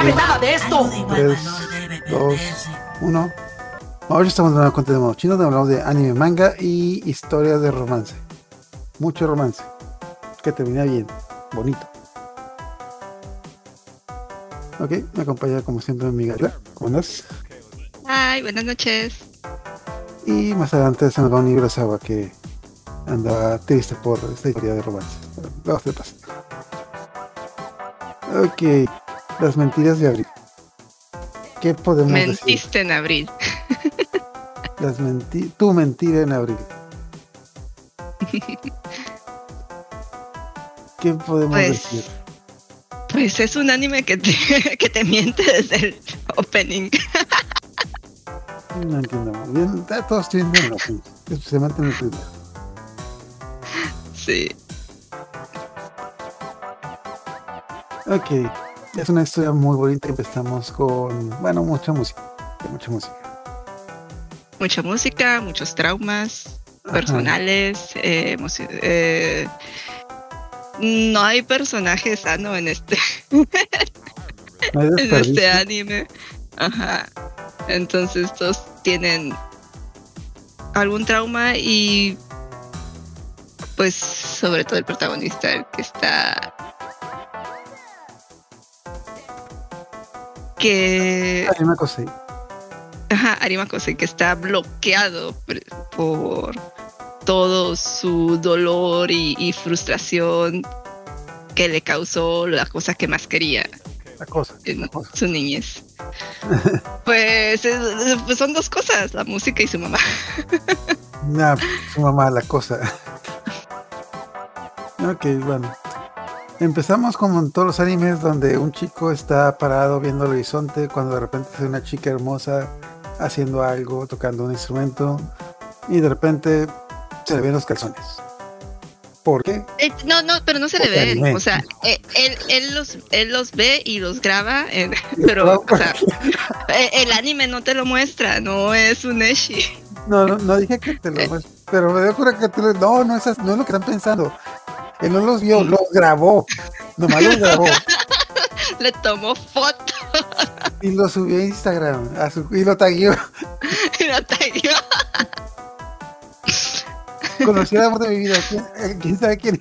sabe nada de esto. 3, 2, 1. Ahora estamos de nuevo con de modo chino, donde hablamos de anime, manga y historias de romance. Mucho romance. Que termina bien, bonito. Ok, me acompaña como siempre mi Gabriela. ¿Cómo andas? Ay, buenas noches. Y más adelante se nos va a unir Urasawa, que anda triste por esta historia de romance. Luego se pasa. Ok, las mentiras de abril. ¿Qué podemos decir? Mentiste en abril. Tu mentira en abril. ¿Qué podemos decir? Pues es un anime que te miente desde el opening. No entiendo muy bien. Todos tienen bien, especialmente en el primero. Sí. Ok, es una historia muy bonita. Empezamos con, bueno, mucha música. Mucha música, muchos traumas personales. No hay personaje sano en este en este anime. Ajá. Entonces todos tienen algún trauma y pues sobre todo el protagonista, el que está Arima Kosei. Ajá, Arima Kosei, que está bloqueado por todo su dolor y frustración que le causó la cosa que más quería. En su niñez. Pues son dos cosas, la música y su mamá. Su mamá, la cosa. Ok, bueno. Empezamos como en todos los animes donde un chico está parado viendo el horizonte cuando de repente es una chica hermosa haciendo algo, tocando un instrumento y de repente se le ven los calzones. ¿Por qué? No, pero no se le ven. O sea, él los ve y los graba, pero o sea, el anime no te lo muestra, no es un ecchi. No dije que te lo muestre, pero me dio cura que no es lo que están pensando. Él no los vio, los grabó. Nomás los grabó. Le tomó foto. Y lo subió a Instagram. Y lo tagueó. Conocí el amor de mi vida. ¿Quién sabe quién?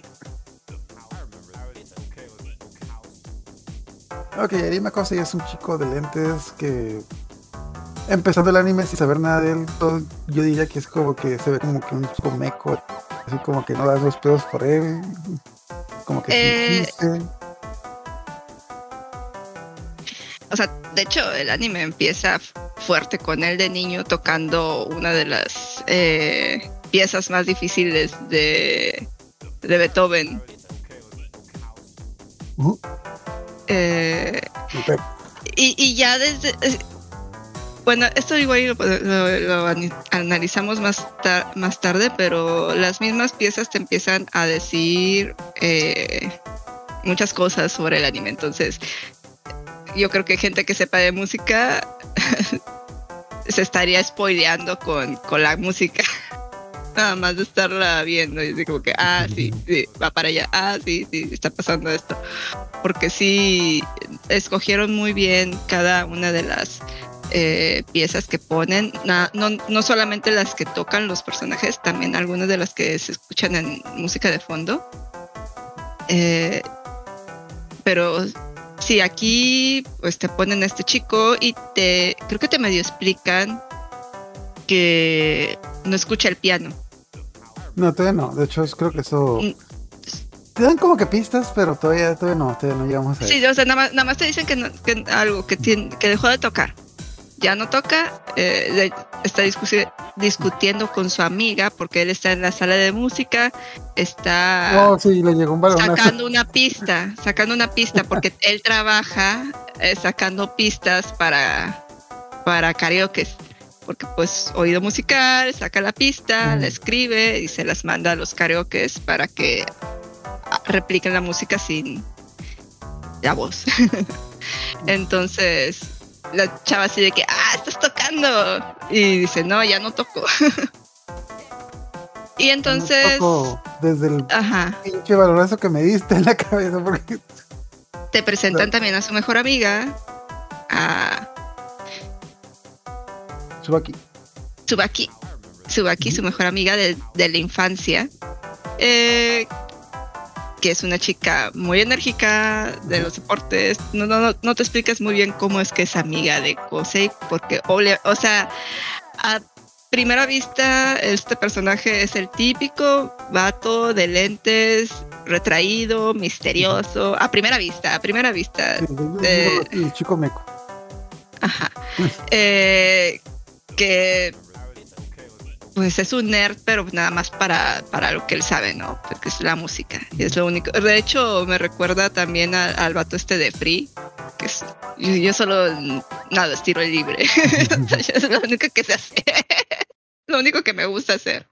Ok, Arima Kosei es un chico de lentes que, empezando el anime sin saber nada de él, yo diría que es como que se ve como que un chico meco, así como que no das los pedos por él, como que o sea, de hecho el anime empieza fuerte con él de niño tocando una de las piezas más difíciles de Beethoven. Y ya desde bueno, esto igual lo analizamos más tarde, pero las mismas piezas te empiezan a decir muchas cosas sobre el anime. Entonces yo creo que gente que sepa de música se estaría spoileando con la música. Nada más de estarla viendo y decir como que, sí, va para allá, sí, está pasando esto. Porque sí, escogieron muy bien cada una de las piezas que ponen, no solamente las que tocan los personajes, también algunas de las que se escuchan en música de fondo. Pero sí, aquí pues te ponen a este chico y creo que te medio explican que no escucha el piano. No, todavía no. De hecho, creo que eso te dan como que pistas, pero todavía no llegamos a eso. Sí, o sea, nada más te dicen que algo que dejó de tocar. Ya no toca, está discutiendo con su amiga porque él está en la sala de música, está le llegó un balonazo. sacando una pista porque él trabaja sacando pistas para karaoke, porque pues oído musical, saca la pista, la escribe y se las manda a los karaoke para que repliquen la música sin la voz. Entonces la chava así de que, estás tocando, y dice, no, ya no toco. Y entonces no desde el pinche balonazo que me diste en la cabeza, porque te presentan también a su mejor amiga, a Tsubaki. Tsubaki, su mejor amiga de la infancia, que es una chica muy enérgica de los deportes. No te explicas muy bien cómo es que es amiga de Kosei, porque, o sea, a primera vista, este personaje es el típico vato de lentes, retraído, misterioso. A primera vista. Sí, el chico meco. Ajá. Que pues es un nerd, pero nada más para lo que él sabe, ¿no? Porque es la música. Y es lo único. De hecho, me recuerda también al vato este de Free, que es, yo solo nada, estiro libre. Es lo único que sé hacer. Lo único que me gusta hacer.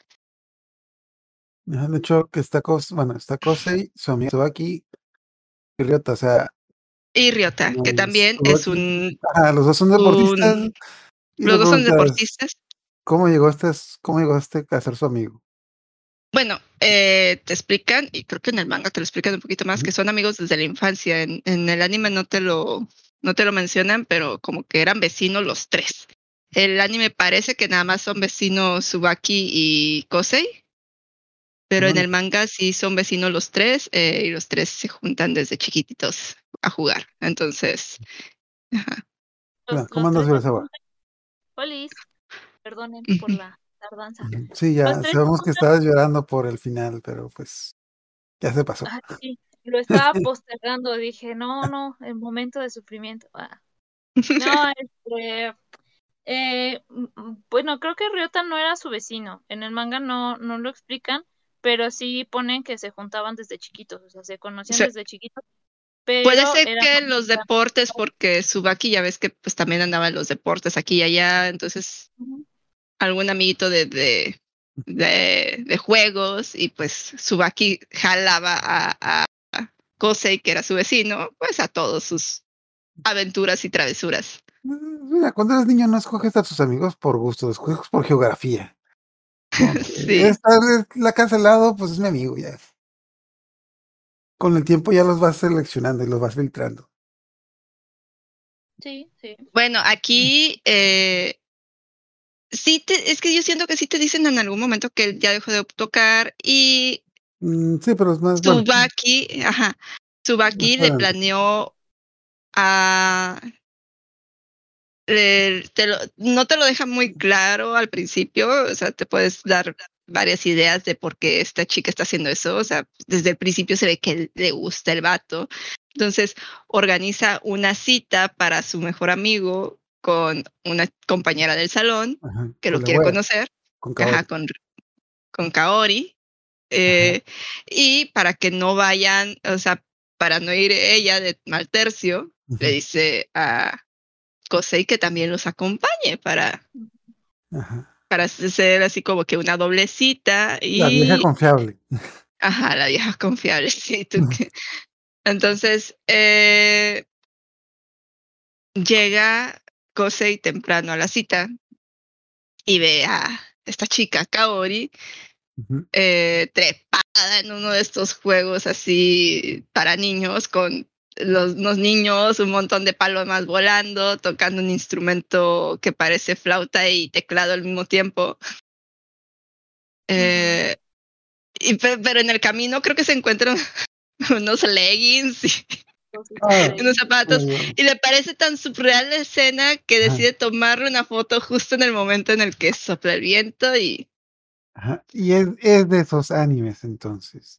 De hecho, que está Kosei, su amigo Tsubaki y Ryota, o sea. Y Ryota, que también es un... los dos son deportistas. Y te Los dos son preguntas, deportistas. ¿cómo llegó este a ser su amigo? Bueno, te explican, y creo que en el manga te lo explican un poquito más, que son amigos desde la infancia. En el anime no te lo mencionan, pero como que eran vecinos los tres. El anime parece que nada más son vecinos Tsubaki y Kosei, pero en el manga sí son vecinos los tres, y los tres se juntan desde chiquititos a jugar. Entonces, ajá. ¿Cómo andas, Urasawa? Polis, perdonen por la tardanza. Sí, ya sabemos que estabas llorando por el final, pero pues ya se pasó. Sí, lo estaba postergando, dije, no, el momento de sufrimiento. No, bueno, creo que Ryota no era su vecino. En el manga no lo explican, pero sí ponen que se juntaban desde chiquitos, o sea, se conocían desde chiquitos. Pero puede ser que los deportes, porque Tsubaki ya ves que pues también andaba en los deportes aquí y allá, entonces algún amiguito de juegos, y pues Tsubaki jalaba a Kosei, que era su vecino, pues a todos sus aventuras y travesuras. Mira, cuando eres niño no escoges a tus amigos por gusto, escoges por geografía. Sí. La cancelado, pues es mi amigo ya. Con el tiempo ya los vas seleccionando y los vas filtrando. Sí. Bueno, aquí es que yo siento que sí te dicen en algún momento que él ya dejó de tocar, y sí, pero es más Tsubaki le planeó a no te lo deja muy claro al principio, o sea, te puedes dar varias ideas de por qué esta chica está haciendo eso, o sea, desde el principio se ve que le gusta el vato. Entonces organiza una cita para su mejor amigo con una compañera del salón que lo quiere conocer, con Kaori. Con Kaori, y para que no vayan, o sea, para no ir ella de mal tercio, le dice a Kosei que también los acompañe para hacer así como que una doble cita. Y la vieja confiable. Ajá, la vieja confiable, sí. Entonces, llega Kosei temprano a la cita y ve a esta chica, Kaori, trepada en uno de estos juegos así para niños, con unos niños, un montón de palomas volando, tocando un instrumento que parece flauta y teclado al mismo tiempo. Pero en el camino creo que se encuentran unos leggings y unos zapatos, y le parece tan surreal la escena que decide tomarle una foto justo en el momento en el que sopla el viento y... Y es de esos animes, entonces.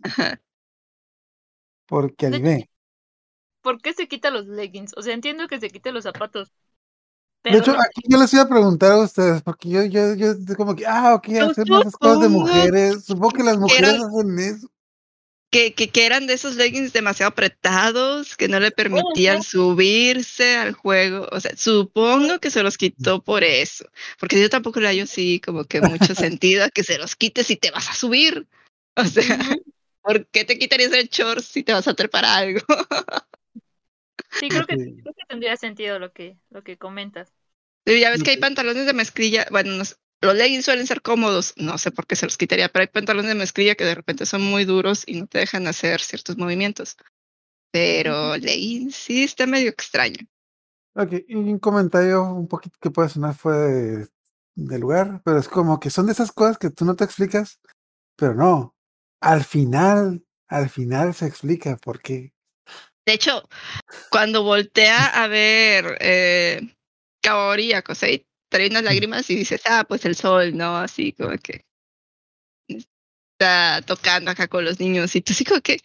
Porque animé. ¿Por qué se quita los leggings? O sea, entiendo que se quite los zapatos. De hecho, aquí yo les iba a preguntar a ustedes, porque yo como que, ok, hacemos esas cosas de mujeres. Supongo que las mujeres hacen eso. Que eran de esos leggings demasiado apretados, que no le permitían subirse al juego. O sea, supongo que se los quitó por eso. Porque yo tampoco le hallo así como que mucho sentido a que se los quites si te vas a subir. O sea, ¿por qué te quitarías el short si te vas a trepar a algo? Sí, creo que tendría sentido lo que comentas. Ya ves que hay pantalones de mezclilla, bueno, los leggings suelen ser cómodos, no sé por qué se los quitaría, pero hay pantalones de mezclilla que de repente son muy duros y no te dejan hacer ciertos movimientos. Pero leggings sí está medio extraño. Ok, y un comentario un poquito que puede sonar fuera de lugar, pero es como que son de esas cosas que tú no te explicas, pero no. Al final se explica por qué. De hecho, cuando voltea a ver Kaori y a Kosei, trae unas lágrimas y dices, pues el sol, ¿no? Así como que está tocando acá con los niños y tú así como que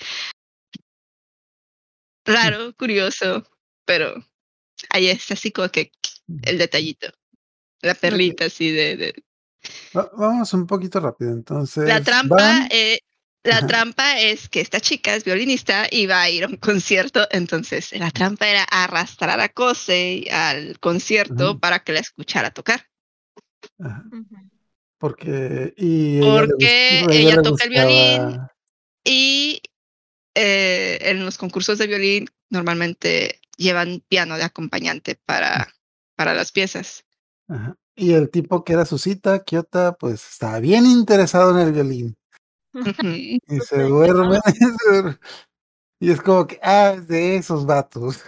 raro, curioso, pero ahí es así como que el detallito, la Ok, perlita así de... vamos un poquito rápido. La Entonces, trampa, van. la Ajá, trampa es que esta chica es violinista y va a ir a un concierto, entonces la trampa era arrastrar a Kosei al concierto ajá, para que la escuchara tocar. ajá. Ujú. Porque, y Porque ella ella le toca el violín gustaba. y en los concursos de violín normalmente llevan piano de acompañante para las piezas. Ajá. Y el tipo que era su cita, Kyota, pues estaba bien interesado en el violín. Ujú. Y se Súper interesado. duerme. Y es como que, es de esos vatos.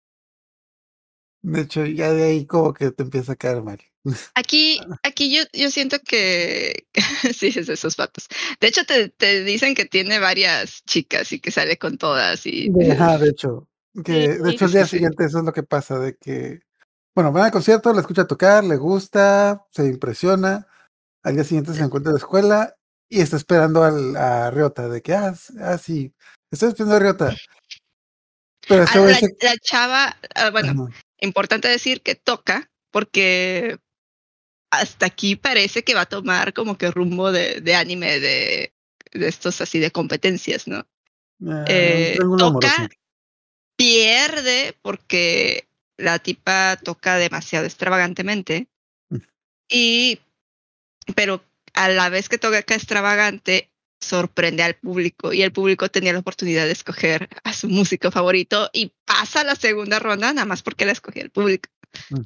De hecho, ya de ahí como que te empieza a caer mal. Aquí yo siento que sí, es de esos vatos. De hecho, te dicen que tiene varias chicas y que sale con todas y Ajá, de hecho. Sí, De hecho, sí, el sí, día sí. siguiente eso es lo que pasa, de que, bueno, van al concierto, la escucha tocar, le gusta, se impresiona. Al día siguiente se encuentra en la escuela y está esperando a Ryota, de que, sí, estoy esperando a Ryota. Pero este güey se... La chava, bueno, Ajá, importante decir que toca porque hasta aquí parece que va a tomar como que rumbo de anime de estos así de competencias, ¿no? un triángulo amoroso. Toca, pierde porque la tipa toca demasiado extravagantemente y pero a la vez que toca extravagante sorprende al público y el público tenía la oportunidad de escoger a su músico favorito y pasa a la segunda ronda nada más porque la escogió el público. Mm,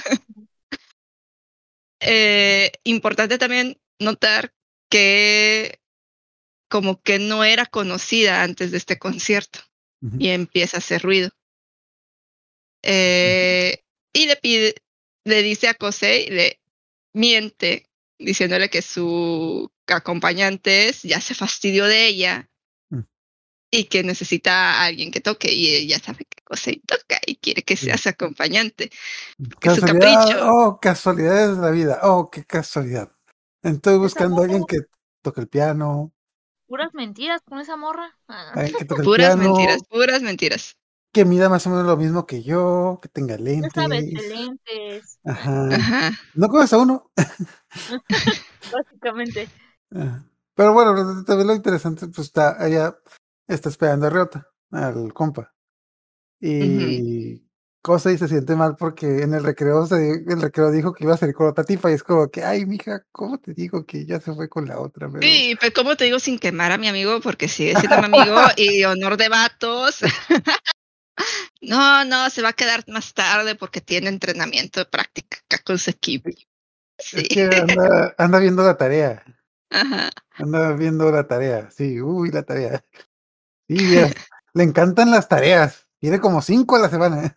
Importante también notar que como que no era conocida antes de este concierto ujú, y empieza a hacer ruido. ujú, Y le dice a Kosei, le miente, diciéndole que su acompañante ya se fastidió de ella mm, y que necesita a alguien que toque. Y ella sabe que Kosei toca y quiere que sea sí. su acompañante, porque es su Casualidad, capricho. casualidades de la vida, qué casualidad. Estoy Esa buscando a alguien morra, que toque el piano, puras mentiras con esa morra. alguien que toque el Puras mentiras, piano, puras mentiras. que mida más o menos lo mismo que yo, que tenga Ya sabes, de lentes. lentes. Ajá. Ajá. ¿No conoces a uno? Básicamente. Ajá. Pero bueno, también lo interesante, pues ella está esperando a Ryota, al compa. Ujú. Y cosa y se siente mal porque en el recreo dijo que iba a salir con otra tipa y es como que, ay, mija, ¿cómo te digo que ya se fue con la otra? Pero Sí, pero como te digo sin quemar a mi amigo, porque sigue siendo mi amigo y honor de vatos. No, no, se va a quedar más tarde porque tiene entrenamiento de práctica acá con su equipo. Sí, es que anda viendo la tarea, ajá. anda viendo la tarea, sí, uy, la tarea. Sí, vieras, le encantan las tareas, tiene como 5 a la semana.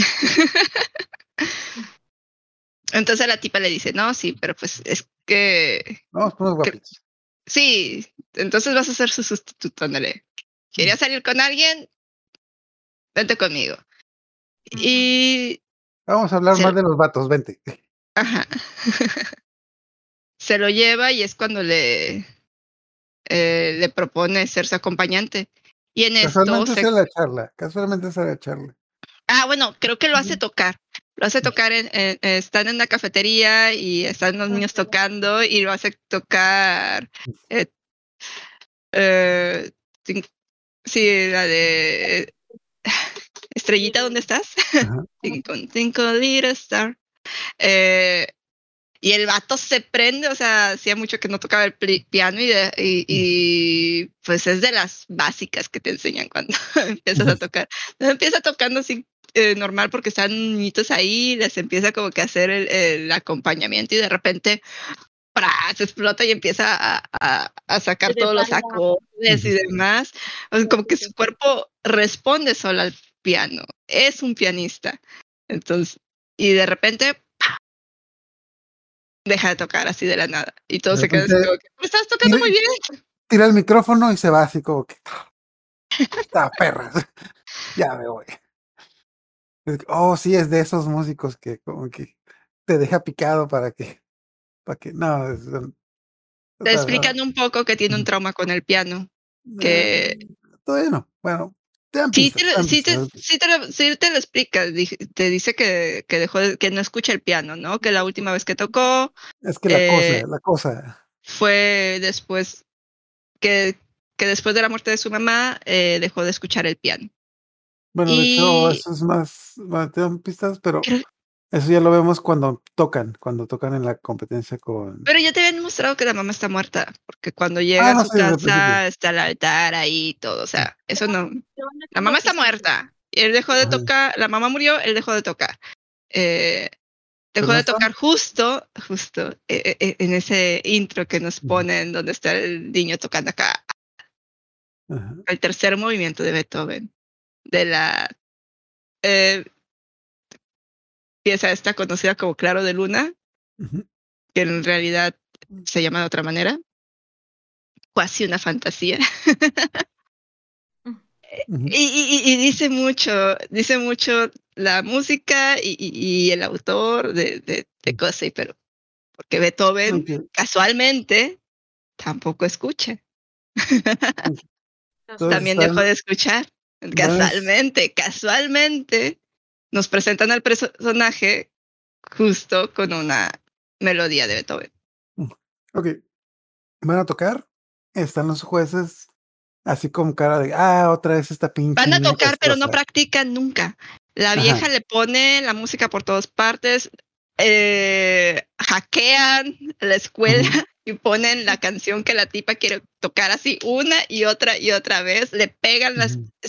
Entonces la tipa le dice, no, sí, pero pues es Vamos por unos que guapitos. sí, entonces vas a ser su sustituto, ándale. ¿Querías salir con alguien? Vente conmigo. Ujú. Y Vamos a hablar más se, de los vatos, vente. ajá. Se lo lleva y es cuando le propone ser su acompañante. Y en esto Casualmente esa es la charla, casualmente esa es la charla. bueno, creo que lo hace tocar. Lo hace tocar están en la cafetería y están los niños Ok. tocando y lo hace tocar. eh, eh, cin- sí, la de Sí, Estrellita, ¿dónde estás? Ajá. Con cinco little star. Eh, y el vato se prende, o sea, hacía mucho que no tocaba el piano y pues es de las básicas que te enseñan cuando empiezas a tocar. Empieza tocando así normal porque están niñitos ahí, les empieza como que a hacer el acompañamiento y de repente se explota y empieza a sacar de todos los bala. acordes y demás. O sea, como que su cuerpo responde solo al piano. Es un pianista. Entonces, y de repente deja de tocar así de la nada. Y todos se quedan así como que, estás tocando muy bien. Tira el micrófono y se va así como que, está perra, ya me voy. Oh, sí, es de esos músicos que como que te deja picado para que, no, Te explican un poco que tiene un trauma con el piano. Que todavía no. Bueno, te dan sí, pistas. sí te lo explica. Te dice que dejó que no escucha el piano, ¿no? Que la última vez que tocó Es que la cosa. fue después que después de la muerte de su mamá dejó de escuchar el piano. Bueno, de hecho, eso es más, te dan pistas, pero eso ya lo vemos cuando tocan en la competencia con... Pero ya te habían mostrado que la mamá está muerta, porque cuando llega a su casa está el altar ahí y todo, o sea, eso no... La mamá está muerta. Él dejó de tocar, la mamá murió, él dejó de tocar. Dejó de tocar justo en ese intro que nos ponen donde está el niño tocando acá. El tercer movimiento de Beethoven, de la pieza esta conocida como Claro de Luna, que en realidad se llama de otra manera, casi una fantasía. Y dice mucho la música y el autor de Cossey, pero porque Beethoven casualmente tampoco escucha. También dejó de escuchar. Casualmente nos presentan al personaje justo con una melodía de Beethoven. Ok, van a tocar, están los jueces así como cara de, otra vez esta pinche. Van a tocar, pero no practican nunca. La vieja le pone la música por todas partes, hackean la escuela y ponen la canción que la tipa quiere tocar así una y otra vez, le pegan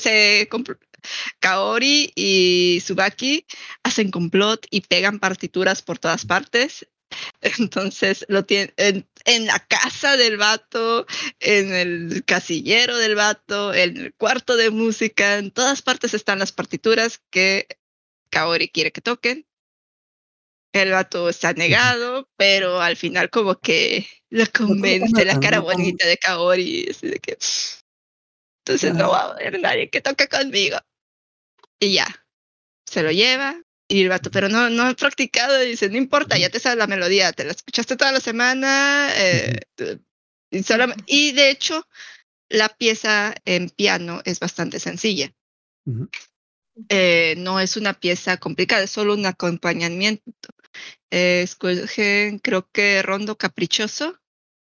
Kaori y Tsubaki hacen complot y pegan partituras por todas partes. Entonces lo tienen en la casa del vato, en el casillero del vato, en el cuarto de música, en todas partes están las partituras que Kaori quiere que toquen. El vato está negado, pero al final como que lo convence la cara bonita de Kaori, así de que entonces no va a haber nadie que toque conmigo. Y ya, se lo lleva. Y el vato, pero no he practicado. Y dice, no importa, ya te sabes la melodía, te la escuchaste toda la semana. Y de hecho, la pieza en piano es bastante sencilla. No es una pieza complicada, es solo un acompañamiento. Escogen, creo que Rondo Caprichoso.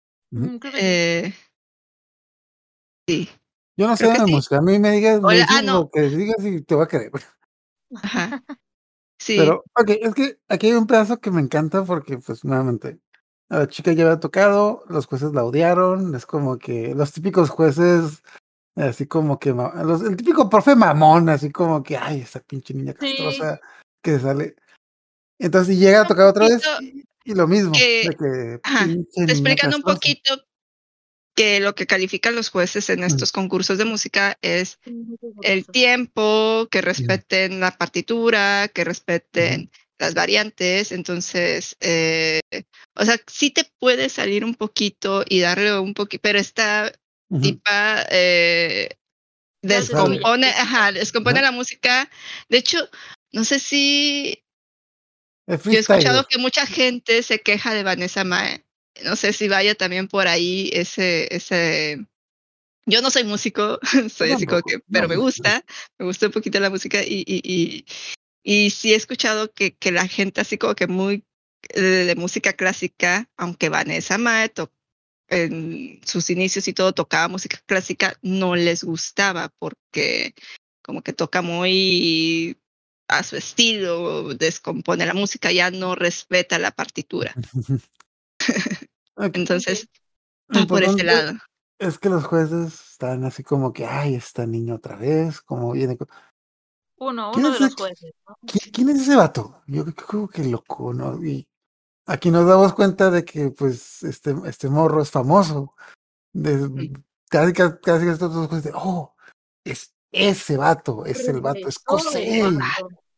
Sí. Yo no sé de música, a mí me digas lo que digas y te voy a creer. Ajá. Sí. Pero, es que aquí hay un pedazo que me encanta porque, pues, nuevamente, la chica ya había tocado, los jueces la odiaron, es como que los típicos jueces, así como que, el típico profe mamón, así como que, ay, esa pinche niña castrosa que sale. Entonces llega a tocar otra vez y lo mismo, de que te explican un poquito que lo que califican los jueces en estos concursos de música es el tiempo, que respeten la partitura, que respeten las variantes. Entonces, o sea, sí te puede salir un poquito y darle un poquito, pero esta tipa descompone la música. De hecho, no sé si yo he escuchado que mucha gente se queja de Vanessa Mae. No sé si vaya también por ahí ese. Yo no soy músico, soy así como que, pero me gusta un poquito la música y sí he escuchado que la gente así como que muy de música clásica, aunque Vanessa Mae en sus inicios y todo tocaba música clásica, no les gustaba porque como que toca muy a su estilo, descompone la música, ya no respeta la partitura. Entonces, va por ese lado. Es que los jueces están así como que, ay, esta niña otra vez, como viene. Uno de los jueces, ¿no? ¿Quién es ese vato? Yo creo que loco, ¿no? Y aquí nos damos cuenta de que, pues, este morro es famoso. Casi estos dos jueces, es ese vato, es el vato escocés.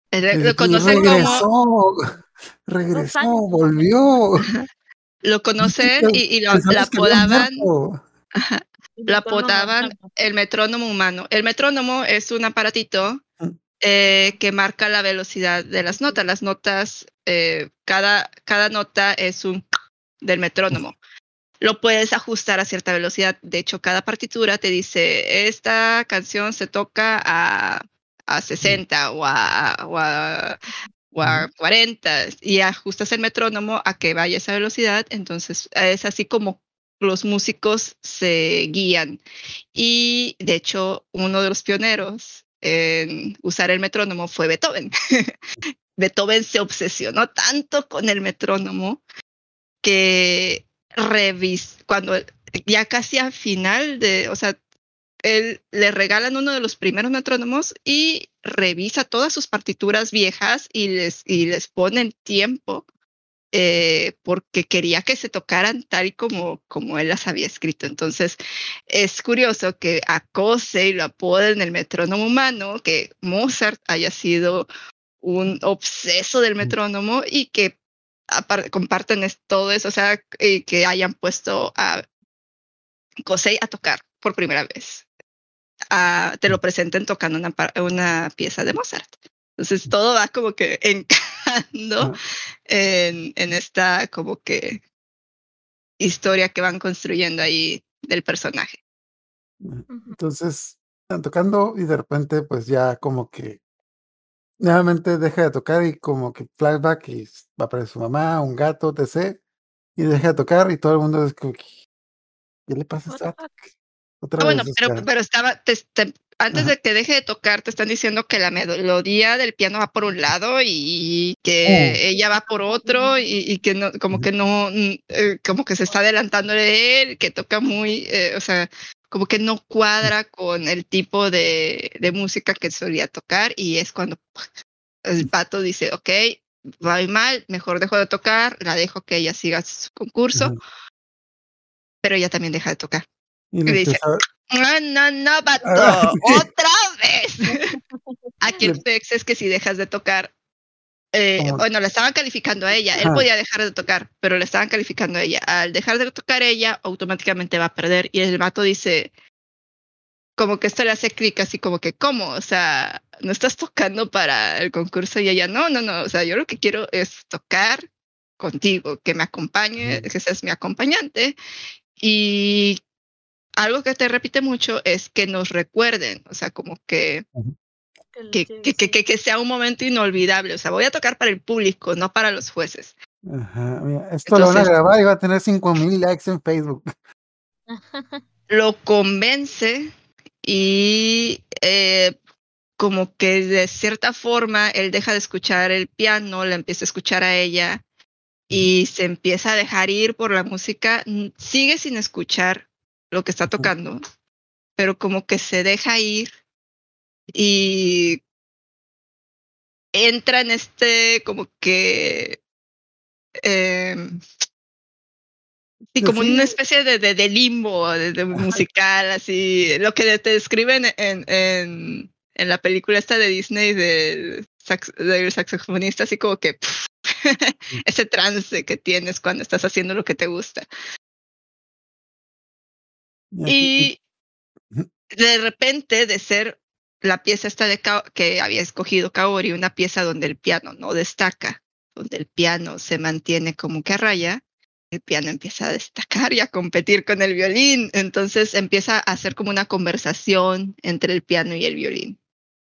Lo conocen como... Regresó, volvió. Lo conocen y lo apodaban... Lo apodaban el metrónomo humano. El metrónomo es un aparatito que marca la velocidad de las notas. Las notas, cada nota es un del metrónomo. Lo puedes ajustar a cierta velocidad. De hecho, cada partitura te dice, esta canción se toca a 60 o a 40 y ajustas el metrónomo a que vaya a esa velocidad. Entonces, es así como los músicos se guían. Y, de hecho, uno de los pioneros en usar el metrónomo fue Beethoven. Beethoven se obsesionó tanto con el metrónomo que cuando ya casi al final o sea, él le regalan uno de los primeros metrónomos y revisa todas sus partituras viejas y les pone el tiempo porque quería que se tocaran tal y como él las había escrito. Entonces es curioso que a Kosei lo apoden el metrónomo humano, que Mozart haya sido un obseso del metrónomo y que comparten todo eso, o sea, que hayan puesto a Kosei a tocar por primera vez. Te lo presenten tocando una pieza de Mozart. Entonces todo va como que encajando en esta como que historia que van construyendo ahí del personaje. Entonces están tocando y de repente pues ya como que nuevamente deja de tocar y como que flashback y va a aparecer su mamá, un gato, etc. Y deja de tocar y todo el mundo es como que, ¿qué le pasa a esta vato? Otra bueno, vez, pero estaba, antes de que deje de tocar, te están diciendo que la melodía del piano va por un lado y que ella va por otro y que no, como que no, como que se está adelantándole de él, que toca muy, o sea, como que no cuadra con el tipo de música que solía tocar y es cuando el pato dice, ok, va mal, mejor dejo de tocar, la dejo que ella siga su concurso, pero ella también deja de tocar. Y le dice, no, vato, otra vez. Aquí el texto es que si dejas de tocar, bueno, le estaban calificando a ella, él podía dejar de tocar, pero le estaban calificando a ella. Al dejar de tocar ella, automáticamente va a perder. Y el vato dice, como que esto le hace clic, así como que, ¿cómo? O sea, no estás tocando para el concurso y ella, no, o sea, yo lo que quiero es tocar contigo, que me acompañe, que seas mi acompañante. Y algo que te repite mucho es que nos recuerden, o sea, como que sea un momento inolvidable. O sea, voy a tocar para el público, no para los jueces. Mira, esto lo van a grabar y va a tener 5,000 likes en Facebook. Lo convence y como que de cierta forma él deja de escuchar el piano, la empieza a escuchar a ella y se empieza a dejar ir por la música. Sigue sin escuchar lo que está tocando, pero como que se deja ir y entra en como que sí, como una especie de limbo de musical, así lo que te describen en la película esta de Disney del saxofonista, así como que ese trance que tienes cuando estás haciendo lo que te gusta. Y de repente, de ser la pieza esta que había escogido Kaori, una pieza donde el piano no destaca, donde el piano se mantiene como que a raya, el piano empieza a destacar y a competir con el violín. Entonces empieza a hacer como una conversación entre el piano y el violín.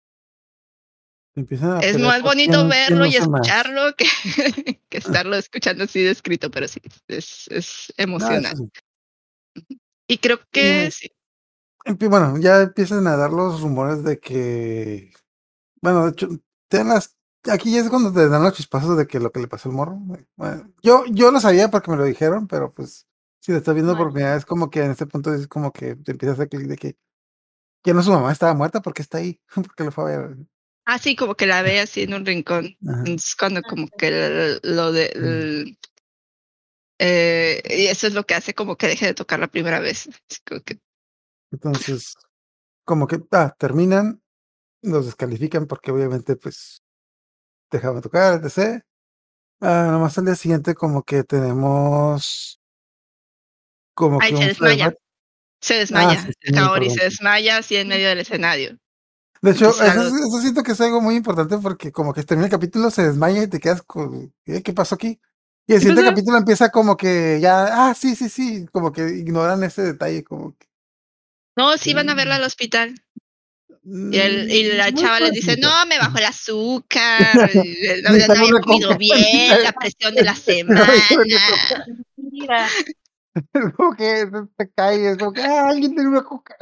Es más bonito verlo y escucharlo que estarlo escuchando así descrito, pero sí, es emocionante. Y creo que sí. Bueno, ya empiezan a dar los rumores de que, bueno, de hecho, aquí ya es cuando te dan los chispazos de que lo que le pasó al morro. Bueno, yo lo sabía porque me lo dijeron, pero pues si lo estás viendo por primera vez, como que en este punto es como que te empiezas a hacer clic de que no, su mamá estaba muerta porque está ahí, porque lo fue a ver. Sí, como que la ve así en un rincón. Es cuando como que y eso es lo que hace como que deje de tocar la primera vez. Entonces, como que terminan, los descalifican porque obviamente pues déjame tocar, etc. Nomás al día siguiente como que tenemos como Ay, que se un desmaya. flashback. Se Sí, desmaya. sí, muy Kaori se importante. desmaya así en medio del escenario. De hecho, Entonces algo. eso siento que es algo muy importante porque como que termina el capítulo, se desmaya y te quedas con, ¿qué pasó aquí? Y el ¿Qué siguiente pasó? capítulo empieza como que ya, sí, como que ignoran ese detalle, como que, No, sí van a verla mm, al hospital. Y la muy chava les dice, pobrecita. no, me bajó el azúcar, no, Necesitaba no había una comido coca. bien, la presión de la semana. Necesitaba una coca. Mentira. Como que te caes, como que, alguien tiene una coca.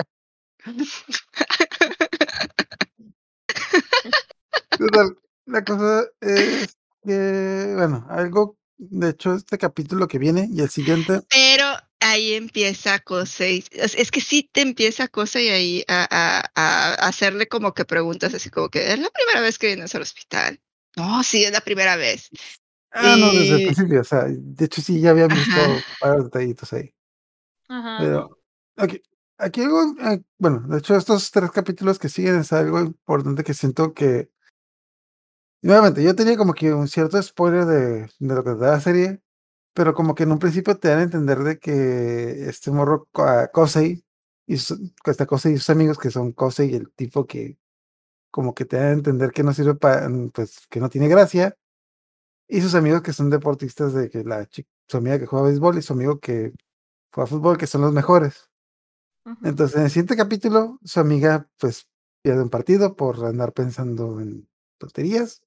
Total, la cosa es que, bueno, algo, de hecho, este capítulo que viene y el siguiente, Pero ahí empieza Kosei. Es que sí te empieza Kosei ahí a hacerle como que preguntas así como que es la primera vez que vienes al hospital. No, sí, es la primera vez. no, desde el Y, principio, o sea, de hecho sí, ya habían ajá. visto varios detallitos ahí, Ajá. pero aquí algo, bueno, de hecho estos 3 capítulos que siguen es algo importante que siento que, nuevamente, yo tenía como que un cierto spoiler de lo que da la serie, pero como que en un principio te dan a entender de que este morro, Kosei, Kosei y sus amigos, que son Kosei y el tipo que como que te dan a entender que no sirve para, pues, que no tiene gracia, y sus amigos que son deportistas de que su amiga que juega béisbol y su amigo que juega fútbol, que son los mejores. Ujú. Entonces, en el siguiente capítulo, su amiga, pues, pierde un partido por andar pensando en tonterías.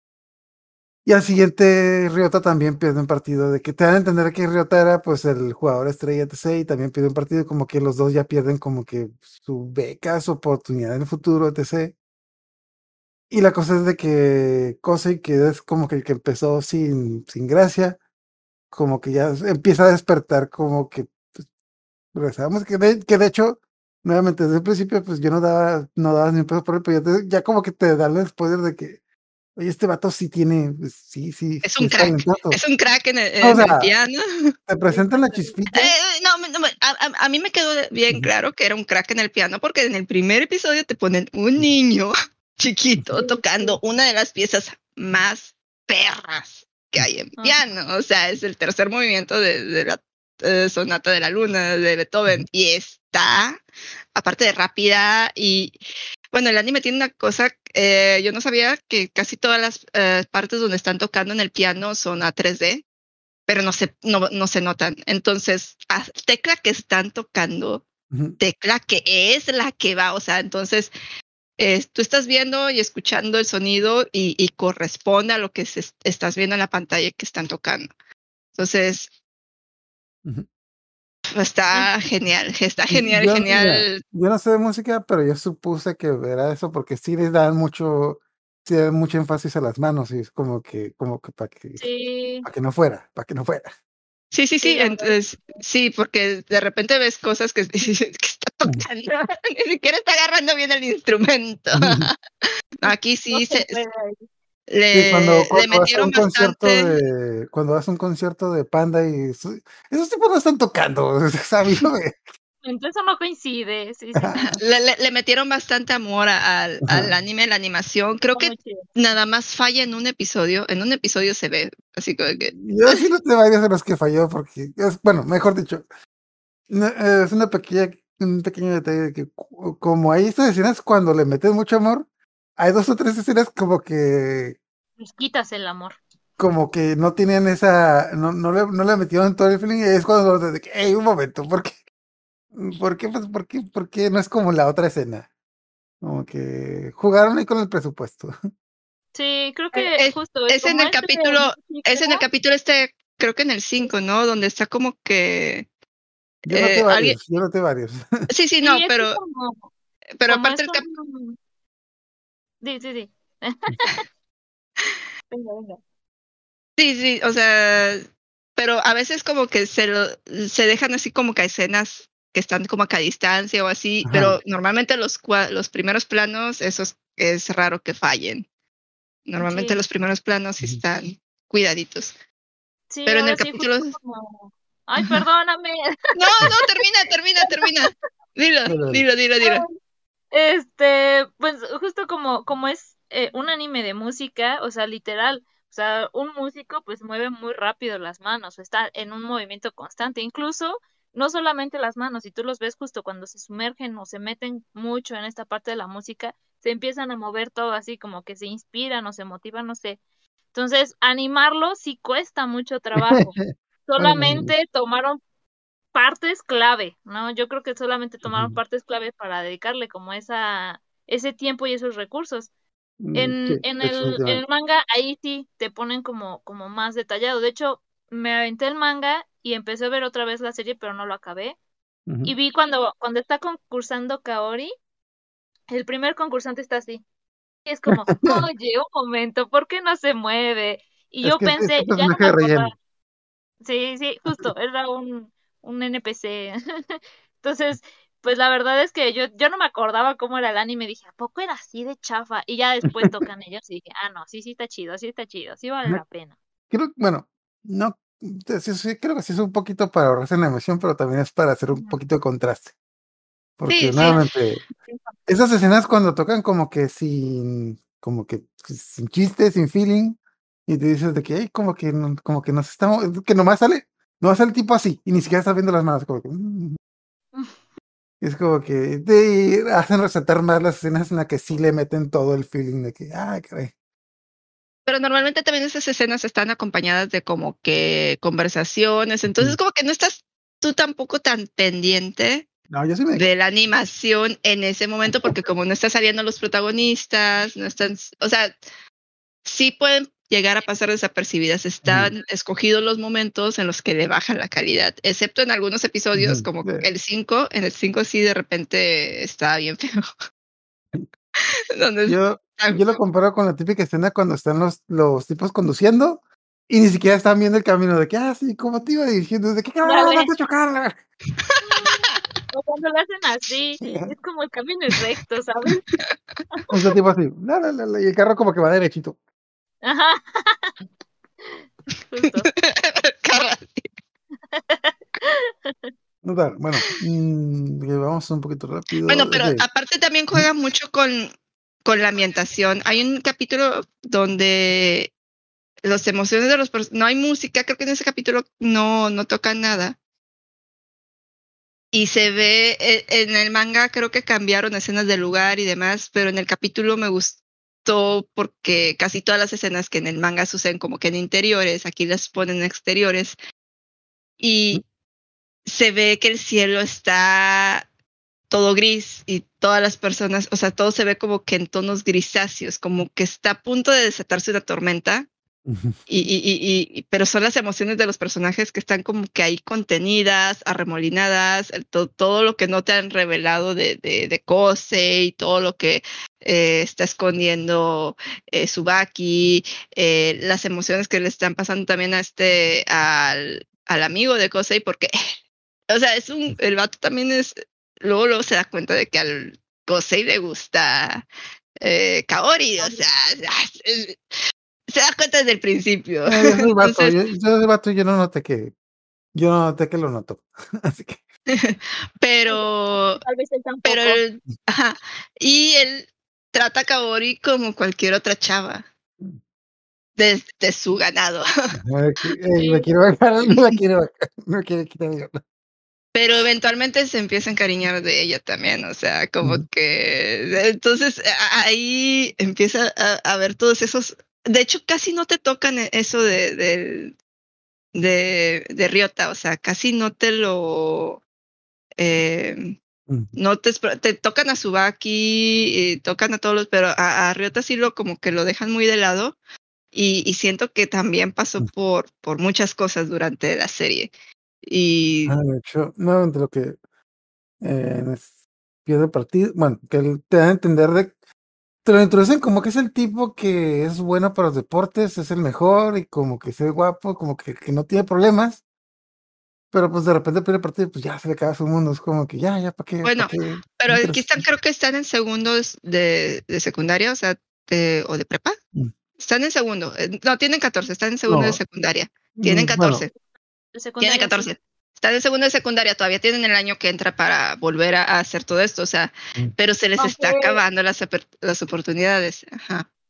Y al siguiente, Ryota también pierde un partido, de que te dan a entender que Ryota era, pues, el jugador estrella, etc. Y también pierde un partido, como que los dos ya pierden como que su beca, su oportunidad en el futuro, etc. Y la cosa es de que Kosei, que es como que el que empezó sin gracia, como que ya empieza a despertar, como que regresamos, que de hecho, nuevamente desde el principio, pues yo no daba ni un peso por él, pero ya como que te dan el spoiler de que, oye, este vato sí tiene, pues, sí es talentoso. Es un crack O en el sea, piano. te Sí, presentan la cuando- chispita. No, a mí me quedó bien Ujú, claro que era un crack en el piano porque en el primer episodio te ponen un ujú, niño chiquito Sí, tocando sí. una de las piezas más perras que hay en Ajá. piano. O sea, es el tercer movimiento de la Sonata de la Luna de Beethoven ujú, y está, aparte de rápida y bueno, el anime tiene una cosa, yo no sabía que casi todas las partes donde están tocando en el piano son a 3D, pero no se notan. Entonces, tecla que están tocando, ujú. tecla que es la que va, o sea, entonces tú estás viendo y escuchando el sonido y corresponde a lo que estás viendo en la pantalla que están tocando. Entonces, Ujú. está genial, Mira, genial. yo no sé de música, pero yo supuse que era eso porque sí le dan mucho énfasis a las manos y es como que Sí, para que no fuera. Sí, sí, sí, sí, la verdad es entonces, sí, porque de repente ves cosas que, que está Ujú. tocando, ni siquiera está agarrando bien el instrumento. que Aquí no sí se puede ahí. Sí, le metieron bastante. cuando vas a un concierto de Panda y esos tipos no están tocando, o sea, a mí no me Entonces eso no coincide, sí, sí, sí. Le metieron bastante amor al ajá. anime, la animación. Creo Está que muy chido. nada más falla en un episodio se ve, así como que, Yo sí noté varios de los que falló porque bueno, mejor dicho, es un pequeño detalle de que como hay estas escenas cuando le metes mucho amor, hay 2 o 3 escenas Les quitas el amor. como que no tenían esa no le metieron todo el feeling y es cuando de que, hey, un momento, ¿por qué no es como la otra escena? Como que jugaron ahí con el presupuesto. Sí, creo que es, justo es es en como el capítulo, es en el capítulo creo que en el 5, ¿no? Donde está como que alguien, Yo noté varios. sí, sí, sí, no, es que como, pero como aparte es un... Sí, sí, sí. Venga, venga. sí, sí, o sea, pero a veces como que se dejan así como que escenas que están como acá a distancia o así, Ajá. pero normalmente los primeros planos, esos es raro que fallen. Normalmente Sí, los primeros planos sí Ujú. están cuidaditos. sí, Pero en el ahora sí, capítulo, justo como... Ay, ajá. perdóname. No, no, Termina. Dilo, Pero, dilo, dilo, dilo. Pues justo como es un anime de música, o sea, literal, o sea, un músico pues mueve muy rápido las manos, está en un movimiento constante, incluso no solamente las manos, si tú los ves justo cuando se sumergen o se meten mucho en esta parte de la música, se empiezan a mover todo así, como que se inspiran o se motivan, no sé. Entonces, animarlo sí cuesta mucho trabajo. Ay, no. Solamente tomaron partes clave, ¿no? Yo creo que solamente tomaron partes clave para dedicarle como ese tiempo y esos recursos. Sí, En definitivamente. el manga, ahí sí te ponen como más detallado. De hecho, me aventé el manga y empecé a ver otra vez la serie, pero no lo acabé. Y Ujú. vi cuando está concursando Kaori, el primer concursante está así. Y es como, oye, un momento, ¿por qué no se mueve? Y Es yo que este pensé, ya no personaje me de acordaba. relleno. Sí, sí, justo, era un NPC. Entonces, pues la verdad es que yo no me acordaba cómo era el anime, dije, ¿a poco era así de chafa? Y ya después tocan ellos y dije, ah, no, sí, sí está chido, sí vale Ajá. la pena. Bueno, no, sí, sí, creo que sí es un poquito para ahorrarse en la emoción, pero también es para hacer un Ujú. poquito de contraste. Porque Sí, sí. nuevamente, esas escenas cuando tocan como que sin chiste, sin feeling, y te dices de que, "Ay, como que nos estamos, que nomás sale el tipo así, y ni siquiera está viendo las manos, como que, es como que te hacen resaltar más las escenas en las que sí le meten todo el feeling de que, ah, caray. Pero normalmente también esas escenas están acompañadas de como que conversaciones, entonces Ujú. como que no estás tú tampoco tan pendiente No, yo sí me. de la animación en ese momento, porque como no están saliendo los protagonistas, no están, o sea, sí pueden llegar a pasar desapercibidas. Ujú, Están escogidos los momentos en los que le bajan la calidad, excepto en algunos episodios, ujú. como el 5. En el 5 sí de repente está bien feo. Donde Yo lo comparo con la típica escena cuando están los tipos conduciendo y ni siquiera están viendo el camino de que, sí, como te iba diciendo, de que cabrón, no Dale. te chocar, la verga". O cuando lo hacen así, es como el camino es recto, ¿sabes? Justo tipo así, y el carro como que va derechito. Ajá, justo. No tal, bueno, que vamos un poquito rápido. Bueno, pero Ok. aparte también Ujú. juega mucho con la ambientación. Hay un capítulo donde las emociones de no hay música, creo que en ese capítulo no toca nada. Y se ve, en el manga creo que cambiaron escenas del lugar y demás, pero en el capítulo me gustó porque casi todas las escenas que en el manga suceden como que en interiores, aquí las ponen en exteriores. Y se ve que el cielo está todo gris y todas las personas, o sea, todo se ve como que en tonos grisáceos, como que está a punto de desatarse una tormenta. Ujú. Pero son las emociones de los personajes que están como que ahí contenidas, arremolinadas, todo lo que no te han revelado de Kosei, y todo lo que está escondiendo Tsubaki, las emociones que le están pasando también al amigo de Kosei, porque, o sea, el vato también luego se da cuenta de que al Kosei le gusta Kaori, o sea, se da cuenta desde el principio. Yo soy vato, Entonces, yo no noté que lo notó. Así que. pero, Tal vez él pero, tampoco. ajá, y él trata a Kaori como cualquier otra chava de su ganado. Me Sí. quiero bajar, me la quiero bajar, me quiere quitar yo. Pero eventualmente se empieza a encariñar de ella también, o sea, como Ujú. que entonces ahí empieza a ver todos esos. De hecho, casi no te tocan eso de Ryota, o sea, casi no te lo. Eh, Ujú. no te tocan a Tsubaki, tocan a todos los, pero a Ryota sí como que lo dejan muy de lado y siento que también pasó por muchas cosas durante la serie. Y De hecho, nuevamente lo que pierde partido, bueno, te dan a entender te lo introducen como que es el tipo que es bueno para los deportes, es el mejor y como que es guapo, como que no tiene problemas, pero pues de repente pierde partido, pues ya se le acaba su mundo, es como que ya, ¿para bueno, qué? pero aquí Mientras. están, creo que están en segundo de secundaria, o sea, o de prepa. Mm. Están en segundo, no, tienen 14, están en segundo de No, secundaria. Tienen bueno, 14. De Tiene secundaria sí. 14. Están en segunda de secundaria, todavía tienen el año que entra para volver a hacer todo esto, o sea, mm, pero se les está Aunque acabando las oportunidades. Ajá.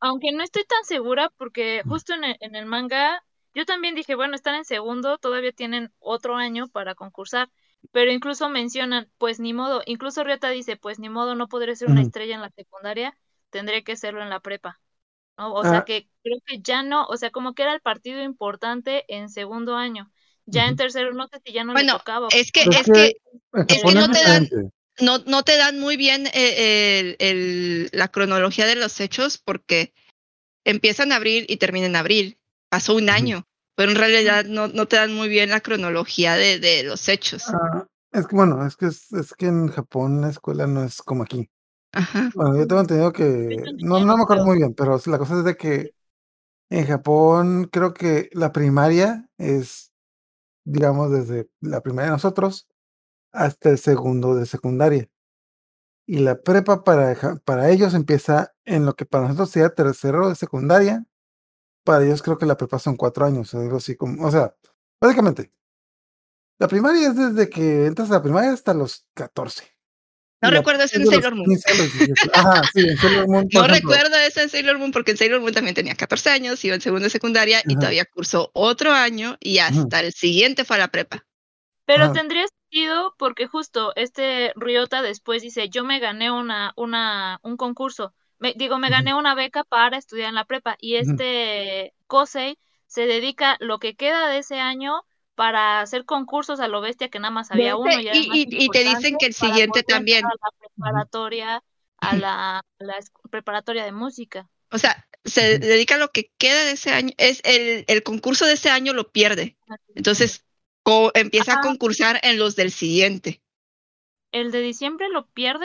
aunque no estoy tan segura porque justo en el manga yo también dije, bueno, están en segundo, todavía tienen otro año para concursar, pero incluso mencionan, pues ni modo, incluso Ryota dice, pues ni modo, no podré ser una Ujú. estrella en la secundaria, tendré que serlo en la prepa, ¿no? O sea Ah, que creo que ya no, o sea, como que era el partido importante en segundo año, ya en ujú. tercero no sé si ya no le Bueno, tocaba, es que, Es es porque que, que en es que Japón es no te dan, diferente. no te dan muy bien la cronología de los hechos porque empiezan a abril y terminan en abril. Pasó un Ujú. año, pero en realidad no te dan muy bien la cronología de los hechos. Es que bueno, es que en Japón la escuela no es como aquí. Ajá. Bueno, yo tengo entendido yo que también, no me acuerdo pero muy bien, pero sí, la cosa es de que en Japón creo que la primaria es, digamos, desde la primaria de nosotros hasta el segundo de secundaria. Y la prepa para ellos empieza en lo que para nosotros sería tercero de secundaria. Para ellos creo que la prepa son 4 años, algo así como, o sea, básicamente, la primaria es desde que entras a la primaria hasta los 14. No Y la recuerdo prepa eso es en de los Sailor Moon. 15 a los 18. Ajá, sí, en Sailor Moon, por No ejemplo. recuerdo eso en Sailor Moon porque en Sailor Moon también tenía 14 años, iba en segundo de secundaria y Ajá, todavía cursó otro año y ujú, hasta el siguiente fue a la prepa. Pero ajá, tendría sentido porque justo este Ryota después dice, yo me gané un concurso, me ujú, gané una beca para estudiar en la prepa y ujú. este Kosei se dedica lo que queda de ese año para hacer concursos a lo bestia que nada más De había este, uno y era el más y te importante dicen que el para siguiente poder entrar también. a la Ujú, preparatoria, preparatoria de música. O sea, se ujú. dedica a lo que queda de ese año. Es el concurso de ese año lo pierde. Entonces empieza a Ah, concursar en los del siguiente. ¿el de diciembre lo pierde?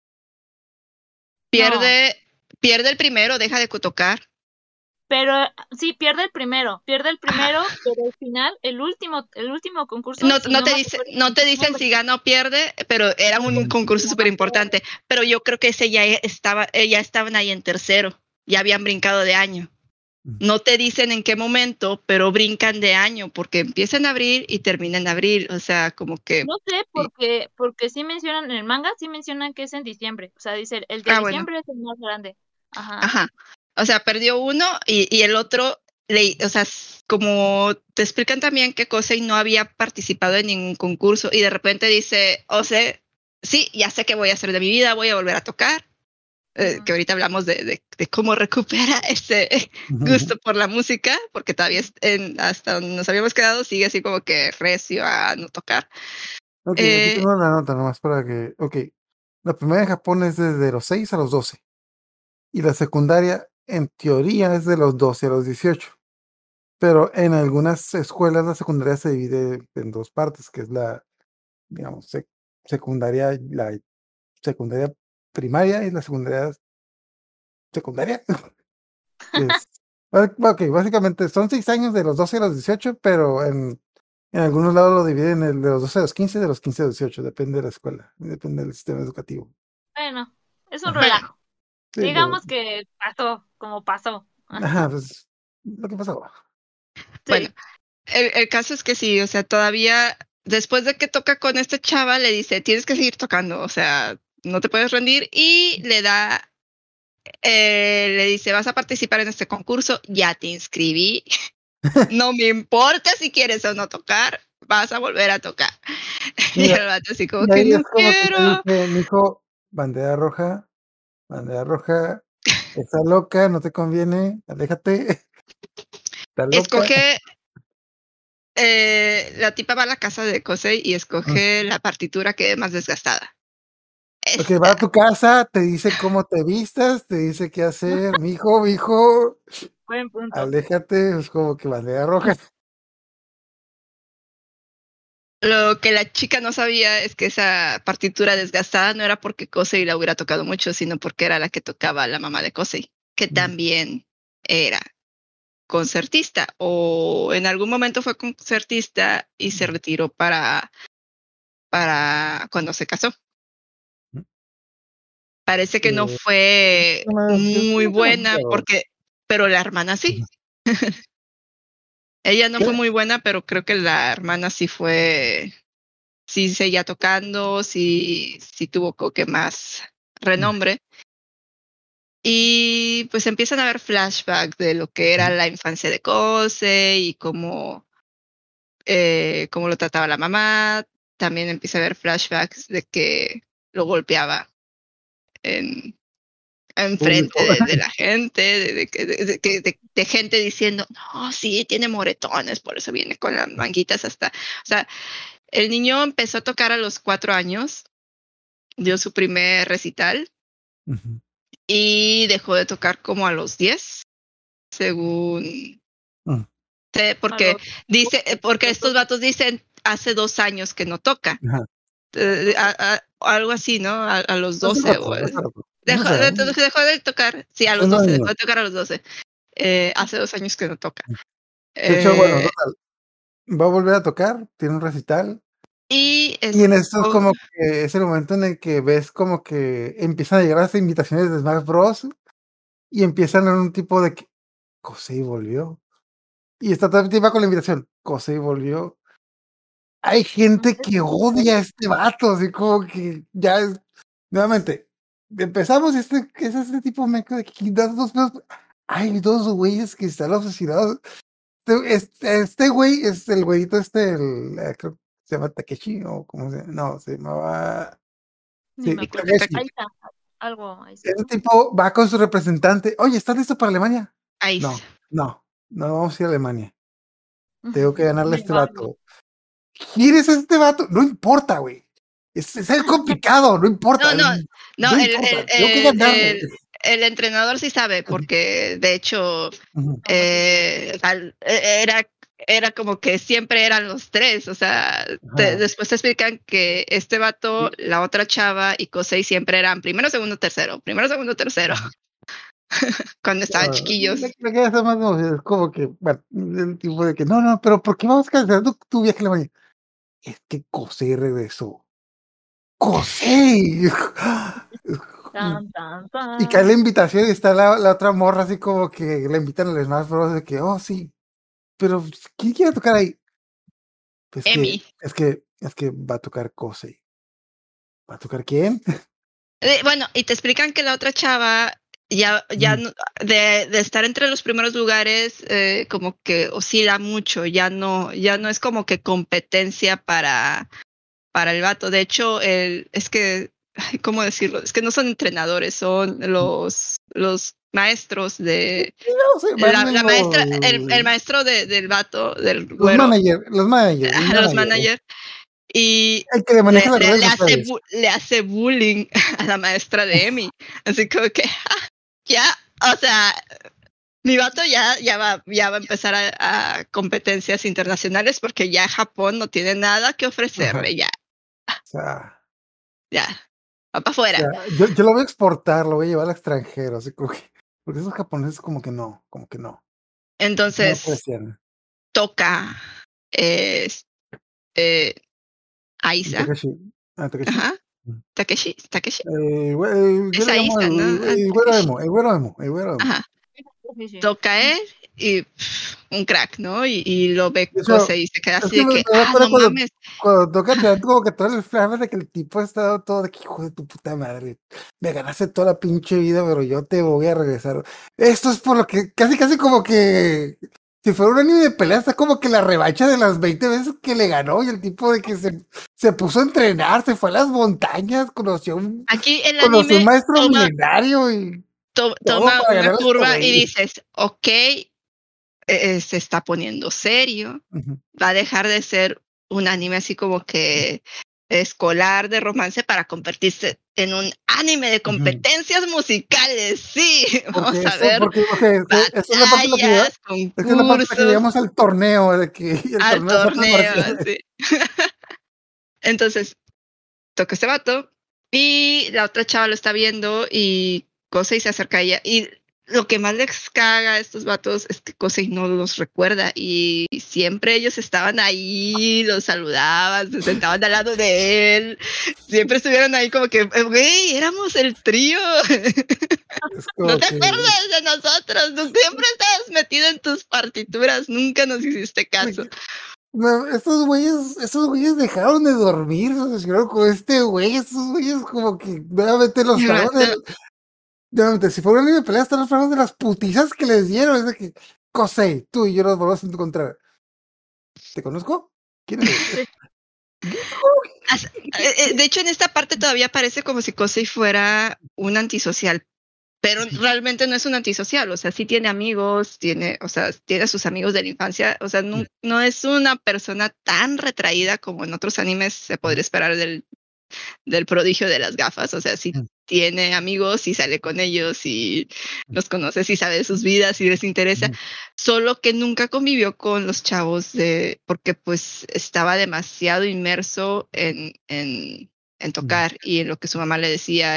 No. Pierde, pierde el primero, deja de tocar. Pero sí, pierde el Ajá. primero, pero al final, el último concurso, si no mal recuerdo, es No en te dicen diciembre. si gana o pierde, pero era un Mm, concurso No súper me acuerdo. importante. Pero yo creo que ese ya estaban ahí en tercero, ya habían brincado de año. mm. No te dicen en qué momento, pero brincan de año, porque empiezan a abrir y terminan a abrir. O sea, como que. No sé, porque sí mencionan, en el manga sí mencionan que es en diciembre. O sea, dice, el de Ah, bueno. diciembre es el más grande. Ajá. Ajá. O sea, perdió uno y el otro, o sea, como te explican también que Kosei no había participado en ningún concurso y de repente dice, o sea, sí, ya sé qué voy a hacer de mi vida, voy a volver a tocar. Que Ujú. ahorita hablamos de cómo recupera ese Ujú. gusto por la música, porque todavía hasta donde nos habíamos quedado sigue así como que recio a no tocar. Ok, aquí Eh, tengo una nota nomás para que. Ok, la primaria en Japón es desde los 6 a los 12. Y la secundaria, en teoría, es de los 12 a los 18. Pero en algunas escuelas la secundaria se divide en dos partes, que es la, digamos, secundaria, la secundaria primaria y la secundaria secundaria, que es, ok, básicamente son 6 años de los 12 a los 18, pero en algunos lados lo dividen de los 12 a los 15, de los 15 a los 18, depende de la escuela, depende del sistema educativo. Bueno, es un Ajá, bueno, relajo. sí, Digamos que pasó como pasó. ajá, pues, lo que pasó. bueno, Sí. el caso es que sí, o sea, todavía después de que toca con este chava, le dice, tienes que seguir tocando, o sea, no te puedes rendir y le dice, vas a participar en este concurso, ya te inscribí, no me importa si quieres o no tocar, vas a volver a tocar. Y Mira, el vato así como y que ahí no es como que te quiero. dice, mijo, bandera roja, está loca, no te conviene, aléjate, está loca. Escoge, la tipa va a la casa de Kosei y escoge la partitura que es más desgastada. Ok, va a Esta. tu casa, te dice cómo te vistas, te dice qué hacer, mijo, Buen punto. aléjate, es como que bandera roja. Lo que la chica no sabía es que esa partitura desgastada no era porque Kosei la hubiera tocado mucho, sino porque era la que tocaba la mamá de Kosei, que Mm, también era concertista o en algún momento fue concertista y se mm, retiró para cuando se casó. mm. Parece que no Eh, fue yo muy nunca me he buena fijado. pero la hermana sí. Ujú. Ella no ¿Qué? fue muy buena, pero creo que la hermana sí seguía tocando, sí tuvo como que más renombre. Y pues empiezan a ver flashbacks de lo que era la infancia de Kosei y cómo lo trataba la mamá. También empieza a ver flashbacks de que lo golpeaba en frente de la gente, de gente diciendo, no, sí, tiene moretones, por eso viene con las manguitas hasta... O sea, el niño empezó a tocar a los 4 años, dio su primer recital y dejó de tocar como a los 10, según... Porque estos vatos dicen hace 2 años que no toca. Algo así, ¿no? A los 12. Dejó de tocar. Sí, a los 12. Dejó de tocar a los 12. Hace 2 años que no toca. De hecho, bueno, total, va a volver a tocar, tiene un recital. Y en esto es como que es el momento en el que ves como que empiezan a llegar las invitaciones de Smash Bros. Y empiezan en un tipo de que Kosei volvió. Y está todo el tiempo con la invitación. Kosei volvió. Hay gente que odia a este vato, así como que ya es. Nuevamente, empezamos es este tipo meco de que hay 2 güeyes que están obsesionados. Este güey es el güeyito creo que se llama Takeshi, o cómo se llama, no, se llamaba. Sí, Takeshi. Algo ahí. Ese tipo va con su representante. Oye, ¿estás listo para Alemania? No vamos a ir a Alemania. Tengo que ganarle a este vato. ¿Quieres a este vato? No importa, güey. Es el complicado, no importa. No, el entrenador sí sabe, porque de hecho era como que siempre eran los 3, o sea, después te explican que este vato, la otra chava y Kosei siempre eran primero, segundo, tercero, cuando estaban chiquillos. Es como que, bueno, el tipo de que, no, pero ¿por qué vamos a cancelar tu viaje a Alemania? Es que Kosei regresó. ¡Kosei! Y cae la invitación y está la otra morra así como que le invitan al Smash Bros. De que, oh, sí, pero ¿quién quiere tocar ahí? Pues Emi. Es que va a tocar Kosei. ¿Va a tocar quién? Bueno, y te explican que la otra chava ya de estar entre los primeros lugares como que oscila mucho, ya no es como que competencia para el vato. De hecho, es que, ¿cómo decirlo? Es que no son entrenadores, son los maestros de la maestra, el maestro del vato, del güero. Los managers. Y le hace bullying a la maestra de Emi. Así como que ya, o sea, mi vato ya va a empezar a competencias internacionales porque ya Japón no tiene nada que ofrecerle. Ya. O sea, ya, va para afuera. O sea, yo lo voy a exportar, lo voy a llevar al extranjero, así como que, porque esos japoneses como que no. Entonces, toca Aiza. Takeshi. Es Aiza, ¿no? El güero emo. Ajá. Toca él y un crack, ¿no? Y lo ve Kosei y se queda así de que, no mames. Cuando toca, te dan como que todo el flash de que el tipo ha estado todo de que, hijo de tu puta madre, me ganaste toda la pinche vida, pero yo te voy a regresar. Esto es por lo que, casi como que, si fuera un anime de pelea, está como que la revancha de las 20 veces que le ganó, y el tipo de que se puso a entrenar, se fue a las montañas, conoció un maestro milenario y... Toma una curva y dices, ok, se está poniendo serio, va a dejar de ser un anime así como que escolar de romance para convertirse en un anime de competencias musicales, sí, vamos a ver esa es la parte que llegamos al torneo, sí. Entonces, toca este vato y la otra chava lo está viendo y Kosei se acerca a ella y lo que más les caga a estos vatos es que Kosei no los recuerda y siempre ellos estaban ahí, los saludaban, se sentaban al lado de él, siempre estuvieron ahí como que, güey, éramos el trío. No te acuerdas de nosotros, tú siempre estabas metido en tus partituras, nunca nos hiciste caso. No, esos güeyes dejaron de dormir, se con este güey, estos güeyes como que nuevamente los Nuevamente, si fuera un anime de peleas, están hablando de las putizas que les dieron. Es de que, Kosei, tú y yo nos volvemos a encontrar. ¿Te conozco? ¿Quién eres? De hecho, en esta parte todavía parece como si Kosei fuera un antisocial, pero realmente no es un antisocial, o sea, sí tiene amigos, tiene a sus amigos de la infancia, o sea, no es una persona tan retraída como en otros animes se podría esperar del prodigio de las gafas, o sea, sí tiene amigos y sale con ellos y los conoce y sabe de sus vidas y les interesa, solo que nunca convivió con los chavos porque pues estaba demasiado inmerso en tocar y en lo que su mamá le decía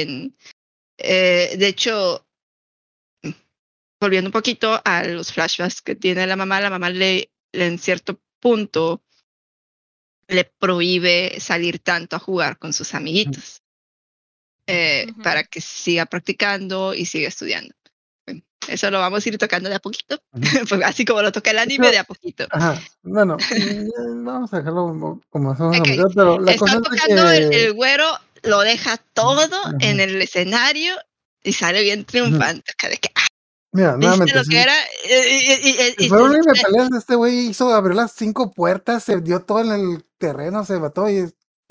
de hecho, volviendo un poquito a los flashbacks que tiene la mamá le en cierto punto le prohíbe salir tanto a jugar con sus amiguitos para que siga practicando y siga estudiando. Eso lo vamos a ir tocando de a poquito, así como lo toca el anime de a poquito. Ajá, bueno, vamos a dejarlo como hacemos la mitad, pero la está cosa tocando es que... el güero, lo deja todo en el escenario y sale bien triunfante. De que, mira, nuevamente, lo que era? Si fuera un anime de peleas, este güey abrió las 5 puertas, se dio todo en el terreno, se mató y...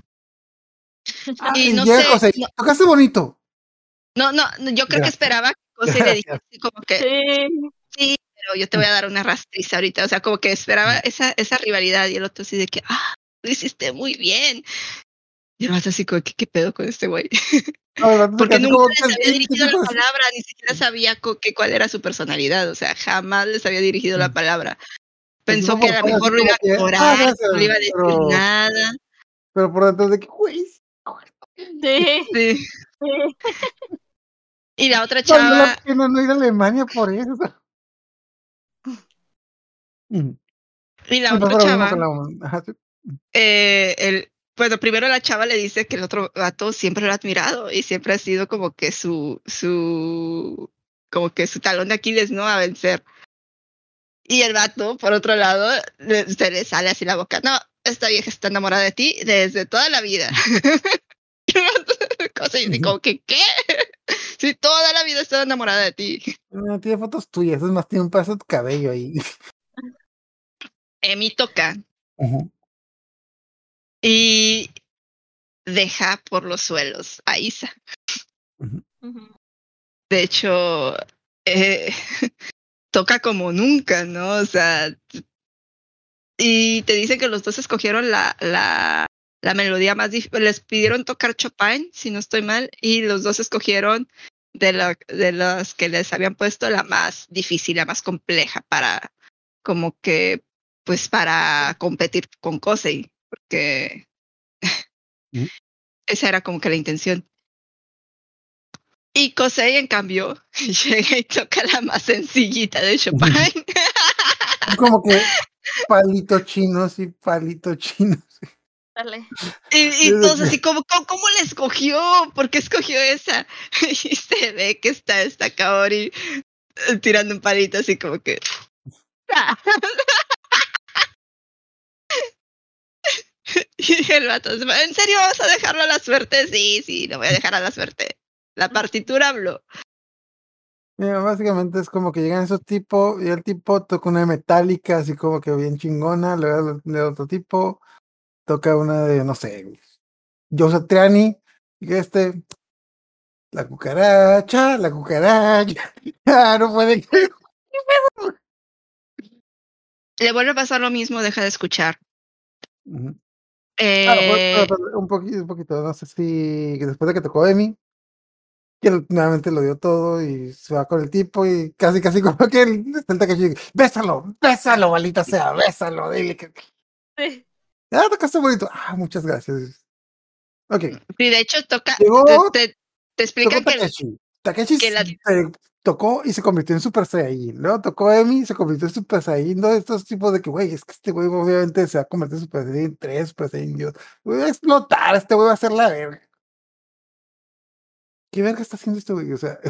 y no llega sé, Kosei, tocaste bonito. No, yo creo que esperaba que Kosei le dijese como que sí, pero yo te voy a dar una rastriza ahorita. O sea, como que esperaba esa rivalidad y el otro así de que, lo hiciste muy bien. Y el otro así como que, ¿qué pedo con este güey? Porque nunca les había dirigido la palabra, ni siquiera sabía cuál era su personalidad. O sea, jamás les había dirigido la palabra. Pensó que a lo mejor lo iba a ignorar, no le iba a decir nada. Pero por dentro de que, güey. Sí. Y la otra chava. Valió la pena no ir a Alemania por eso. Y la otra chava. Bueno, primero la chava le dice que el otro vato siempre lo ha admirado y siempre ha sido como que su talón de Aquiles, ¿no? A vencer. Y el vato, por otro lado, se le sale así la boca. No, esta vieja está enamorada de ti desde toda la vida. Y como que, ¿qué? Sí, toda la vida estaba enamorada de ti. No tiene fotos tuyas, es más, tiene un pedazo de cabello ahí. Emi toca. Y deja por los suelos a Isa. De hecho, toca como nunca, ¿no? O sea, y te dice que los dos escogieron la melodía más difícil. Les pidieron tocar Chopin, si no estoy mal, y los dos escogieron de las que les habían puesto la más difícil, la más compleja para como que pues para competir con Kosei, porque esa era como que la intención. Y Kosei, en cambio, llega y toca la más sencillita de Chopin. Como que palito chino, sí, palito chino. Sí. Dale. Y todos así como, ¿cómo la escogió? ¿Por qué escogió esa? Y se ve que está Kaori tirando un palito así como que... Y el vato, ¿en serio vas a dejarlo a la suerte? Sí, lo voy a dejar a la suerte. La partitura habló. Mira, básicamente es como que llegan esos tipos y el tipo toca una metálica, así como que bien chingona, luego de otro tipo toca una de, no sé, Joe Satriani, y la cucaracha, no puede. Le vuelve a pasar lo mismo, deja de escuchar. Un poquito, no sé si después de que tocó Emi, que nuevamente lo dio todo y se va con el tipo y casi como que está el Takeshi, bésalo, maldita sea, bésalo, dile que... Sí. Tocaste bonito. Muchas gracias. Ok. Sí, de hecho toca, te explican que Takeshi tocó y se convirtió en Super Saiyajin. Luego tocó Emi y se convirtió en Super Saiyajin. No, estos tipos de que, güey, es que este güey obviamente se va a convertir en Super Saiyajin 3, Super Saiyajin Dios. Voy a explotar, este güey va a hacer la verga. ¿Qué verga está haciendo este güey? O sea,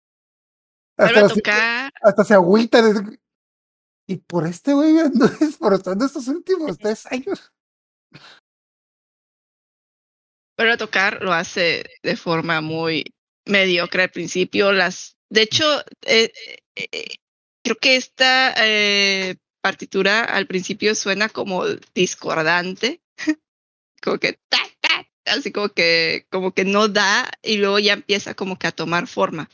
hasta se agüita. Y por este güey ando esforzando estos últimos 3 años. Pero tocar lo hace de forma muy mediocre al principio. De hecho, creo que esta partitura al principio suena como discordante, como que así como que no da, y luego ya empieza como que a tomar forma.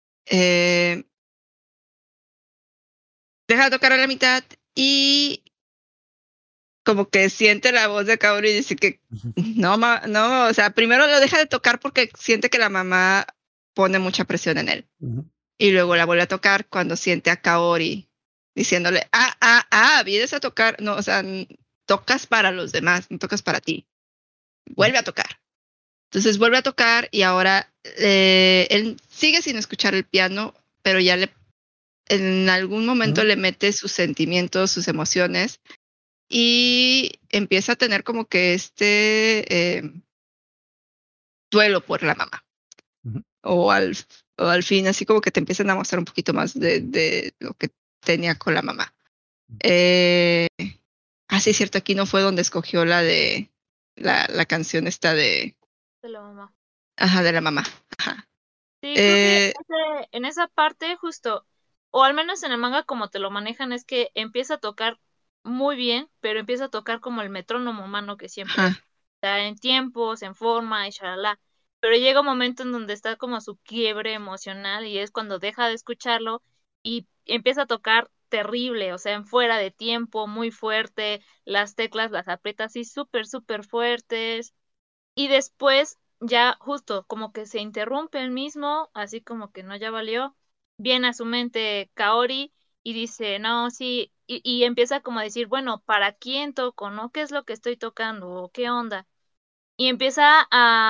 Deja de tocar a la mitad y como que siente la voz de Kaoru y dice que no, o sea, primero lo deja de tocar porque siente que la mamá pone mucha presión en él. Y luego la vuelve a tocar cuando siente a Kaori diciéndole, vienes a tocar, no, o sea, tocas para los demás, no tocas para ti. Vuelve a tocar. Entonces vuelve a tocar y ahora él sigue sin escuchar el piano, pero ya en algún momento le mete sus sentimientos, sus emociones, y empieza a tener como que duelo por la mamá. O al fin, así como que te empiezan a mostrar un poquito más de lo que tenía con la mamá. Sí, es cierto, aquí no fue donde escogió la de la canción esta de la mamá. Ajá, de la mamá. Ajá. Sí, creo que en esa parte justo, o al menos en el manga como te lo manejan, es que empieza a tocar muy bien, pero empieza a tocar como el metrónomo humano que siempre está en tiempos, en forma y shalala. Pero llega un momento en donde está como su quiebre emocional y es cuando deja de escucharlo y empieza a tocar terrible, o sea, en fuera de tiempo, muy fuerte, las teclas las aprieta así súper, súper fuertes y después ya justo como que se interrumpe el mismo, así como que no ya valió, viene a su mente Kaori y dice, no, sí, y empieza como a decir, bueno, ¿para quién toco? ¿No? ¿Qué es lo que estoy tocando? ¿O qué onda? Y empieza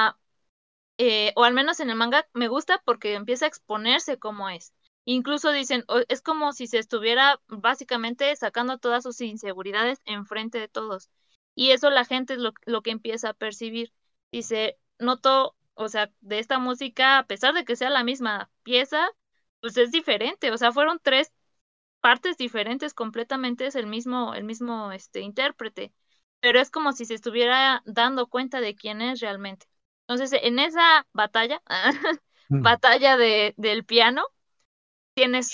o al menos en el manga me gusta porque empieza a exponerse como es. Incluso dicen, es como si se estuviera básicamente sacando todas sus inseguridades enfrente de todos. Y eso la gente es lo que empieza a percibir. Dice, noto, o sea, de esta música, a pesar de que sea la misma pieza, pues es diferente. O sea, fueron tres partes diferentes completamente, es el mismo intérprete. Pero es como si se estuviera dando cuenta de quién es realmente. Entonces, en esa batalla, batalla del piano, tiene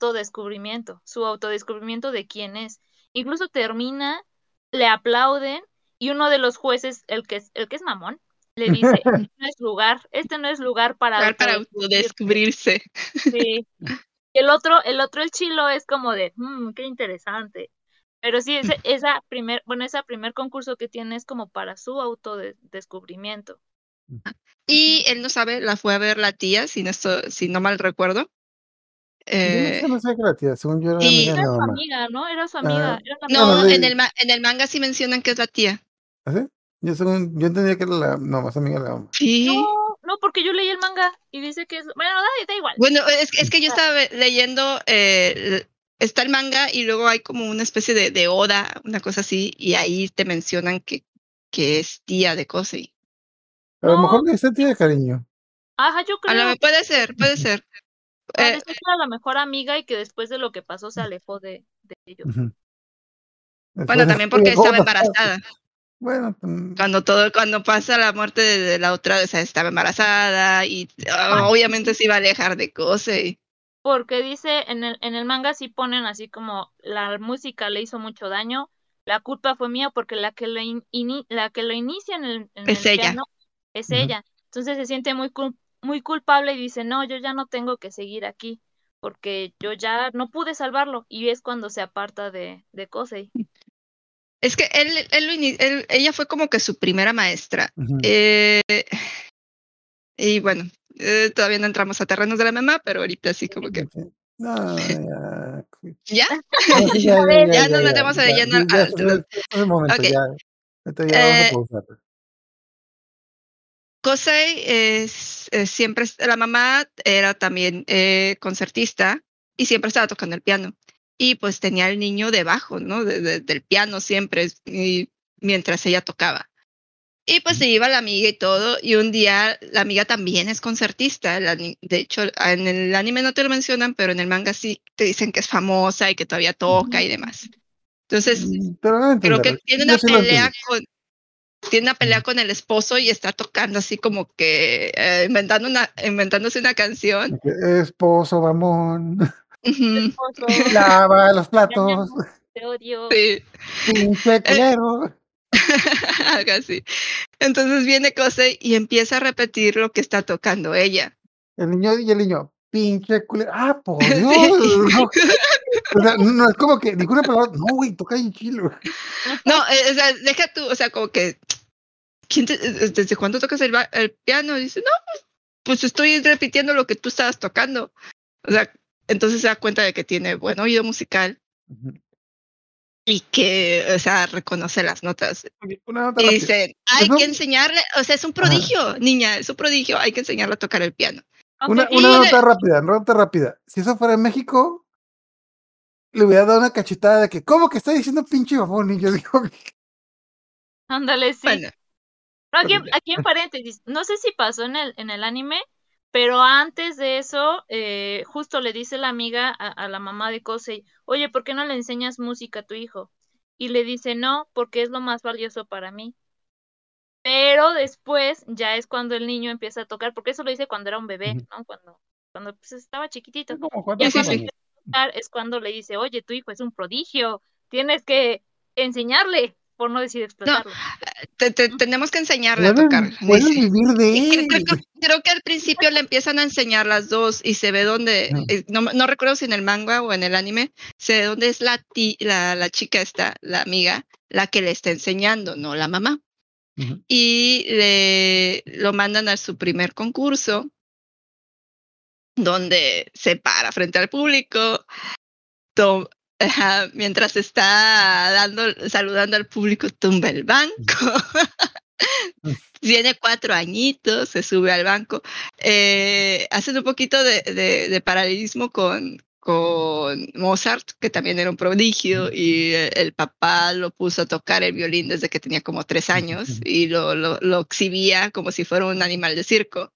su autodescubrimiento de quién es. Incluso termina, le aplauden y uno de los jueces, el que es mamón, le dice, este no es lugar para para autodescubrirte. autodescubrirse. Sí. Y el chilo es como de, qué interesante. Pero sí, esa primer concurso que tiene es como para su autodescubrimiento. Y él no sabe, la fue a ver la tía, si no mal recuerdo. Yo no sé que la tía, según yo era amiga de Era la su mamá. amiga, ¿no? Era su amiga. Era la No, amiga. en el manga sí mencionan que es la tía. ¿Ah, sí? Yo entendía que era no, más amiga de la mamá. No, Sí. no, porque yo leí el manga y dice que es. Bueno, da igual. Bueno, es que yo estaba leyendo, está el manga y luego hay como una especie de oda, una cosa así, y ahí te mencionan que es tía de Kosei. A lo No, mejor le dice tía de cariño. ajá, yo creo. Puede ser, puede ser. Decía que era la mejor amiga y que después de lo que pasó se alejó de ellos. Bueno, también porque estaba embarazada. Bueno, Cuando pasa la muerte de la otra, o sea, estaba embarazada y obviamente se iba a alejar de Kosei. Porque dice, en el manga sí ponen así como la música le hizo mucho daño, la culpa fue mía porque la que lo inicia en Es el ella. piano es ella. Entonces se siente muy culpable y dice, no, yo ya no tengo que seguir aquí porque yo ya no pude salvarlo. Y es cuando se aparta de Kosei. Es que ella fue como que su primera maestra. Y bueno, todavía no entramos a terrenos de la mamá, pero ahorita sí como que... No, ya. ¿Ya? Ya nos metemos a llenar. Es el momento, Okay. ya. Ya vamos a pausar. Kosei siempre, la mamá era también concertista y siempre estaba tocando el piano. Y pues tenía el niño debajo, ¿no? Del piano siempre, y mientras ella tocaba. Y pues se iba la amiga y todo, y un día la amiga también es concertista. De hecho, en el anime no te lo mencionan, pero en el manga sí te dicen que es famosa y que todavía toca y demás. Entonces, creo que tiene una pelea con... tiene una pelea con el esposo y está tocando así como que inventándose una canción. Esposo, mamón. Esposo, Lava los mañana platos. te odio. Sí. Pinche culero. Algo así. Entonces viene Kosei y empieza a repetir lo que está tocando ella. El niño, pinche culero. Ah, por Dios. Sí. No. O sea, no es como que ninguna palabra. No, güey, toca en chilo. No, o sea, deja tú, o sea, como que, ¿desde cuándo tocas el piano? Dice, no, pues estoy repitiendo lo que tú estabas tocando. O sea, entonces se da cuenta de que tiene buen oído musical y que, o sea, reconoce las notas. Una nota Y rápida. dice, hay Eso- que enseñarle, o sea, es un prodigio, niña, es un prodigio, hay que enseñarle a tocar el piano. Aunque Una Y nota rápida. Si eso fuera en México, le hubiera dado una cachetada de que, ¿cómo que está diciendo pinche mamón? Y yo digo, ándale, sí. bueno, No, aquí en paréntesis, no sé si pasó en el anime, pero antes de eso, justo le dice la amiga a la mamá de Kosei, oye, ¿por qué no le enseñas música a tu hijo? Y le dice, no, porque es lo más valioso para mí. Pero después ya es cuando el niño empieza a tocar, porque eso lo dice cuando era un bebé, ¿no? Cuando pues, estaba chiquitito. como sí, Ya cuántos sí, cuando sí. años. empieza a tocar es cuando le dice, oye, tu hijo es un prodigio, tienes que enseñarle, por no decir No, explotarlo. tenemos que enseñarle a tocar, Puedes dice. vivir de Y él. creo que al principio le empiezan a enseñar las dos y se ve dónde, no recuerdo si en el manga o en el anime, se ve dónde es la chica esta, la amiga, la que le está enseñando, no la mamá. Y lo mandan a su primer concurso, donde se para frente al público, mientras está saludando al público, tumba el banco. Tiene 4 añitos, se sube al banco. Hacen un poquito de paralelismo con Mozart, que también era un prodigio, y el papá lo puso a tocar el violín desde que tenía como 3 años y lo exhibía como si fuera un animal de circo.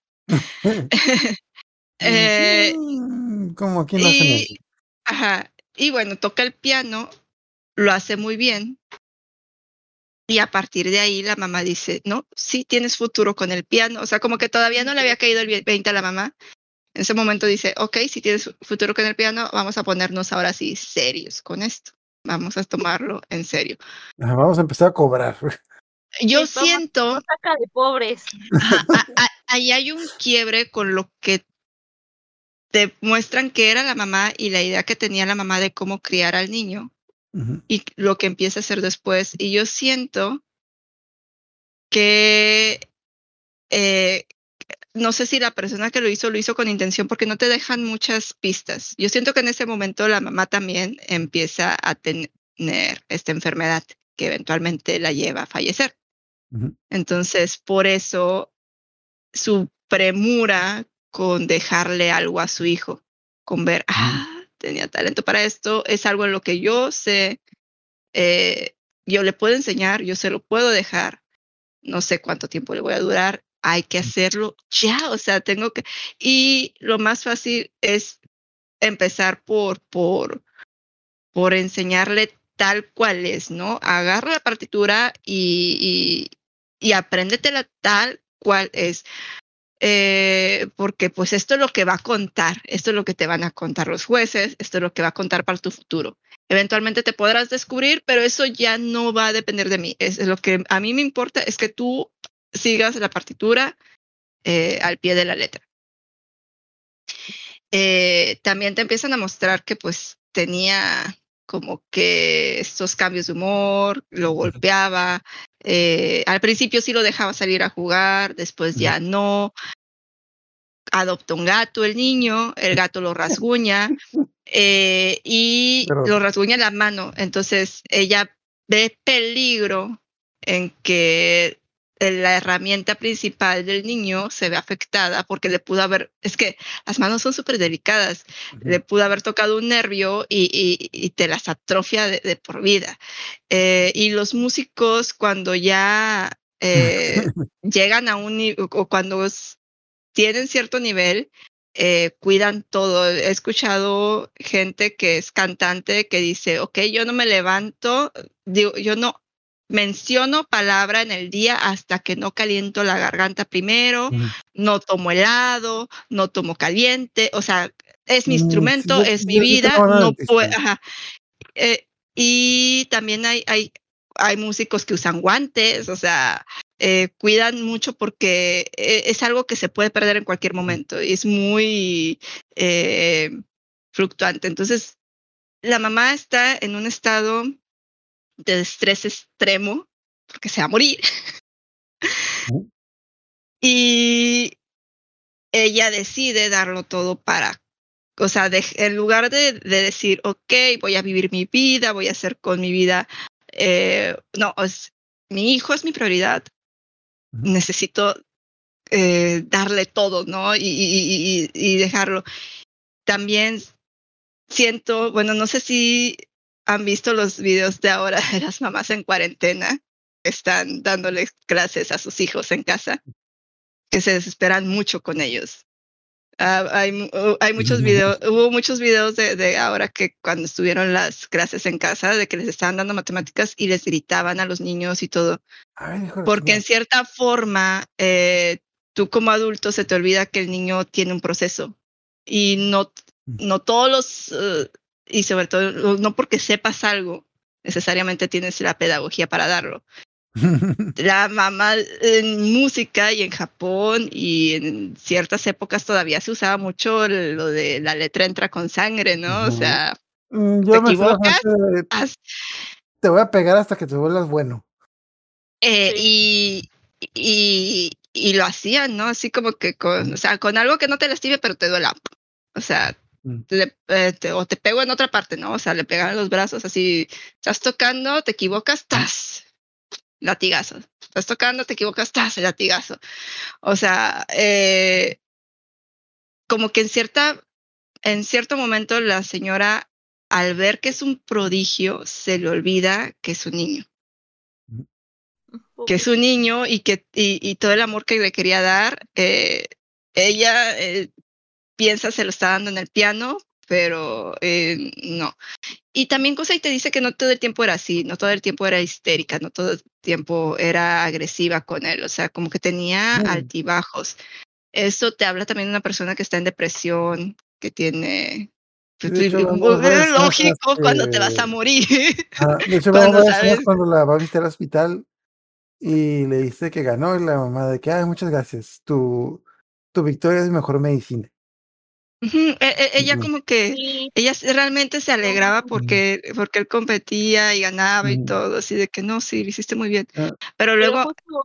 Eh, Como quien no hace y, eso. y bueno, toca el piano, lo hace muy bien. Y a partir de ahí la mamá dice, no, sí tienes futuro con el piano. O sea, como que todavía no le había caído el 20 a la mamá. En ese momento dice, ok, si tienes futuro con el piano, vamos a ponernos ahora sí serios con esto. Vamos a tomarlo en serio. Vamos a empezar a cobrar. Yo Sí, vamos, siento, no saca de pobres. ahí hay un quiebre con lo que te muestran que era la mamá y la idea que tenía la mamá de cómo criar al niño y lo que empieza a hacer después. Y yo siento que no sé si la persona que lo hizo con intención porque no te dejan muchas pistas. Yo siento que en ese momento la mamá también empieza a tener esta enfermedad que eventualmente la lleva a fallecer. Entonces, por eso su premura con dejarle algo a su hijo, con ver, tenía talento para esto, es algo en lo que yo sé, yo le puedo enseñar, yo se lo puedo dejar, no sé cuánto tiempo le voy a durar, hay que hacerlo ya, o sea, tengo que, y lo más fácil es empezar por enseñarle tal cual es, ¿no? Agarra la partitura y apréndetela tal cual es. Porque pues esto es lo que va a contar, esto es lo que te van a contar los jueces, esto es lo que va a contar para tu futuro. Eventualmente te podrás descubrir, pero eso ya no va a depender de mí. Es lo que a mí me importa es que tú sigas la partitura al pie de la letra. También te empiezan a mostrar que pues tenía como que estos cambios de humor, lo golpeaba. Al principio sí lo dejaba salir a jugar, después ya no. Adopta un gato el niño, el gato lo rasguña y lo rasguña la mano. Entonces ella ve peligro en que la herramienta principal del niño se ve afectada porque le pudo haber, es que las manos son súper delicadas, le pudo haber tocado un nervio y te las atrofia de por vida. Y los músicos cuando ya llegan a o cuando tienen cierto nivel, cuidan todo. He escuchado gente que es cantante que dice, ok, yo no me levanto, digo, yo no menciono palabra en el día hasta que no caliento la garganta primero, no tomo helado, no tomo caliente, o sea, es mi instrumento, Sí, es mi yo vida, tengo una no puedo, noticia. y también hay músicos que usan guantes, o sea, cuidan mucho porque es algo que se puede perder en cualquier momento y es muy fluctuante. Entonces, la mamá está en un estado de estrés extremo porque se va a morir y ella decide darlo todo o sea, en lugar de decir, ok, voy a vivir mi vida, voy a hacer con mi vida, no, mi hijo es mi prioridad, necesito darle todo, ¿no? Y dejarlo. También siento, bueno, no sé si han visto los videos de ahora de las mamás en cuarentena, que están dándoles clases a sus hijos en casa, que se desesperan mucho con ellos. Hay muchos videos, hubo muchos videos de ahora que cuando estuvieron las clases en casa, de que les estaban dando matemáticas y les gritaban a los niños y todo. Ay, hijo de Porque en chingada. cierta forma, tú como adulto se te olvida que el niño tiene un proceso y no todos y sobre todo, no porque sepas algo, necesariamente tienes la pedagogía para darlo. La mamá en música y en Japón y en ciertas épocas todavía se usaba mucho lo de la letra entra con sangre, ¿no? O sea, te Yo me sé la equivocas, frase de te voy a pegar hasta que te vuelvas bueno. eh, Sí. y, y lo hacían, ¿no? Así como que o sea, con algo que no te lastime, pero te duela. O sea, o te pego en otra parte, ¿no? O sea, le pegaban los brazos así, estás tocando, te equivocas, ¡tas! Latigazo. Estás tocando, te equivocas, ¡tas! Latigazo. O sea, como que en cierto momento la señora, al ver que es un prodigio, se le olvida que es un niño. Que es un Pobrecito. niño y todo el amor que le quería dar, ella piensa se lo está dando en el piano, pero no. Y también Cosey te dice que no todo el tiempo era así, no todo el tiempo era histérica, no todo el tiempo era agresiva con él, o sea, como que tenía altibajos. Eso te habla también de una persona que está en depresión, que tiene... De hecho, Muy vemos varias escenas en las lógico cuando te vas a morir, de hecho, vemos cuando varias escenas sabes. cuando la va a visitar al hospital y le dice que ganó y la mamá de que, ay, muchas gracias, tu victoria es mi mejor medicina. Ella como que, Sí, ella realmente se alegraba porque él competía y ganaba y Ujú. todo, así de que no, sí, lo hiciste muy bien. Ah, Pero pero luego, justo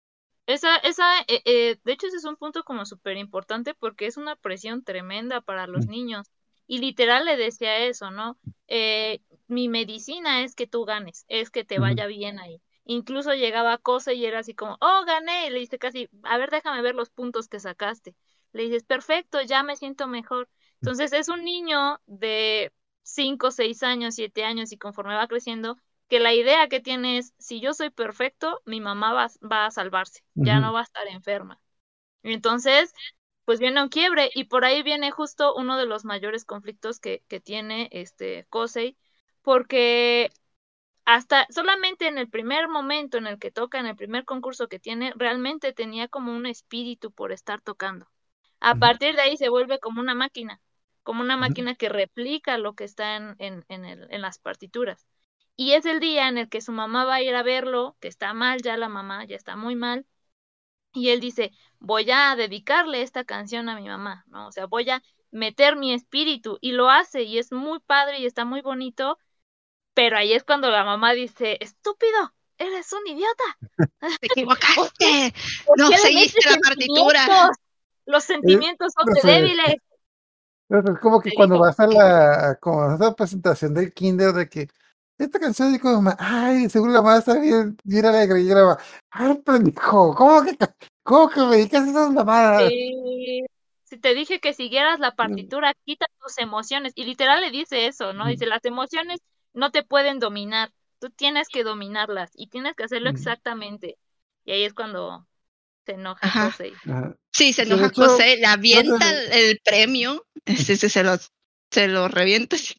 de hecho ese es un punto como súper importante porque es una presión tremenda para los niños. Y literal le decía eso, ¿no? Mi medicina es que tú ganes, es que te ujú, vaya bien ahí. Incluso llegaba a Cosa y era así como, oh, gané. Y le dice casi, a ver, déjame ver los puntos que sacaste. Le dices, perfecto, ya me siento mejor. Entonces es un niño de 5, 6 años, 7 años y conforme va creciendo, que la idea que tiene es, si yo soy perfecto, mi mamá va a salvarse, ya ujú. no va a estar enferma. Entonces, pues viene un quiebre y por ahí viene justo uno de los mayores conflictos que tiene este Kosei, porque hasta solamente en el primer momento en el que toca, en el primer concurso que tiene, realmente tenía como un espíritu por estar tocando. A Ujú, partir de ahí se vuelve como una ujú, máquina que replica lo que está en las partituras. Y es el día en el que su mamá va a ir a verlo, que está mal ya la mamá, ya está muy mal, y él dice, voy a dedicarle esta canción a mi mamá, ¿no? O sea, voy a meter mi espíritu, y lo hace, y es muy padre y está muy bonito, pero ahí es cuando la mamá dice, estúpido, eres un idiota. te ¿Por qué? equivocaste, ¿Por no qué le metes seguiste la partitura. sentimientos? Los eh, sentimientos son no de sé, débiles, es como que le cuando dijo. vas como a esa presentación del kinder de que esta canción de como, ay, seguro la mamá está bien alegre y yo la mamá, ay, pendejo, cómo que me dices esas mamadas? Si te dije que siguieras la partitura, quita tus emociones. Y literal le dice eso, ¿no? Dice, las emociones no te pueden dominar, tú tienes que dominarlas y tienes que hacerlo exactamente. Y ahí es cuando se enoja Ajá. Kosei. Ajá. Sí, se Sí, de enoja hecho, José, le creo avienta que el premio, se lo revienta, sí,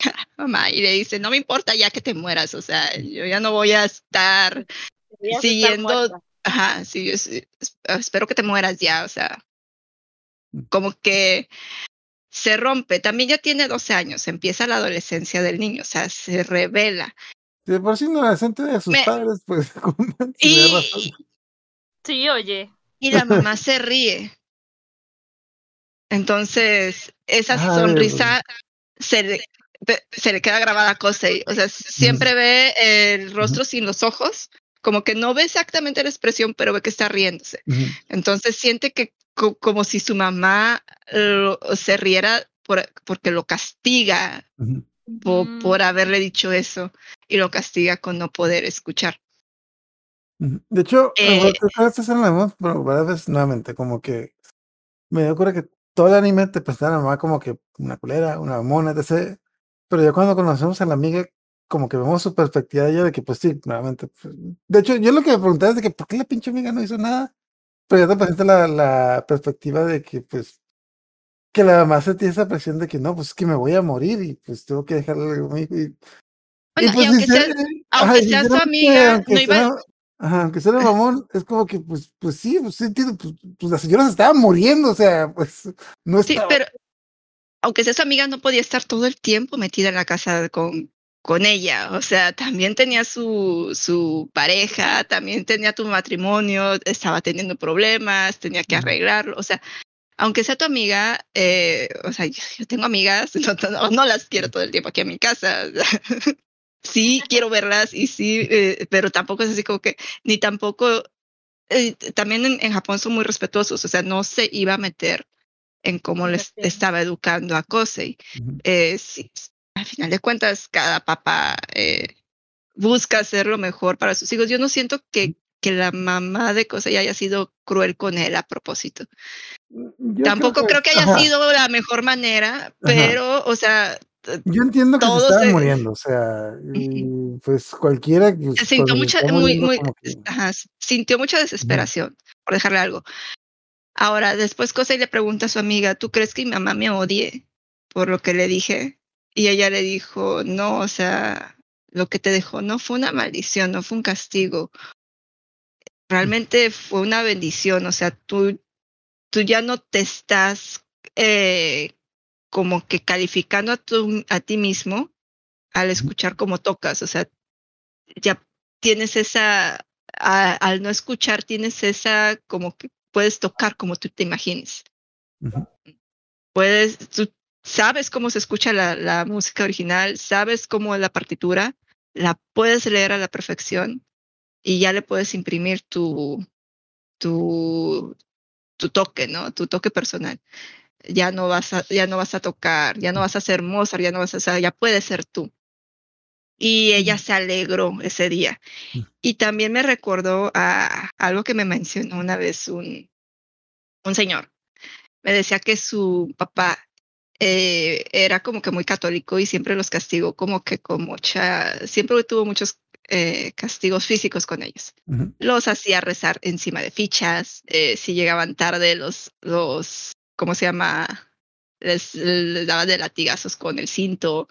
mamá, y le dice, no me importa ya que te mueras, o sea, yo ya no voy a estar siguiendo, ajá, sí, espero que te mueras ya, o sea, como que se rompe. También ya tiene 12 años, empieza la adolescencia del niño, o sea, se revela. De por sí un adolescente de sus padres, pues, si me da razón. Sí, oye. Y la mamá se ríe. Entonces, esa sonrisa se le queda grabada a Kosei. O sea, siempre ve el rostro sin los ojos, como que no ve exactamente la expresión, pero ve que está riéndose. Entonces siente que como si su mamá se riera porque lo castiga por haberle dicho eso y lo castiga con no poder escuchar. De hecho, esta escena la vemos varias veces nuevamente, como que me ocurre que todo el anime te presenta a la mamá como que una culera, una mamona, etc. Pero ya cuando conocemos a la amiga, como que vemos su perspectiva de ella de que, pues sí, nuevamente. Pues, de hecho, yo lo que me preguntaba es de que, ¿por qué la pinche amiga no hizo nada? Pero ya te presenta la perspectiva de que, pues, que la mamá sentía esa presión de que no, pues es que me voy a morir y pues tengo que dejarle algo a mi hijo. Bueno, pues, y aunque sea su amiga, no iba aunque sea el mamón, es como que, pues sí, entiendo, pues la señora se estaba muriendo, o sea, pues no estaba. Sí, pero aunque sea su amiga, no podía estar todo el tiempo metida en la casa con ella. O sea, también tenía su pareja, también tenía tu matrimonio, estaba teniendo problemas, tenía que arreglarlo. O sea, aunque sea tu amiga, o sea, yo tengo amigas, no las quiero todo el tiempo aquí en mi casa. Sí, quiero verlas y sí, pero tampoco es así como que, ni tampoco, también en Japón son muy respetuosos, o sea, no se iba a meter en cómo les estaba educando a Kosei. Sí, al final de cuentas, cada papá busca hacer lo mejor para sus hijos. Yo no siento que la mamá de Kosei haya sido cruel con él a propósito. Tampoco creo que haya sido la mejor manera, pero, o sea, yo entiendo que se estaba muriendo, o sea, y pues cualquiera. Pues, sintió sintió mucha desesperación, por dejarle algo. Ahora, después Kosei le pregunta a su amiga, ¿tú crees que mi mamá me odie por lo que le dije? Y ella le dijo, no, o sea, lo que te dejó no fue una maldición, no fue un castigo. Realmente fue una bendición, o sea, tú ya no te estás como que calificando a ti mismo al escuchar cómo tocas, o sea, ya tienes esa, al no escuchar tienes esa como que puedes tocar como tú te imagines. Tú sabes cómo se escucha la música original, sabes cómo es la partitura, la puedes leer a la perfección y ya le puedes imprimir tu toque, ¿no? Tu toque personal. Ya no vas a tocar, ya no vas a ser Mozart, ya puedes ser tú. Y ella se alegró ese día. Y también me recordó a algo que me mencionó una vez un señor. Me decía que su papá era como que muy católico y siempre los castigó como que siempre tuvo muchos castigos físicos con ellos. Los hacía rezar encima de fichas, si llegaban tarde ¿cómo se llama? Les daba de latigazos con el cinto.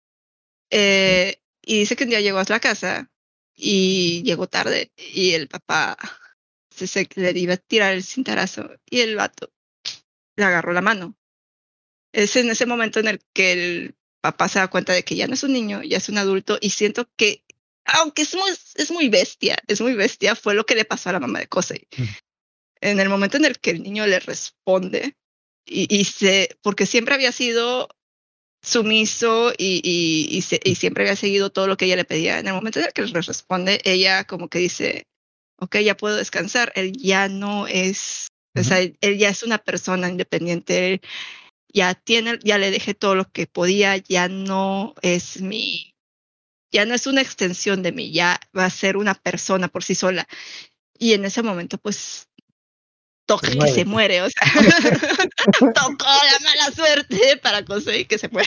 Y dice que un día llegó a la casa y llegó tarde y el papá le iba a tirar el cintarazo y el vato le agarró la mano. Es en ese momento en el que el papá se da cuenta de que ya no es un niño, ya es un adulto y siento que, aunque es muy bestia, fue lo que le pasó a la mamá de Kosei. En el momento en el que el niño le responde porque siempre había sido sumiso y siempre había seguido todo lo que ella le pedía. En el momento en el que le responde, ella como que dice, ok, ya puedo descansar, él ya no es, o sea, él ya es una persona independiente, ya le dejé todo lo que podía, ya no es una extensión de mí, ya va a ser una persona por sí sola. Y en ese momento, pues, toca que se muere, o sea, tocó la mala suerte para conseguir que se muere.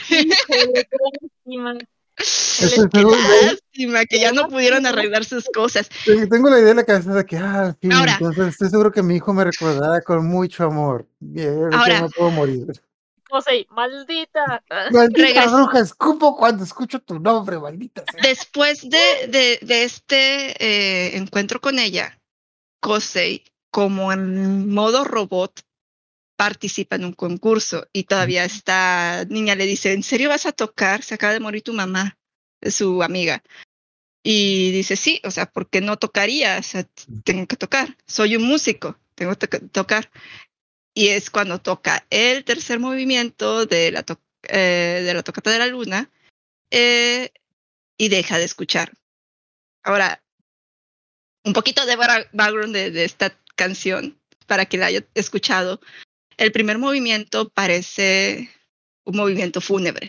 Qué lástima que ya no pudieron arreglar sus cosas. Tengo la idea en la cabeza de que, sí, ahora, entonces estoy seguro que mi hijo me recordará con mucho amor. Bien, ahora no puedo morir. Kosei, maldita. Maldita bruja, escupo cuando escucho tu nombre, maldita sea. Después de este encuentro con ella, Kosei, como en modo robot, participa en un concurso y todavía esta niña le dice, ¿en serio vas a tocar? Se acaba de morir tu mamá, su amiga. Y dice, sí, o sea, ¿por qué no tocaría? O sea, tengo que tocar. Soy un músico, tengo que tocar. Y es cuando toca el tercer movimiento de la tocata de la luna y deja de escuchar. Ahora, un poquito de background de esta canción para que la haya escuchado. El primer movimiento parece un movimiento fúnebre.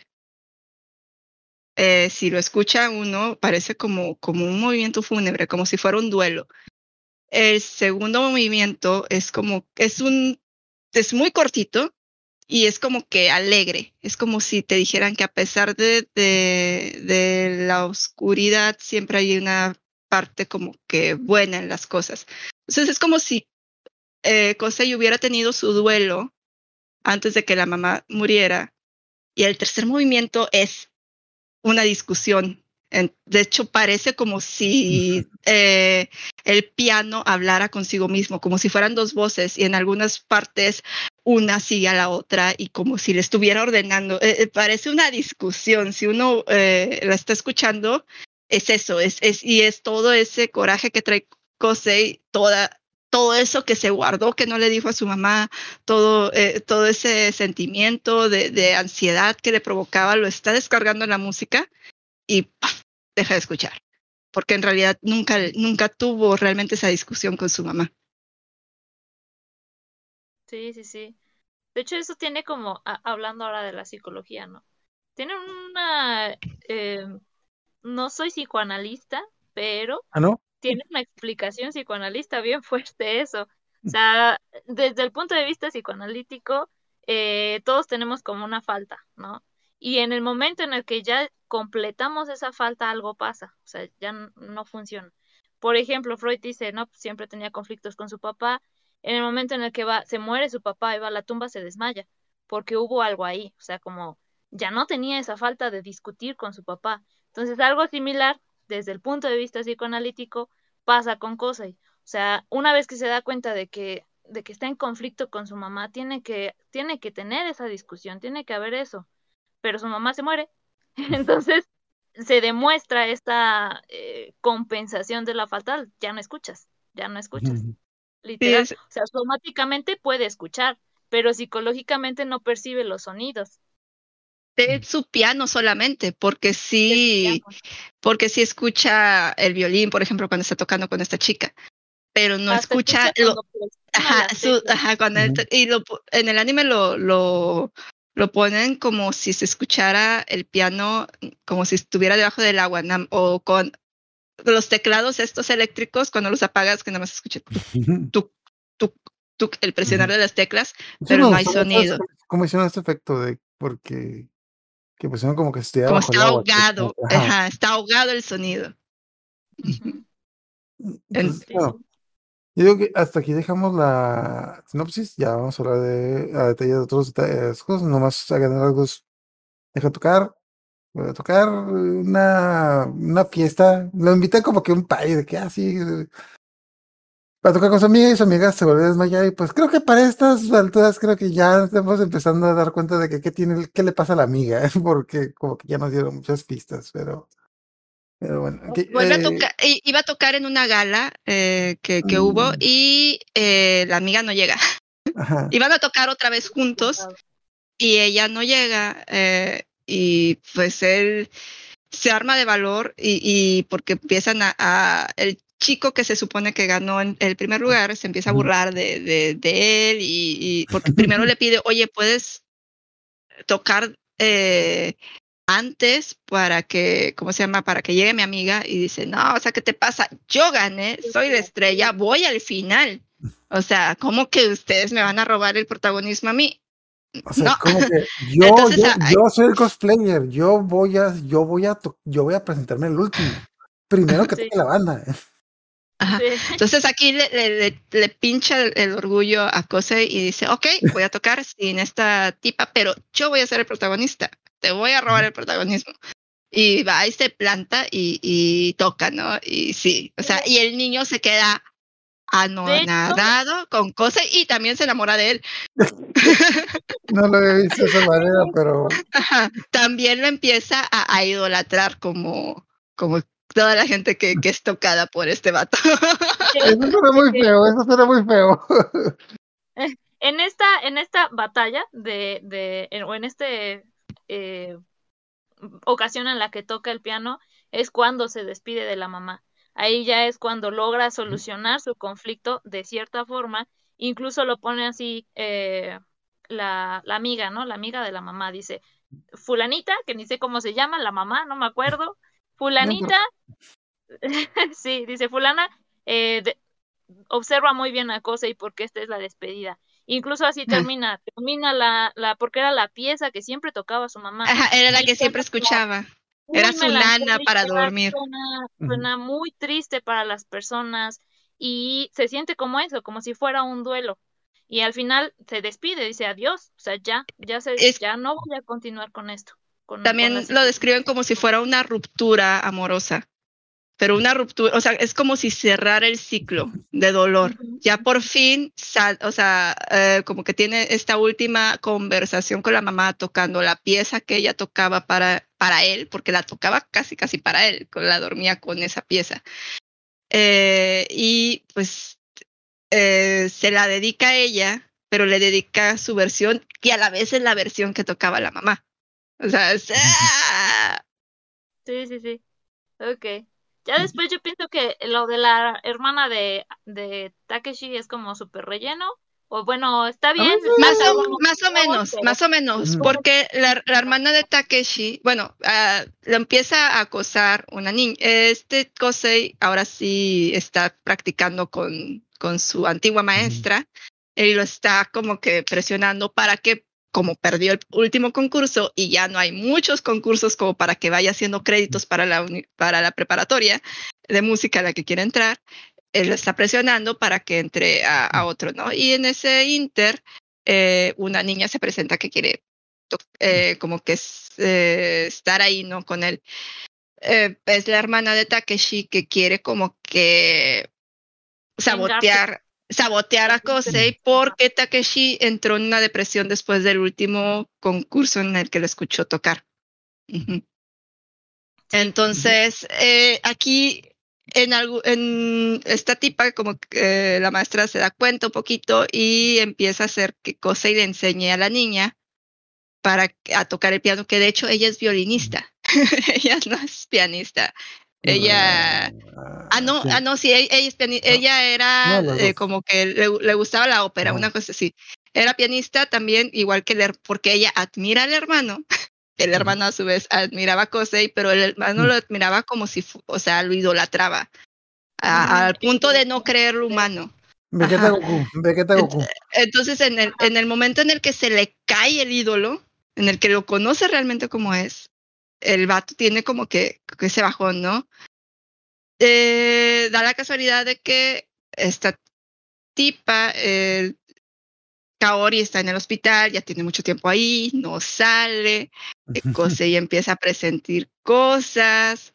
Si lo escucha uno, parece como un movimiento fúnebre, como si fuera un duelo. El segundo movimiento es muy cortito y es como que alegre. Es como si te dijeran que a pesar de la oscuridad, siempre hay una parte como que buena en las cosas. Entonces es como si Kosei hubiera tenido su duelo antes de que la mamá muriera. Y el tercer movimiento es una discusión. De hecho, parece como si el piano hablara consigo mismo, como si fueran dos voces y en algunas partes una sigue a la otra y como si le estuviera ordenando. Parece una discusión. Si uno la está escuchando, es eso, y es todo ese coraje que trae Kosei, todo eso que se guardó, que no le dijo a su mamá, todo ese sentimiento de ansiedad que le provocaba, lo está descargando en la música y ¡paf!, deja de escuchar. Porque en realidad nunca tuvo realmente esa discusión con su mamá. Sí, sí, sí. De hecho, eso tiene como, hablando ahora de la psicología, ¿no? Tiene no soy psicoanalista, pero ¿Ah, no? tiene una explicación psicoanalista bien fuerte eso. O sea, desde el punto de vista psicoanalítico, todos tenemos como una falta, ¿no? Y en el momento en el que ya completamos esa falta, algo pasa, o sea, ya no funciona. Por ejemplo, Freud dice, no, pues siempre tenía conflictos con su papá. En el momento en el que se muere su papá y va a la tumba, se desmaya, porque hubo algo ahí, o sea, como ya no tenía esa falta de discutir con su papá. Entonces, algo similar desde el punto de vista psicoanalítico pasa con Kosei. O sea, una vez que se da cuenta de que está en conflicto con su mamá, tiene que tener esa discusión, tiene que haber eso. Pero su mamá se muere. Entonces se demuestra esta compensación de la falta, ya no escuchas, ya no escuchas. Sí, Literal. O sea, somáticamente puede escuchar, pero psicológicamente no percibe los sonidos de su piano solamente, de su piano. porque sí escucha el violín, por ejemplo, cuando está tocando con esta chica, pero no Hasta escucha escucha cuando presiona las teclas. cuando en el anime lo ponen como si se escuchara el piano, como si estuviera debajo del agua, o con los teclados estos eléctricos, cuando los apagas, que nada más escucha tuc, tuc, tuc, el presionar de las teclas, Sí pero me no hay gustó mucho sonido. cómo hicieron este efecto porque que pusieron como que estuviera Como bajo el está agua. ahogado, Ajá. está ahogado el sonido. Ujú. Entonces, Sí, bueno, sí. yo digo que hasta aquí dejamos la sinopsis. Ya vamos a hablar a detalle de otros detalles, cosas. Nomás a ganar algo. Deja tocar. Voy a tocar una fiesta. Lo invité como que a un party de que así. Para tocar con su amiga y su amiga se volvió a desmayar. Y pues creo que para estas alturas, creo que ya estamos empezando a dar cuenta de que qué le pasa a la amiga. Porque como que ya nos dieron muchas pistas. Pero bueno. Vuelve a tocar, iba a tocar en una gala que hubo y la amiga no llega. Ajá. Iban a tocar otra vez juntos y ella no llega y pues él se arma de valor y porque empiezan el chico que se supone que ganó en el primer lugar se empieza a burlar de él y porque primero le pide, oye, ¿puedes tocar antes para que, ¿cómo se llama? Para que llegue mi amiga y dice, no, o sea, ¿qué te pasa? Yo gané, soy la estrella, voy al final. O sea, ¿cómo que ustedes me van a robar el protagonismo a mí? O sea, No. como que Entonces, yo soy el cosplayer, yo voy a presentarme el último, primero que Sí. toque la banda. Ajá. Sí. Entonces aquí le pincha el orgullo a Kosei y dice, ok, voy a tocar sin esta tipa, pero yo voy a ser el protagonista. Te voy a robar el protagonismo. Y va y se planta y toca, ¿no? Y sí, o sea, y el niño se queda De hecho, anonadado con Kosei y también se enamora de él. No lo he visto de esa manera, pero Ajá. También lo empieza a idolatrar como toda la gente que es tocada por este vato. eso suena muy que feo, eso suena muy feo. en esta batalla o en este eh, ocasión en la que toca el piano es cuando se despide de la mamá. Ahí ya es cuando logra solucionar su conflicto de cierta forma, incluso lo pone así la amiga, ¿no? La amiga de la mamá dice, fulanita, que ni sé cómo se llama, la mamá, no me acuerdo, No fulanita, importa. sí, dice fulana, observa muy bien a Kosei porque esta es la despedida. Incluso así termina porque era la pieza que siempre tocaba su mamá. Ajá, era la Y que suena siempre como escuchaba. Era muy su nana para melancólica, dormir. Ujú. suena muy triste para las personas y se siente como eso, como si fuera un duelo. Y al final se despide, dice adiós, o sea, Es, ya no voy a continuar con esto, con la también lo situación. describen como si fuera una ruptura amorosa, pero una ruptura, o sea, es como si cerrara el ciclo de dolor. Ujú, Ya por fin, o sea, como que tiene esta última conversación con la mamá tocando la pieza que ella tocaba para él, porque la tocaba casi, casi para él, la dormía con esa pieza. Y pues se la dedica a ella, pero le dedica su versión y a la vez es la versión que tocaba la mamá. O sea, ¡ah! sí, sí, sí. Okay. Ya después yo pienso que lo de la hermana de Takeshi es como súper relleno. O bueno, está A mí bien, sí. mata algunos cabos, pero Más o menos, Ujú. como porque la hermana de Takeshi, bueno, lo empieza a acosar una niña. Este Kosei ahora sí está practicando con su antigua Ujú. maestra y lo está como que presionando para que, como perdió el último concurso y ya no hay muchos concursos como para que vaya haciendo créditos para la preparatoria de música a la que quiere entrar, él lo está presionando para que entre a otro, ¿no? Y en ese inter, una niña se presenta que quiere como que estar ahí, ¿no? Con él. Es la hermana de Takeshi que quiere como que vengarse. sabotear a Kosei porque Takeshi entró en una depresión después del último concurso en el que lo escuchó tocar. Uh-huh. Sí. Entonces, aquí en esta tipa, como que la maestra se da cuenta un poquito y empieza a hacer que Kosei le enseñe a la niña a tocar el piano, que de hecho ella es violinista. Ella no es pianista. Ella no, sí, ella, No, ella no, era los dos. como que le gustaba la ópera, Ajá. una cosa así. Era pianista también, igual que porque ella admira al hermano. El hermano a su vez admiraba a Kosei, pero el hermano lo admiraba como si, o sea, lo idolatraba, Mm, al punto de no creerlo humano. Vegeta Ajá. Goku, Vegeta Goku. Entonces, en el momento en el que se le cae el ídolo, en el que lo conoce realmente como es, el vato tiene como que ese bajón, ¿no? Da la casualidad de que esta tipa, Kaori, está en el hospital, ya tiene mucho tiempo ahí, no sale, Kosei empieza a presentir cosas,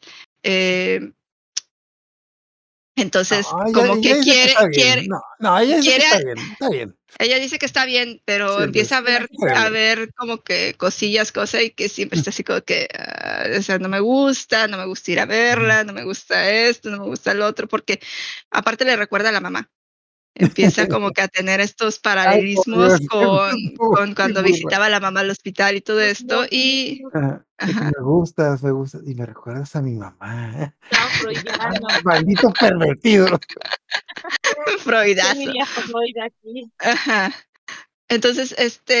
No, entonces ella, como ella que dice que está bien. No, no, ella dice que quiere, está bien. Está bien. ella dice que está bien, pero Sí, empieza pues, está a bien. ver como que cosillas, cosas y que siempre está así como que, o sea, no me gusta ir a verla, no me gusta esto, no me gusta lo otro, porque aparte le recuerda a la mamá. Empieza como que a tener estos Ay, por paralelismos Dios, con qué cuando burra. visitaba a la mamá al hospital y todo Dios esto. mío, Y, Ajá, de que ajá, me gustas y me recuerdas a mi mamá. tan freudiano. Maldito pervertido. ¿Qué Freudazo. diría Freud aquí? Ajá. Entonces,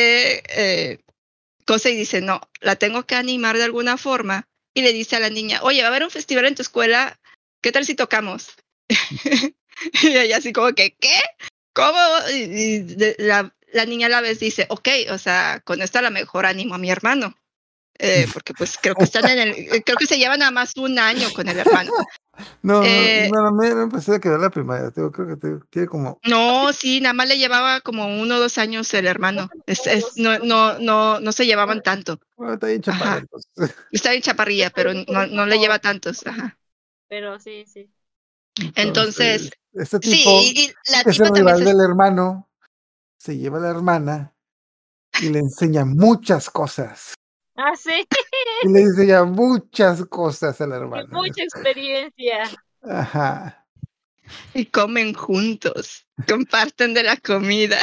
Kosei dice, no, la tengo que animar de alguna forma. Y le dice a la niña, oye, va a haber un festival en tu escuela, ¿qué tal si tocamos? Y ella así como que, ¿qué? ¿Cómo? Y la niña a la vez dice, ok, o sea, con esto a lo mejor animo a mi hermano. porque pues creo que creo que se llevan nada más un año con el hermano. No, no empecé a quedar la primaria, creo que tiene como... No, sí, nada más le llevaba como 1 o 2 años el hermano. No se llevaban tanto. Bueno, está bien chaparra, entonces. Está bien chaparrilla, pero no le lleva tantos. Ajá. Pero sí. Entonces este tipo, sí, y la que es tipa el también rival del hermano, se lleva a la hermana y le enseña muchas cosas. Ah, sí. Y le enseña muchas cosas a la hermana. Mucha experiencia. Ajá. Y comen juntos, comparten de la comida.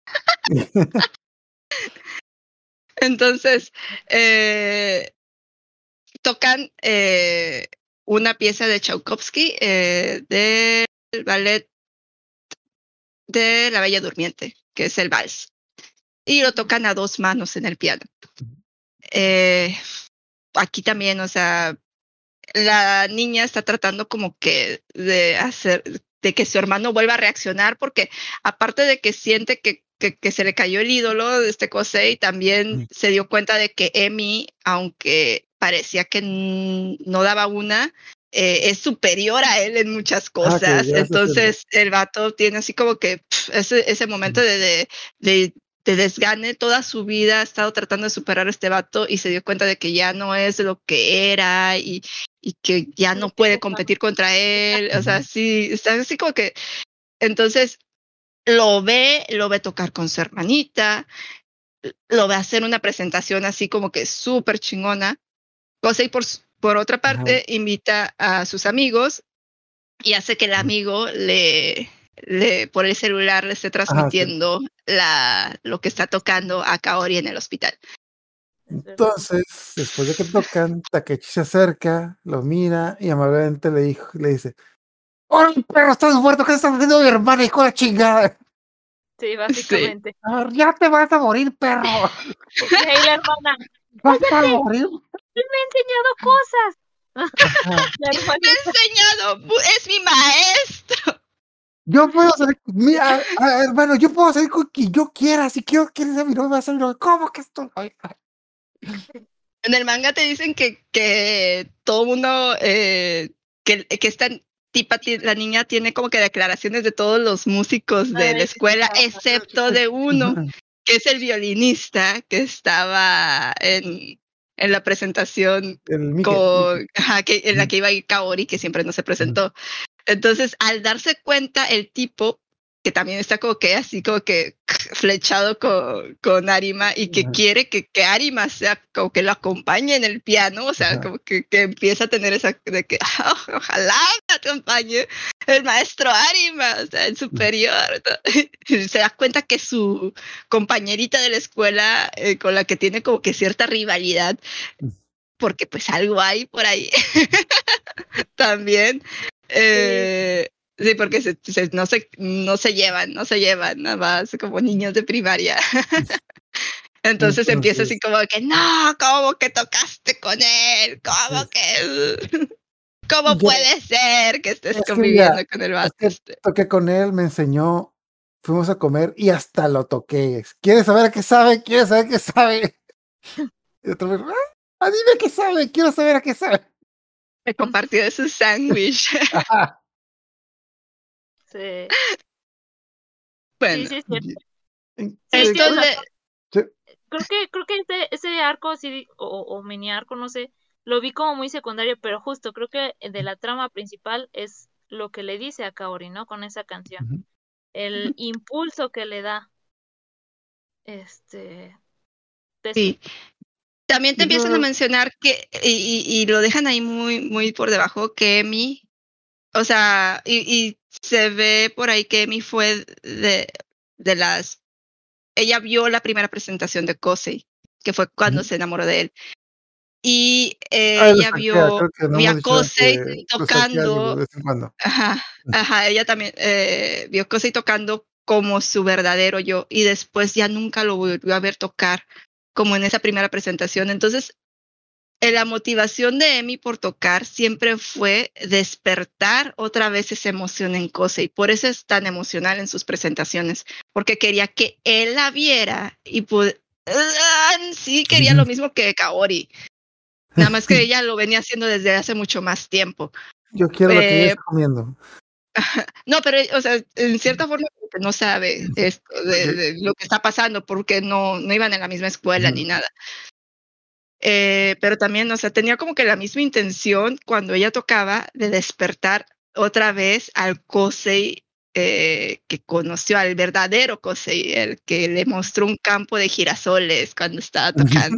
Entonces, tocan una pieza de Tchaikovsky del ballet de La Bella Durmiente, que es el vals. Y lo tocan a 2 manos en el piano. Aquí también, o sea, la niña está tratando como que de que su hermano vuelva a reaccionar, porque aparte de que siente que se le cayó el ídolo de este Kosei, también se dio cuenta de que Emi, aunque parecía que no daba una, es superior a él en muchas cosas. Entonces el vato tiene así como que ese momento de desgane. Toda su vida ha estado tratando de superar a este vato y se dio cuenta de que ya no es lo que era y que ya no puede competir contra él. O sea, sí, está así como que... Entonces lo ve tocar con su hermanita, lo ve hacer una presentación así como que súper chingona. Kosei, por otra parte, invita a sus amigos y hace que el amigo por el celular le esté transmitiendo lo que está tocando a Kaori en el hospital. Entonces, después de que tocan, Takechi se acerca, lo mira y amablemente le dice: ¡Ay, perro, estás muerto! ¿Qué estás haciendo mi hermana, hijo de chingada? Sí, básicamente. Sí. Ya te vas a morir, perro. Y ahí la hermana: vas a morir. Él me ha enseñado cosas. Me ha enseñado, es mi maestro. Yo puedo salir, mira, hermano, yo puedo salir con quien yo quiera. Si quieres a mi novia, vas a mi novia. ¿Cómo que esto? En el manga te dicen que todo mundo, que esta tipa, la niña tiene como que declaraciones de todos los músicos de la escuela, excepto de uno, que es el violinista que estaba en la presentación en la que iba a ir Kaori, que siempre no se presentó. Entonces, al darse cuenta el tipo, que también está como que así como que flechado con Arima y que quiere que Arima sea como que lo acompañe en el piano, o sea, como que empieza a tener esa de que ojalá me acompañe el maestro Arima, o sea, el superior. Se da cuenta que su compañerita de la escuela con la que tiene como que cierta rivalidad, porque pues algo hay por ahí también. Sí, porque no se llevan, nada más como niños de primaria. Entonces empieza así como que, no, ¿cómo que tocaste con él? ¿Cómo puede ser que estés conviviendo con el vato? Toqué con él, me enseñó, fuimos a comer y hasta lo toqué. ¿Quieres saber a qué sabe? ¿Quieres saber qué sabe? Y otra vez, dime qué sabe, quiero saber a qué sabe. Me compartió de su sándwich. Sí. Bueno. Sí, creo que ese arco sí, o mini arco, no sé, lo vi como muy secundario, pero justo creo que de la trama principal es lo que le dice a Kaori, ¿no? Con esa canción. El impulso que le da. Sí. También te empiezan a mencionar que, y lo dejan ahí muy, muy por debajo, que Emi, o sea, y se ve por ahí que Emi fue de las... Ella vio la primera presentación de Kosei, que fue cuando se enamoró de él. Y ella vio a Kosei tocando. Ella también vio Kosei tocando como su verdadero yo, y después ya nunca lo volvió a ver tocar como en esa primera presentación. Entonces, la motivación de Emi por tocar siempre fue despertar otra vez esa emoción en Kosei. Por eso es tan emocional en sus presentaciones, porque quería que él la viera y en sí quería lo mismo que Kaori. Nada más que ella lo venía haciendo desde hace mucho más tiempo. Yo quiero lo que ella está comiendo. No, pero, o sea, en cierta forma no sabe esto de lo que está pasando porque no iban en la misma escuela ni nada. Pero también, o sea, tenía como que la misma intención cuando ella tocaba de despertar otra vez al Kosei que conoció, al verdadero Kosei, el que le mostró un campo de girasoles cuando estaba tocando.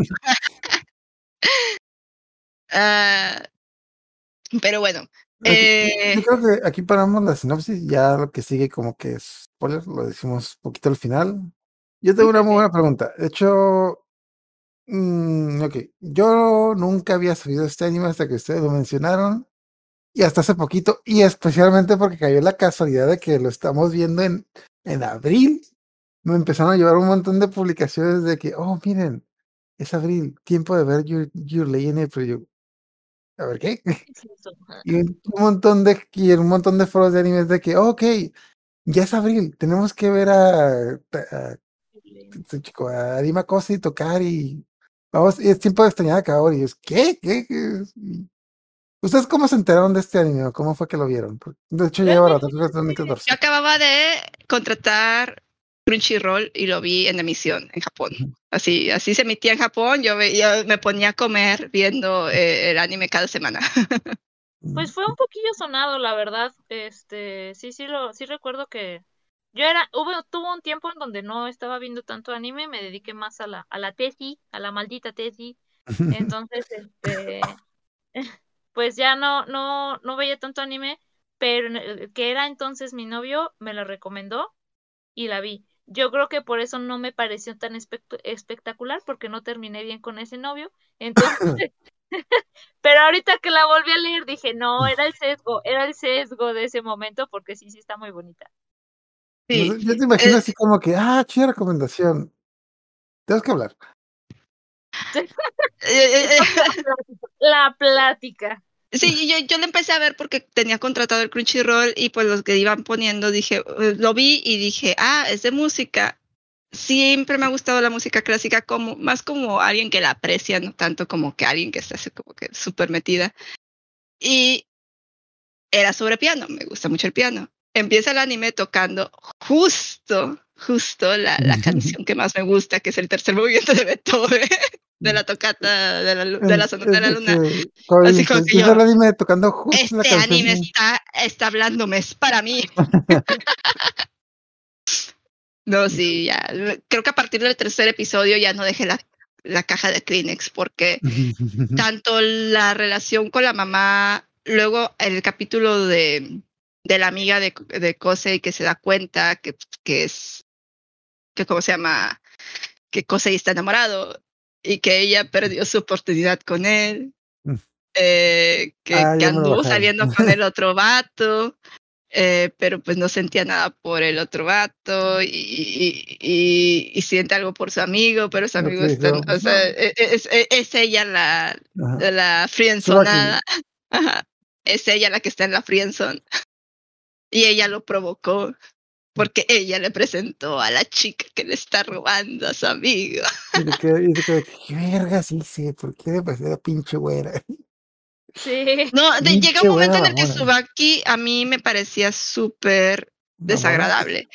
Pero bueno. Yo creo que aquí paramos la sinopsis, ya lo que sigue como que es spoiler, lo decimos un poquito al final. Yo tengo una muy buena pregunta. De hecho, ok, yo nunca había sabido este anime hasta que ustedes lo mencionaron. Y hasta hace poquito, y especialmente porque cayó la casualidad de que lo estamos viendo en abril, me empezaron a llevar un montón de publicaciones de que, oh, miren, es abril, tiempo de ver Your Lie in April. Yo, a ver, ¿qué? Y un montón de foros de animes de que, ok, ya es abril, tenemos que ver a este chico, a Arima Cosa y tocar y vamos, es tiempo de extrañar a Kaori. Y es, ¿qué? ¿Ustedes cómo se enteraron de este anime o cómo fue que lo vieron? De hecho, lleva rato, creo que 2014. Yo acababa de contratar Crunchyroll y lo vi en emisión en Japón. Así se emitía en Japón, yo me ponía a comer viendo el anime cada semana. Pues fue un poquillo sonado, la verdad. Sí recuerdo que tuvo un tiempo en donde no estaba viendo tanto anime, me dediqué más a la tesis, a la maldita tesis. Entonces, pues ya no veía tanto anime, pero el que era entonces mi novio me lo recomendó y la vi. Yo creo que por eso no me pareció tan espectacular, porque no terminé bien con ese novio. Entonces, pero ahorita que la volví a leer dije, no, era el sesgo de ese momento, porque sí está muy bonita. Sí. Yo te imagino así como que, chida recomendación. Tenemos que hablar. La plática. Sí, yo lo empecé a ver porque tenía contratado el Crunchyroll y pues los que iban poniendo, lo vi y dije, es de música. Siempre me ha gustado la música clásica más como alguien que la aprecia, no tanto como que alguien que está así como que súper metida. Y era sobre piano, me gusta mucho el piano. Empieza el anime tocando justo la canción que más me gusta, que es el tercer movimiento de Beethoven, de la tocata de la sonata de la luna. Así como que yo, el anime tocando justo este anime está hablándome, es para mí. No, sí, ya. Creo que a partir del tercer episodio ya no dejé la caja de Kleenex porque tanto la relación con la mamá, luego el capítulo de la amiga de Kosei que se da cuenta que ¿cómo se llama? Que Kosei está enamorado y que ella perdió su oportunidad con él, que anduvo saliendo con el otro vato. Pero pues no sentía nada por el otro vato y siente algo por su amigo, pero su amigo está, o sea, es ella la friendzonada. Es ella la que está en la friendzone y ella lo provocó porque ella le presentó a la chica que le está robando a su amigo. Y de que, ¿qué vergas hice? ¿Por qué me pasé la pinche güera? Sí. No, llega un momento en el que Tsubaki a mí me parecía súper desagradable.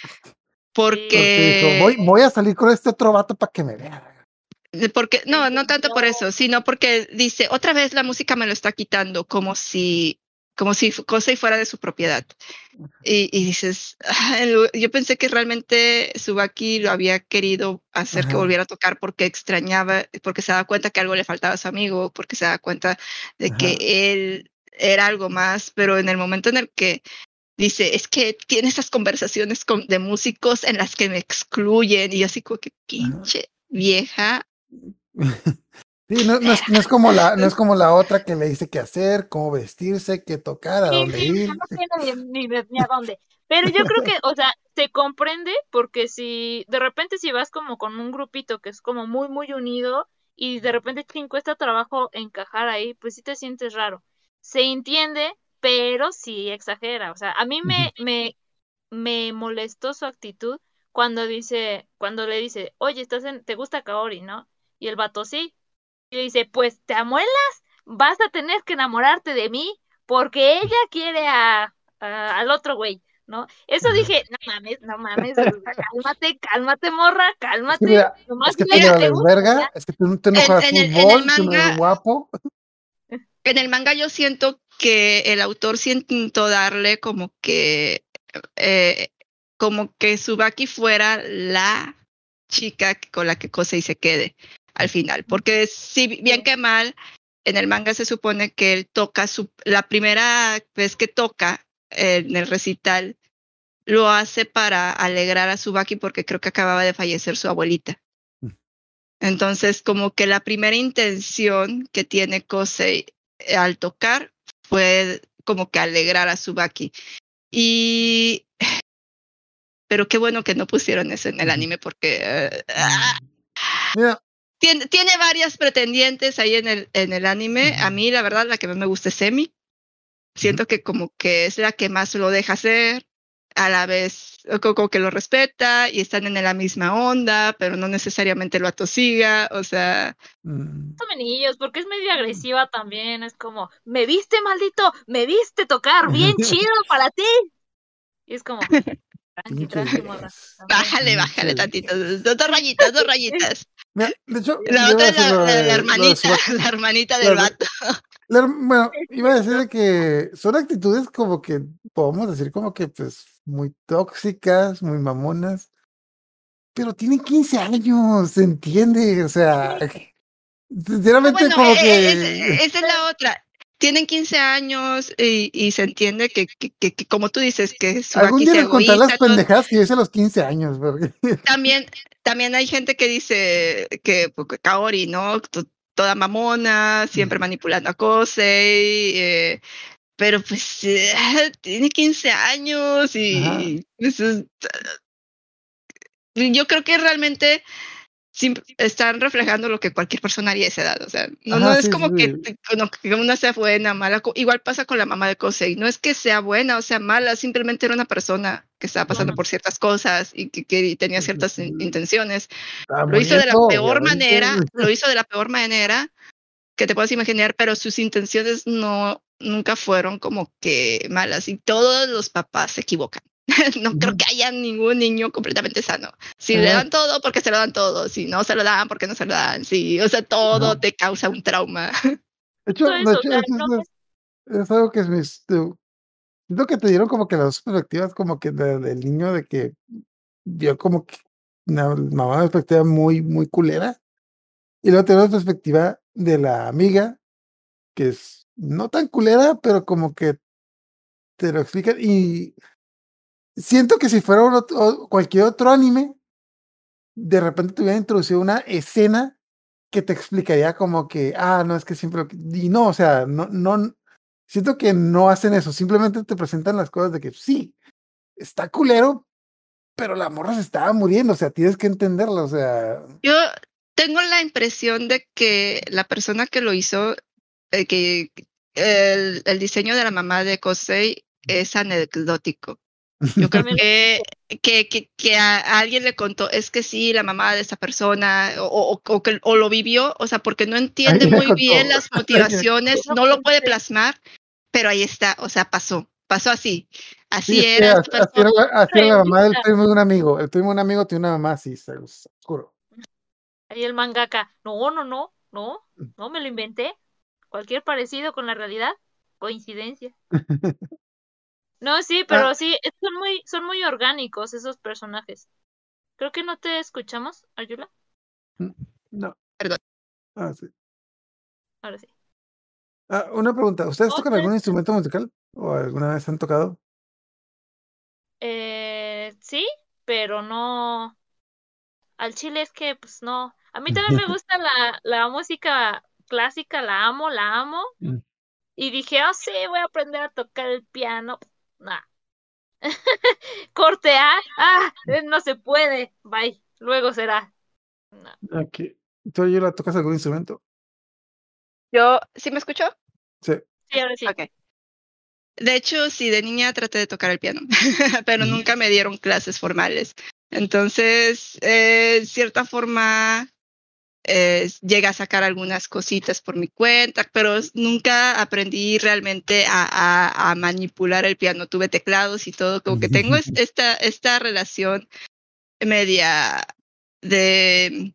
Porque dijo, voy a salir con este otro vato para que me vea. Porque, no tanto por eso, sino porque dice, otra vez la música me lo está quitando, como si Kosei fuera de su propiedad. Y dices, yo pensé que realmente Tsubaki lo había querido hacer que volviera a tocar porque extrañaba, porque se daba cuenta que algo le faltaba a su amigo, porque se daba cuenta de que él era algo más, pero en el momento en el que dice, es que tiene esas conversaciones de músicos en las que me excluyen, y yo así como que pinche vieja. Sí, no es como la otra que le dice qué hacer, cómo vestirse, qué tocar, a dónde ir. No tiene ni a dónde. Pero yo creo que, o sea, se comprende porque si de repente si vas como con un grupito que es como muy, muy unido y de repente te cuesta trabajo encajar ahí, pues sí te sientes raro. Se entiende, pero sí exagera. O sea, a mí me molestó su actitud cuando le dice, oye, te gusta Kaori, ¿no? Y el vato sí. Y le dice, pues te amuelas, vas a tener que enamorarte de mí porque ella quiere al otro güey, ¿no? Eso dije, no mames, o sea, cálmate, morra, Es que cálmate. mira, Nomás es que tú dile le que te vales gusta, verga, ya. es que tú no juegas En el fútbol, tú no eres manga, guapo. en el manga yo siento que el autor sí intentó darle eh, como que Tsubaki fuera la chica con la que Kosei se quede al final, porque si bien que mal, en el manga se supone que él toca la primera vez que toca en el recital, lo hace para alegrar a Tsubaki porque creo que acababa de fallecer su abuelita. Entonces, como que la primera intención que tiene Kosei al tocar fue como que alegrar a Tsubaki. Pero qué bueno que no pusieron eso en el anime porque Mira, tiene varias pretendientes ahí en el anime. A mí, la verdad, la que más me gusta es Emi. Siento que como que es la que más lo deja hacer, a la vez como que lo respeta y están en la misma onda, pero no necesariamente lo atosiga, o sea, Niños, porque es medio agresiva también, es como, me viste maldito, me viste tocar bien chido para ti. Y es como, pinches tranqui, morra, viejas. también. bájale Pinches tantito, viejas. dos rayitas, dos rayitas. Mira, de hecho, La yo iba a otra es decir la lo de hermanita, Tsubaki. la hermanita del Lo de- vato. bueno, Es iba a decir cierto. de que son actitudes como que, podemos decir como que, pues, muy tóxicas, muy mamonas, pero tienen 15 años, ¿se entiende? O sea, sinceramente Bueno, como que esa es la otra. Tienen 15 años y se entiende que, como tú dices, que algún Tsubaki día sea les contaré las egoísta. pendejadas que yo hice a los 15 años, porque También, también hay gente que dice que pues, Kaori, ¿no? Toda mamona, siempre manipulando a Kosei, pero pues tiene 15 años ajá, y pues, yo creo que realmente están reflejando lo que cualquier persona haría a esa edad. O sea, no ajá, es sí, como que, sí, que una sea buena, mala. Igual pasa con la mamá de Kosei. No es que sea buena o sea mala, simplemente era una persona que estaba pasando Humana. por ciertas cosas y que tenía ciertas intenciones. estaba Lo hizo de la muriendo, peor obviamente. manera, lo hizo de la peor manera que te puedas imaginar, pero sus intenciones nunca fueron como que malas y todos los papás se equivocan. No creo Ujú. que haya ningún niño completamente sano. Si le Ajá, dan todo, porque se lo dan todo. Si no se lo dan, porque no se lo dan. Sí, o sea, ajá. todo te causa un trauma. Todo De eso, o hecho, sea, no es algo que siento que te dieron como que las dos perspectivas, como que del niño de que vio como que una mamá de perspectiva muy, muy culera, y luego te dio la perspectiva de la amiga, que es no tan culera, pero como que te lo explican, y siento que si fuera cualquier otro anime, de repente te hubiera introducido una escena que te explicaría como que, no, es que siempre y no, o sea, no, siento que no hacen eso, simplemente te presentan las cosas de que sí, está culero, pero la morra se estaba muriendo, o sea, tienes que entenderla, o sea, Yo tengo la impresión de que la persona que lo hizo, que el diseño de la mamá de Kosei es anecdótico. Yo creo también que a alguien le contó, es que sí, la mamá de esa persona, o lo vivió, o sea, porque no entiende alguien le muy bien contó, las alguien motivaciones, no no lo puede pensé. plasmar, pero ahí está, o sea, pasó así. sí, Así es que era esta persona. así era la mamá del Realista. primo de un amigo, el primo de un amigo tiene una mamá así, oscuro. Ahí el mangaka, no, me lo inventé. Cualquier parecido con la realidad, coincidencia. No, sí, Ah, pero sí, son muy orgánicos esos personajes. Creo que no te escuchamos, Ayula. no, Perdón. sí. Ahora sí. Una pregunta, ¿ustedes tocan Entonces, algún instrumento musical? ¿O alguna vez han tocado? sí, pero no. Al chile es que, pues no. A mí también me gusta la música clásica, la amo. Y dije, sí, voy a aprender a tocar el piano. Nah. Corte A, no se puede. Bye. Luego será. No. Aquí. ¿Tú, Yola, tocas algún instrumento? ¿Sí me escuchó? Sí. Sí, ahora sí. Ok. De hecho, sí, de niña traté de tocar el piano, pero Ujú. nunca me dieron clases formales. Entonces, cierta forma, llegué a sacar algunas cositas por mi cuenta, pero nunca aprendí realmente a manipular el piano. Tuve teclados y todo, como que tengo esta relación media de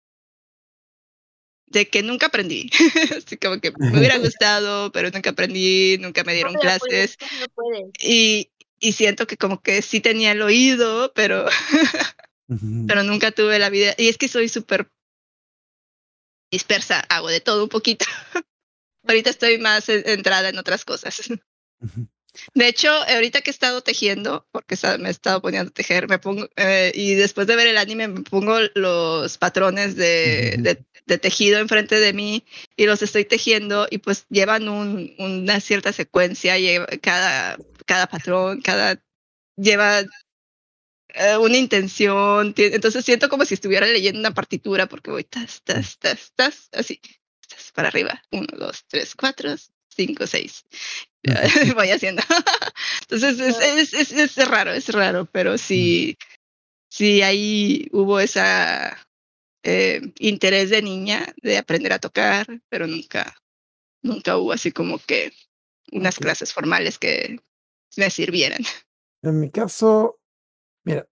que nunca aprendí. Así como que me hubiera gustado, pero nunca aprendí, nunca me dieron clases. No puedes. Y siento que como que sí tenía el oído, pero pero nunca tuve la vida. Y es que soy súper dispersa, hago de todo un poquito. Ahorita estoy más entrada en otras cosas. De hecho, ahorita que he estado tejiendo, porque me he estado poniendo a tejer, me pongo, y después de ver el anime me pongo los patrones de tejido enfrente de mí y los estoy tejiendo y pues llevan una cierta secuencia, cada patrón, lleva una intención, entonces siento como si estuviera leyendo una partitura porque voy así, para arriba, 1, 2, 3, 4, 5, 6. Voy haciendo. Entonces es raro, pero sí ahí hubo esa interés de niña de aprender a tocar, pero nunca hubo así como que unas clases formales que me sirvieran. En mi caso, mira,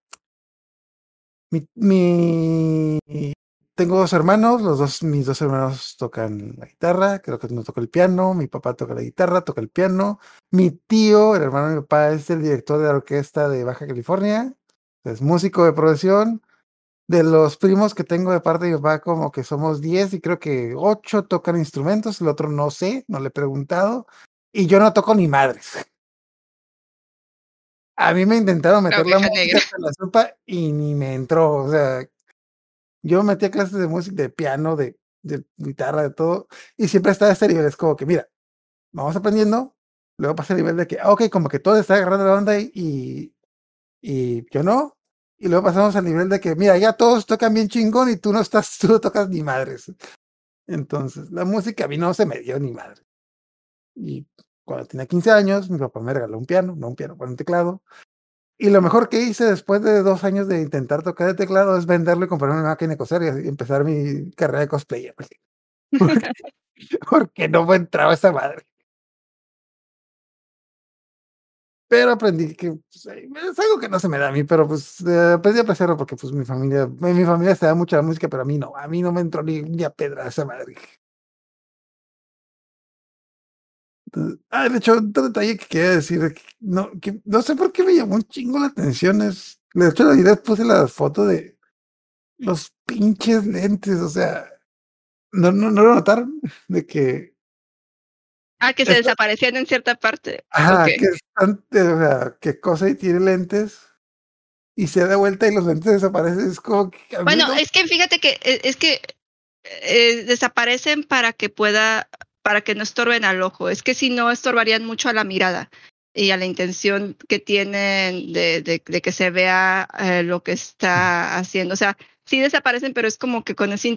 tengo 2 hermanos, mis 2 hermanos tocan la guitarra, creo que uno toca el piano, mi papá toca la guitarra, toca el piano, mi tío, el hermano de mi papá, es el director de la orquesta de Baja California, es músico de profesión. De los primos que tengo de parte de mi papá, como que somos 10 y creo que 8 tocan instrumentos, el otro no sé, no le he preguntado, y yo no toco ni madres. A mí me intentaron meter la música hasta la sopa y ni me entró, o sea, yo metí a clases de música, de piano, de guitarra, de todo, y siempre estaba este nivel, es como que, mira, vamos aprendiendo, luego pasa el nivel de que, ok, como que todo está agarrando la onda y yo no, y luego pasamos al nivel de que, mira, ya todos tocan bien chingón y tú no tocas ni madres. Entonces, la música a mí no se me dio ni madre. Y cuando tenía 15 años, mi papá me regaló un piano, no un piano, pero un teclado. Y lo mejor que hice después de 2 años de intentar tocar el teclado es venderlo y comprarme una máquina de coser y empezar mi carrera de cosplayer. Porque, porque no me entraba esa madre. Pero aprendí que pues, es algo que no se me da a mí, pero pues aprendí a apreciarlo porque pues mi familia se da mucha música, pero a mí no me entró ni a pedra esa madre. De hecho, otro detalle que quería decir, que no sé por qué me llamó un chingo la atención es, de hecho, la idea puse la foto de los pinches lentes, o sea, no lo notaron, de que, Que se desaparecían en cierta parte. ajá, que están, o sea, que cosa y tiene lentes y se da vuelta y los lentes desaparecen, es como que bueno, es que fíjate que desaparecen para que no estorben al ojo. Es que si no estorbarían mucho a la mirada y a la intención que tienen de que se vea lo que está haciendo. O sea, sí desaparecen, pero es como que con ese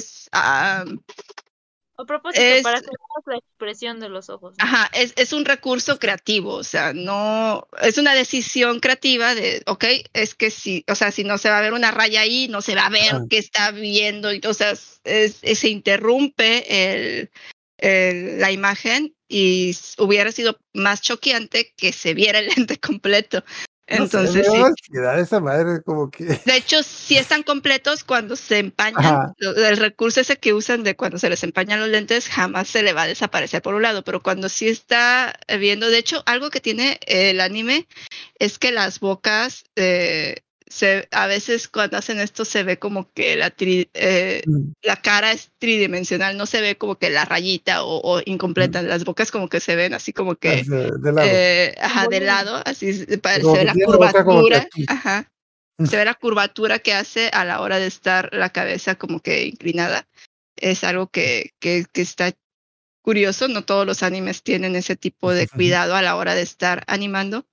a propósito, para que veas la expresión de los ojos, ¿no? Ajá, es un recurso creativo, o sea, no, es una decisión creativa de, ok, es que si, o sea, si no se va a ver una raya ahí, no se va a ver qué está viendo, o sea, se interrumpe la imagen y hubiera sido más choqueante que se viera el lente completo. Entonces, no sé, esa madre como que... De hecho, sí están completos cuando se empañan. El recurso ese que usan de cuando se les empañan los lentes jamás se le va a desaparecer por un lado, pero cuando sí está viendo, de hecho, algo que tiene el anime es que las bocas, a veces cuando hacen esto se ve como que la cara es tridimensional, no se ve como que la rayita o incompleta. Las bocas como que se ven así como que de lado. de lado, así se ve la curvatura, ajá. Se ve la curvatura que hace a la hora de estar la cabeza como que inclinada. Es algo que está curioso. No todos los animes tienen ese tipo de cuidado a la hora de estar animando.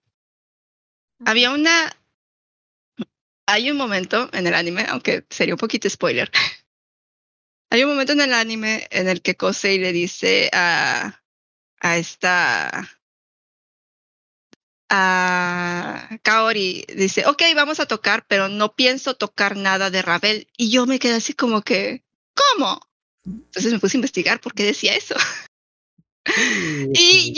Hay un momento en el anime, aunque sería un poquito spoiler. Hay un momento en el anime en el que Kosei le dice a Kaori, dice, ok, vamos a tocar, pero no pienso tocar nada de Ravel. Y yo me quedé así como que, ¿cómo? Entonces me puse a investigar por qué decía eso. Sí,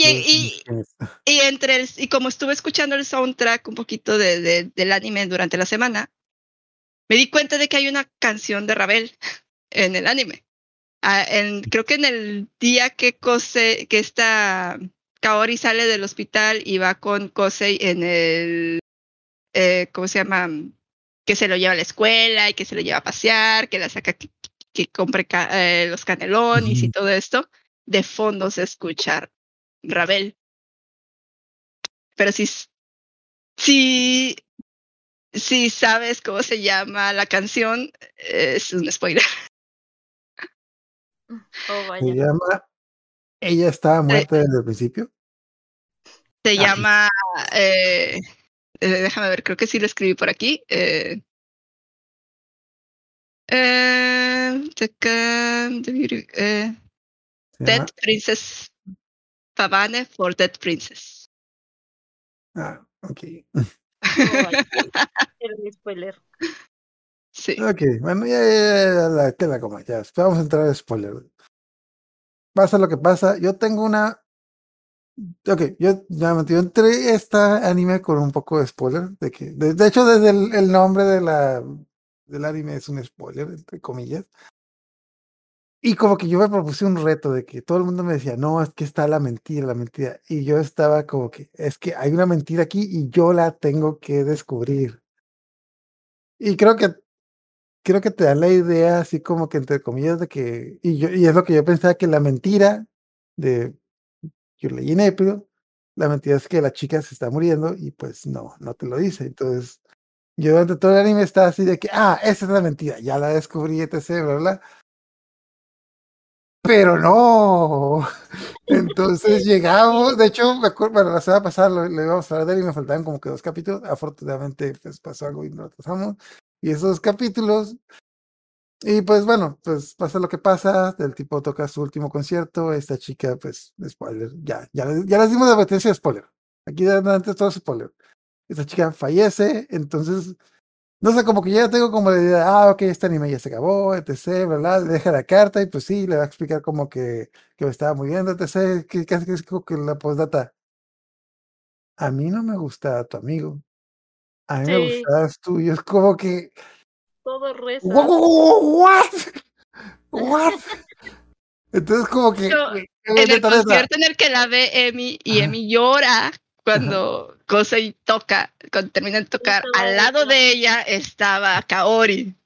Y como estuve escuchando el soundtrack un poquito del anime durante la semana, me di cuenta de que hay una canción de Ravel en el anime. Creo que en el día que esta Kaori sale del hospital y va con Kosei en el, ¿cómo se llama? Que se lo lleva a la escuela y que se lo lleva a pasear, que la saca que compre los canelones y todo esto. De fondo se escucha Ravel. Pero si sabes cómo se llama la canción, es un spoiler. Oh, Se vaya. llama Ella estaba muerta desde el principio. Se llama, déjame ver, creo que sí lo escribí por aquí. Dead Princess Pavane for Dead Princess. Ok. Oh, vaya. El spoiler. Sí. Ok, bueno, ya queda como ya. Vamos a entrar a spoiler. Pasa lo que pasa. Yo tengo una. Ok, yo entré esta anime con un poco de spoiler. De hecho, desde el nombre del anime es un spoiler, entre comillas. Y como que yo me propuse un reto de que todo el mundo me decía, no, es que está la mentira, la mentira. Y yo estaba como que, es que hay una mentira aquí y yo la tengo que descubrir. Y creo que te da la idea, así como que entre comillas, de que, y es lo que yo pensaba, que la mentira de Yurley y Neprio, la mentira es que la chica se está muriendo y pues no te lo dice. Entonces, yo durante todo el anime estaba así de que, esa es la mentira, ya la descubrí, etc., bla, bla. Pero no. Entonces llegamos, de hecho, me acuerdo, bueno, la semana pasada le íbamos a hablar de él y me faltaban como que 2 capítulos. Afortunadamente, pues pasó algo y nos pasamos. Y esos 2 capítulos. Y pues bueno, pues pasa lo que pasa, el tipo toca su último concierto, esta chica, pues, spoiler, ya les dimos la advertencia de spoiler. Aquí de adelante todo es spoiler. Esta chica fallece, entonces, no sé, como que ya tengo como la idea, ok, este anime ya se acabó, etc., bla, bla, le deja la carta y pues sí, le va a explicar como que me estaba muriendo, etc., que casi que es como que la postdata. A mí no me gusta tu amigo, a mí me Sí, gustabas tú, y es como que, todo reza. ¿what? ¿What? Entonces como que, En el neta, neta. concierto en el que la ve Emi y Ajá, Emi llora ajá. cuando Kosei cuando termina de Sí, tocar, toda al lado ella. de ella estaba Kaori.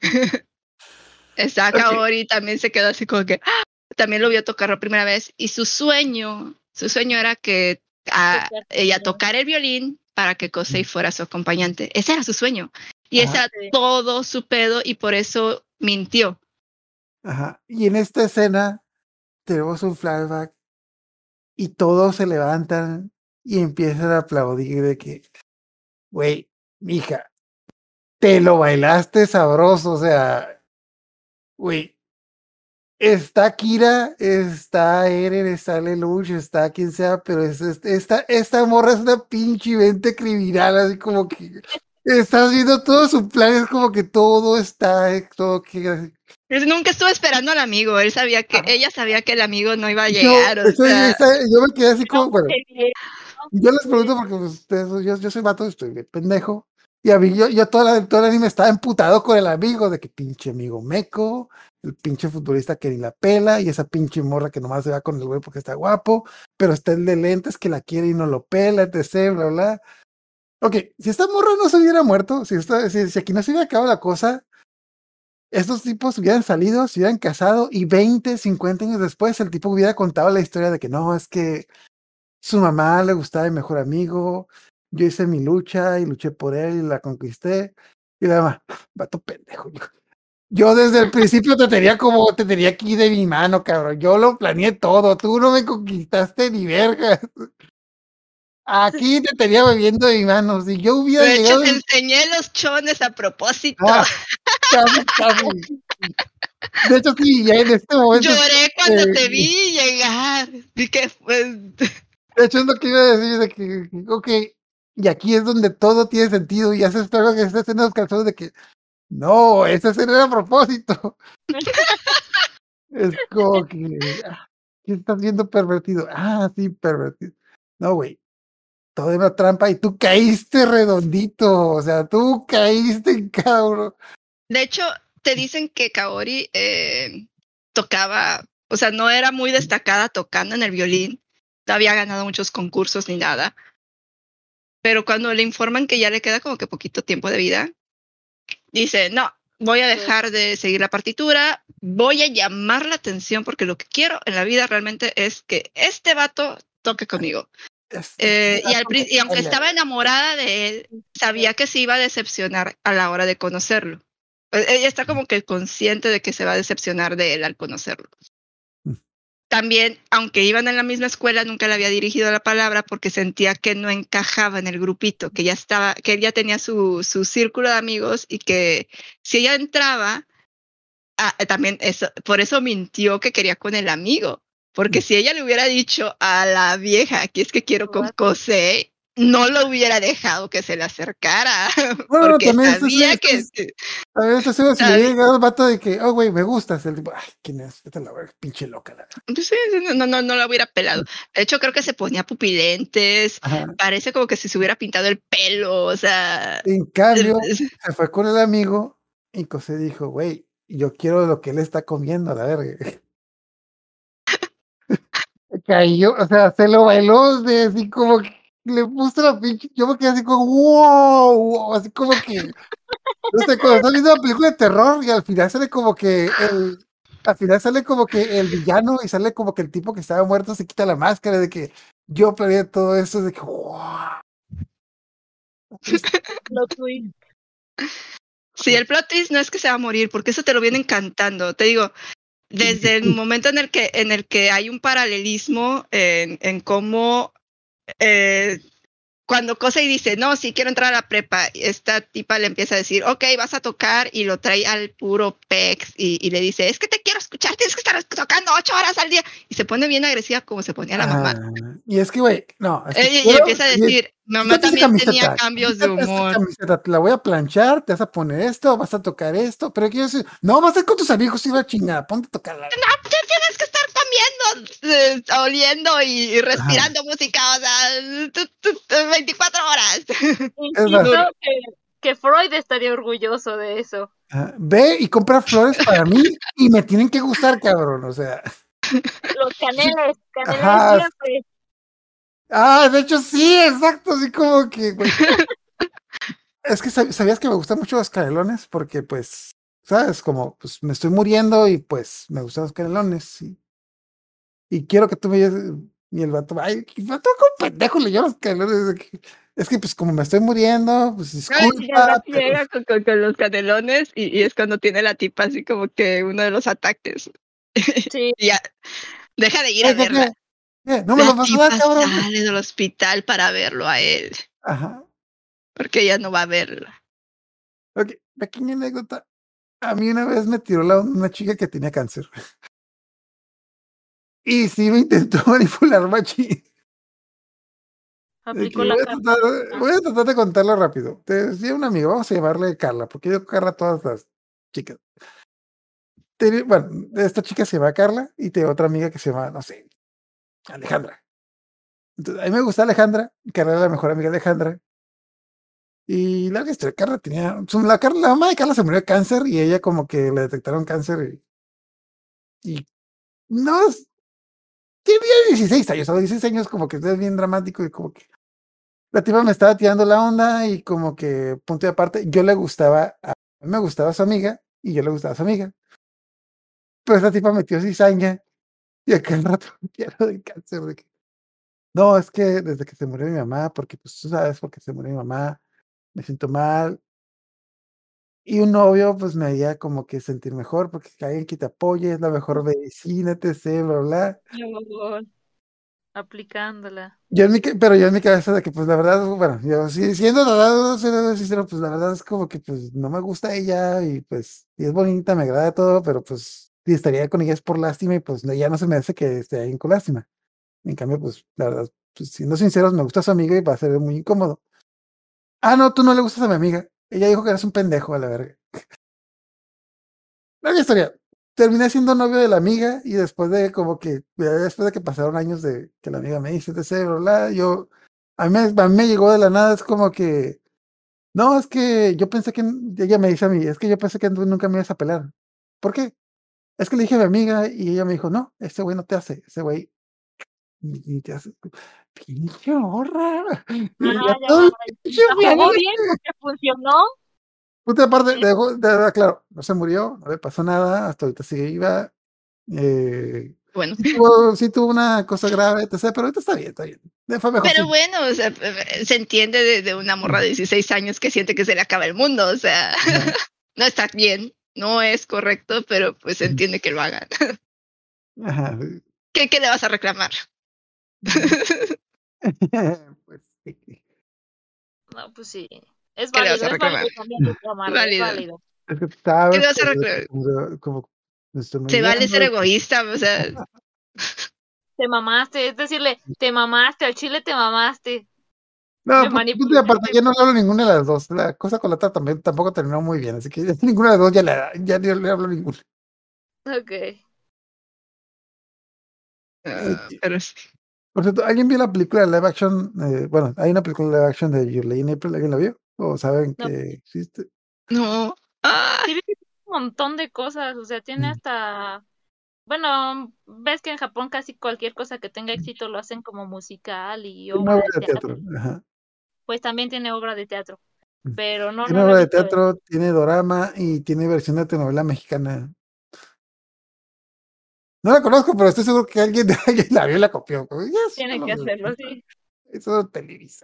Estaba Ok, Kaori y también se quedó así como que también lo vio tocar la primera vez y su sueño era que Tocar ella también. tocara el violín para que Kosei fuera su acompañante. Ese era su sueño. Y ese ajá, era Sí. todo su pedo y por eso mintió. ajá. Y en esta escena tenemos un flashback y todos se levantan y empiezan a aplaudir de que, güey, mija, te lo bailaste sabroso, o sea, güey, está Kira, está Eren, está Lelouch, está quien sea, pero esta morra es una pinche mente criminal, así como que estás viendo todo su plan, es como que todo está, todo que... Él nunca estuvo esperando al amigo, Ajá. ella sabía que el amigo no iba a Yo, llegar, o sea, yo me quedé así No, como, bueno, qué bien, ¿no? yo les Sí. pregunto porque pues, yo soy vato, estoy de pendejo. Y a mí, yo todo el anime estaba emputado con el amigo, de que pinche amigo meco, el pinche futbolista que ni la pela, y esa pinche morra que nomás se va con el güey porque está guapo, pero está el de lentes que la quiere y no lo pela, etc., bla, bla. Ok, si esta morra no se hubiera muerto, si aquí no se hubiera acabado la cosa, estos tipos hubieran salido, se hubieran casado, y 20, 50 años después el tipo hubiera contado la historia de que no, es que su mamá le gustaba mi mejor amigo, yo hice mi lucha y luché por él y la conquisté. Y la mamá, vato pendejo. Yo desde el principio te tenía aquí de mi mano, cabrón. Yo lo planeé todo. Tú no me conquistaste ni verga. Aquí te tenía bebiendo de mi mano. Si yo hubiera de hecho llegado. te enseñé los chones a propósito. Ah, casi, casi. De hecho, sí, ya en este momento. Lloré cuando te vi llegar. Vi que De hecho, es lo que iba a decir, de que, ok, y aquí es donde todo tiene sentido, y haces todo que estés en los calzones de que, no, ese era a propósito. Es como que, ¿qué estás viendo pervertido? Ah, sí, pervertido. No, güey, todo era una trampa y tú caíste redondito, o sea, tú caíste, cabrón. De hecho, te dicen que Kaori tocaba, o sea, no era muy destacada tocando en el violín, no había ganado muchos concursos ni nada, pero cuando le informan que ya le queda como que poquito tiempo de vida, dice, no, voy a dejar de seguir la partitura, voy a llamar la atención porque lo que quiero en la vida realmente es que este vato toque conmigo. Y aunque estaba enamorada de él, sabía que se iba a decepcionar a la hora de conocerlo. Ella está como que consciente de que se va a decepcionar de él al conocerlo. También, aunque iban en la misma escuela, nunca le había dirigido la palabra porque sentía que no encajaba en el grupito, que él ya tenía su círculo de amigos y que si ella entraba, también por eso mintió que quería con el amigo. Porque si ella le hubiera dicho a la vieja que es que quiero con Kosei, no lo hubiera dejado que se le acercara. Bueno, porque también sabía que. a ver, eso si le llega llegado el vato de que, oh, güey, me gustas. El tipo, ay, ¿quién es? Esta la verga, pinche loca. Pues sí, no la hubiera pelado. De hecho, creo que se ponía pupilentes. Ajá. Parece como que si se hubiera pintado el pelo. O sea. En cambio, se fue con el amigo y José dijo, güey, yo quiero lo que él está comiendo, a la verga. Cayó, o sea, se lo bailó de así como que le puso la pinche, yo me quedé así como, wow, así como que, no sé, cuando estás viendo una película de terror y al final sale como que al final sale como que el villano y sale como que el tipo que estaba muerto se quita la máscara de que yo planeé todo eso, de que, wow. Sí, el plot twist no es que se va a morir, porque eso te lo vienen cantando. Te digo, desde el momento en el que hay un paralelismo en cómo cuando Kosei dice, no, sí quiero entrar a la prepa, esta tipa le empieza a decir, ok, vas a tocar, y lo trae al puro pex, y le dice, es que te quiero escuchar, tienes que estar tocando 8 horas al día, y se pone bien agresiva como se ponía la mamá. Y es que, güey, no. Es que y empieza a decir, mamá también tenía cambios de humor. Camiseta, te la voy a planchar, te vas a poner esto, vas a tocar esto, pero quiero decir, no, vas a ir con tus amigos y la chingada, ponte a tocarla. No, tienes que estar comiendo, oliendo y respirando música, o sea, 24 horas. Insisto que Freud estaría orgulloso de eso. Ve y compra flores para mí y me tienen que gustar, cabrón, o sea. Los caneles siempre. De hecho sí, exacto, así como que, güey. Es que sabías que me gustan mucho los canelones porque, pues, ¿sabes? Como, pues, me estoy muriendo y, pues, me gustan los canelones. Y quiero que tú me lleves. Y el vato, ay, el vato como pendejo le llevas canelones. Es que, pues, como me estoy muriendo, pues, disculpa. Llega con los canelones y es cuando tiene la tipa así como que uno de los ataques. Sí. Ya, deja de ir a verla. No me lo vas a dar, cabrón. Sale del hospital para verlo a él. Ajá. Porque ella no va a verla. Ok, pequeña anécdota. A mí una vez me tiró una chica que tenía cáncer. Y sí me intentó manipular machín. Voy a tratar de contarlo rápido. Te decía un amigo, vamos a llamarle Carla, porque yo Carla a todas las chicas. Bueno, esta chica se llama Carla y tengo otra amiga que se llama, no sé, Alejandra. Entonces, a mí me gusta Alejandra, Carla era la mejor amiga de Alejandra. Y la historia, Carla tenía, la mamá de Carla se murió de cáncer y ella como que le detectaron cáncer y no, tenía 16 años, a los 16 años como que es bien dramático y como que la tipa me estaba tirando la onda y como que punto de aparte, yo le gustaba, a mí me gustaba su amiga y yo le gustaba a su amiga. Pero esa tipa metió cizaña y acá el rato me quiero del cáncer de que no, es que desde que se murió mi mamá, porque pues tú sabes, porque se murió mi mamá, me siento mal. Y un novio, pues me haría como que sentir mejor, porque que alguien que te apoye es la mejor medicina, etc., bla, bla. Aplicándola. Pero yo en mi cabeza de que, pues la verdad, bueno, yo siendo la verdad, sincero, pues la verdad es como que, pues no me gusta ella y pues, y es bonita, me agrada todo, pero pues, si estaría con ella es por lástima y pues ya no se me hace que esté ahí con lástima. En cambio, pues la verdad, pues siendo sinceros, me gusta su amiga y va a ser muy incómodo. No, tú no le gustas a mi amiga. Ella dijo que eres un pendejo a la verga. Larga historia. terminé siendo novio de la amiga y después de después de que pasaron años de que la amiga me dice, yo, a mí me llegó de la nada, es como que, no, es que yo pensé que, ella me dice a mí, es que yo pensé que tú nunca me ibas a pelar. ¿Por qué? Es que le dije a mi amiga y ella me dijo, no, ese güey no te hace, ese güey ni te hace. Pinche morra. Y ya Ya, todo el pinche la plan. jugó bien porque funcionó. Puta, aparte, Eh, claro, no se murió, no le pasó nada, hasta ahorita sigue viva. Bueno, Sí tuvo una cosa grave, etc., pero ahorita está bien, está bien. Fue mejor pero sí. bueno, o sea, se entiende de una morra de 16 años que siente que se le acaba el mundo, o sea, Ajá, no está bien, no es correcto, pero pues se ujú, entiende que lo hagan. ajá, ¿Qué le vas a reclamar? mm. Pues sí. No, pues sí. Es ¿Qué le vas a es reclamar? válido también reclamarle, es Válido. válido. Es que tú ¿Qué le sabes vas que a reclamar? como me estoy Se vale ser muriendo. egoísta, o sea, Te mamaste, es decirle, te mamaste, al chile te mamaste. No, Me punto y aparte, manipulaste. yo no le hablo ninguna de las dos. La cosa con la otra también tampoco terminó muy bien, así que ninguna de las dos ya ni le hablo ninguna. Ok. Eh, pero sí. Por cierto, ¿alguien vio la película de live action? Bueno, hay una película de live action de Your Lady in April, ¿alguien la vio? ¿O saben No, que existe? No. Ah, sí vi que tiene un montón de cosas, o sea, tiene Mm, hasta, bueno, ves que en Japón casi cualquier cosa que tenga éxito lo hacen como musical y Tiene obra obra de de teatro, teatro. ajá. Pues también tiene obra de teatro, Mm. pero no, Tiene no lo he obra de visto. teatro, tiene dorama y tiene versión de telenovela mexicana. No la conozco, pero estoy seguro que alguien, alguien la vio y la copió. Tiene que hacerlo, sí. Eso Televisa.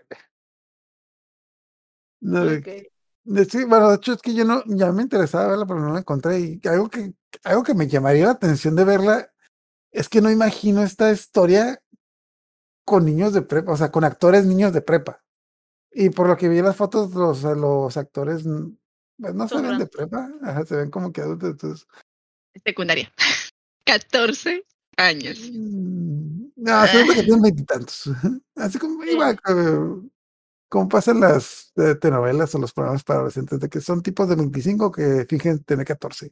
No, Ok. sí, bueno, de hecho es que yo no, ya me interesaba verla, pero no la encontré. Y algo que me llamaría la atención de verla es que no imagino esta historia con niños de prepa, o sea, con actores niños de prepa. Y por lo que vi en las fotos, los actores pues no se Son ven de grandes. prepa, ajá, se ven como que adultos. Entonces, secundaria. 14 años. no, se Ah, nota que tienen veintitantos. Así como igual Sí, como pasan las telenovelas o los programas para adolescentes, de que son tipos de 25 que fingen tener 14.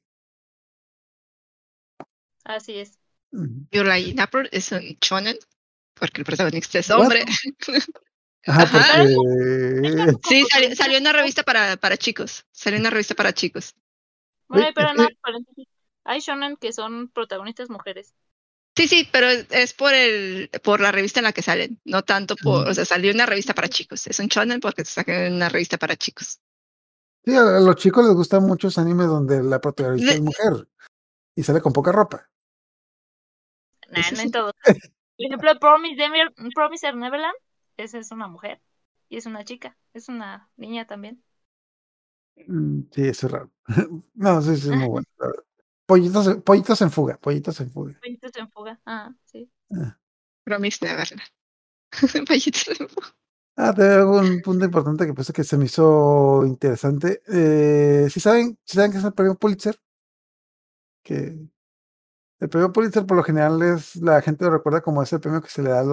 así es. Ujú. Your Lie in April es un shonen porque el protagonista es What? hombre. Ajá, Ajá. porque Pero ella como Sí, protagonista salió en una mujer. revista para chicos. Salió en una revista para chicos. Bueno, es pero no, que paréntesis. Hay shonen que son protagonistas mujeres. Sí, sí, pero es por la revista en la que salen, no tanto o sea, salió en una revista para chicos. Es un shonen porque se saca en una revista para chicos. sí, a los chicos les gustan muchos animes donde la protagonista es De- mujer y sale con poca ropa. Nah, Ese no es en todos. Por ejemplo, Promise Neverland, esa es una mujer. Y es una chica. Es una niña también. Sí, eso es raro. No, sí, sí, es muy bueno. La verdad. Pollitos en fuga, pollitos en fuga. Pollitos en fuga. Ah, sí. Ah, Promise Neverland. Payitos. te hago un punto importante que puse que se me hizo interesante. Si saben qué es el premio Pulitzer, que el premio Pulitzer por lo general es, la gente lo recuerda como ese premio que se le da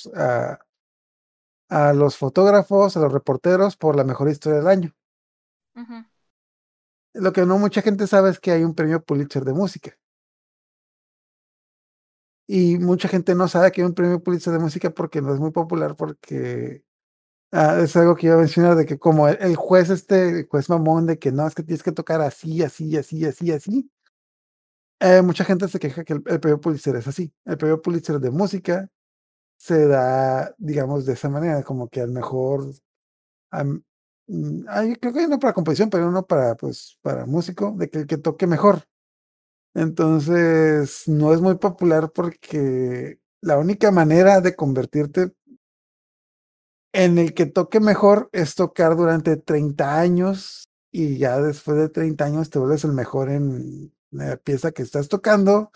a los fotógrafos, a los reporteros por la mejor historia del año. Ujú. Lo que no mucha gente sabe es que hay un premio Pulitzer de música. Y mucha gente no sabe que hay un premio Pulitzer de música porque no es muy popular, porque es algo que iba a mencionar, de que como el juez el juez mamón, de que no, es que tienes que tocar así, así, así, así, así. Mucha gente se queja que el premio Pulitzer es así. El premio Pulitzer de música se da, digamos, de esa manera, como que al mejor, creo que hay uno para composición, pero uno para, pues, para músico, de que el que toque mejor. Entonces, no es muy popular porque la única manera de convertirte en el que toque mejor es tocar durante 30 años y ya después de 30 años te vuelves el mejor en la pieza que estás tocando.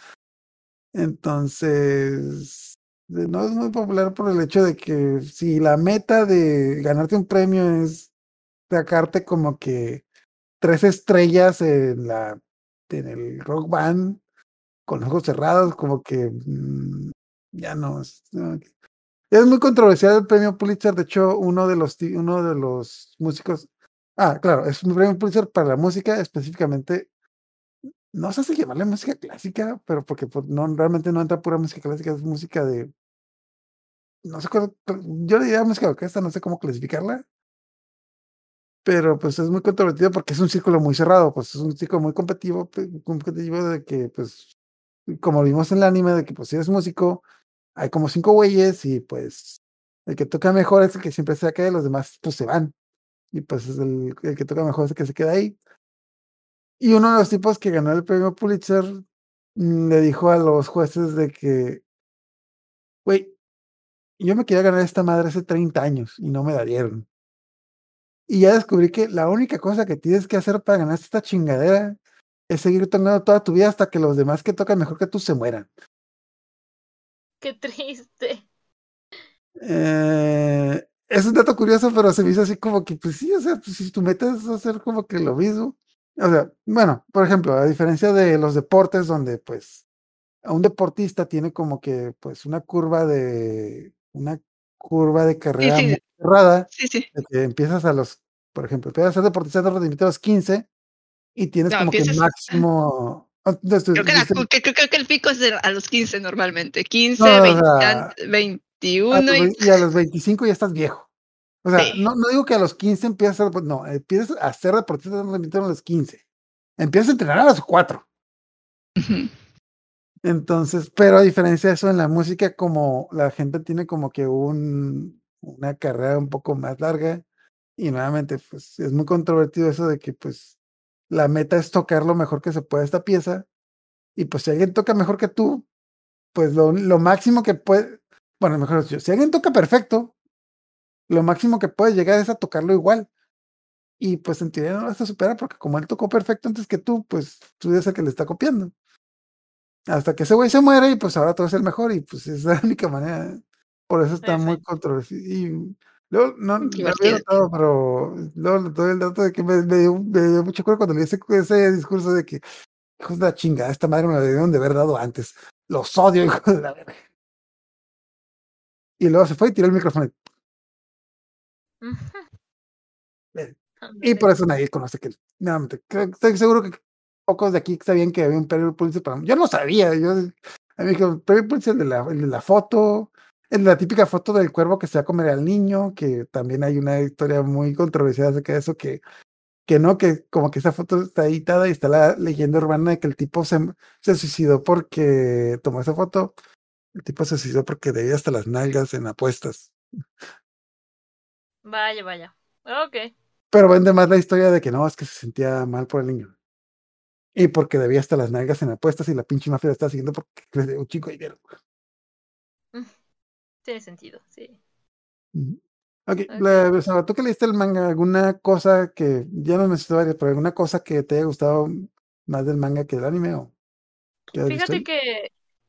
Entonces, no es muy popular por el hecho de que si la meta de ganarte un premio es sacarte como que 3 estrellas en el rock band con los ojos cerrados, como que ya no. Es muy controversial el premio Pulitzer. De hecho, uno de los músicos. Claro, es un premio Pulitzer para la música, específicamente no sé si llamarle música clásica, pero porque pues, no, realmente no entra pura música clásica, es música de, no sé, yo le diría música de orquesta, no sé cómo clasificarla, pero pues es muy controvertido porque es un círculo muy cerrado, pues es un círculo muy competitivo de que, pues, como vimos en el anime, de que pues si eres músico, hay como 5 güeyes y pues el que toca mejor es el que siempre se queda y los demás pues se van. Y pues es el que toca mejor es el que se queda ahí. Y uno de los tipos que ganó el premio Pulitzer le dijo a los jueces de que, güey, yo me quería ganar esta madre hace 30 años y no me la dieron. Y ya descubrí que la única cosa que tienes que hacer para ganar esta chingadera es seguir tocando toda tu vida hasta que los demás que tocan mejor que tú se mueran. Qué triste. Es un dato curioso, pero se me hizo así como que, pues sí, o sea, pues si tu meta es hacer como que lo mismo. O sea, bueno, por ejemplo, a diferencia de los deportes donde pues a un deportista tiene como que pues una curva de Sí, carrera muy sí, cerrada, sí, sí. de que empiezas por ejemplo, empiezas a ser deportista de rendimiento a los 15 y tienes No, como que empiezas. máximo, entonces, Creo que el pico es a los 15 normalmente. no, 15, o 20, sea, 21 y. y a los 25 ya estás viejo. O sea, Sí. no digo que a los 15 empieces a ser, no, empiezas a ser deportista de rendimiento a los 15. Empiezas a entrenar a los 4. Ujú. Entonces, pero a diferencia de eso, en la música, como la gente tiene como que una carrera un poco más larga, y nuevamente, pues es muy controvertido eso de que, pues, la meta es tocar lo mejor que se pueda esta pieza, y pues si alguien toca mejor que tú, pues lo máximo que puede, bueno, mejor dicho, si alguien toca perfecto, lo máximo que puede llegar es a tocarlo igual, y pues en teoría no lo vas a superar, porque como él tocó perfecto antes que tú, pues tú eres el que le está copiando. Hasta que ese güey se muere y pues ahora tú eres el mejor y pues es la única manera. Por eso está muy F. controversial. Y luego, no lo había Divertido. notado, pero luego le doy el dato de que me dio mucho cuero cuando leí ese discurso de que, hijos de la chingada, esta madre me la debieron de haber dado antes. Los odio, hijos de la verga. Y luego se fue y tiró el micrófono. Y Ándale. por eso nadie conoce que, nuevamente, estoy seguro que pocos de aquí sabían que había un premio Pulitzer para. Yo no sabía, a mí me dijo, el premio Pulitzer el de la foto, el de la típica foto del cuervo que se va a comer al niño, que también hay una historia muy controversial acerca de eso, que no, que como que esa foto está editada y está la leyenda urbana de que el tipo se suicidó porque tomó esa foto, el tipo se suicidó porque debía hasta las nalgas en apuestas. Vaya, vaya. Ok. Pero vende más la historia de que no, es que se sentía mal por el niño. Y porque debía hasta las nalgas en apuestas y la pinche mafia lo estaba siguiendo porque le dio un chico de dinero. Mm, Tiene sentido, sí. Ujú. Ok, Ok. o sea, tú que leíste el manga, alguna cosa que, ya no necesito varias, pero alguna cosa que te haya gustado más del manga que del anime o que has visto Fíjate ahí. que,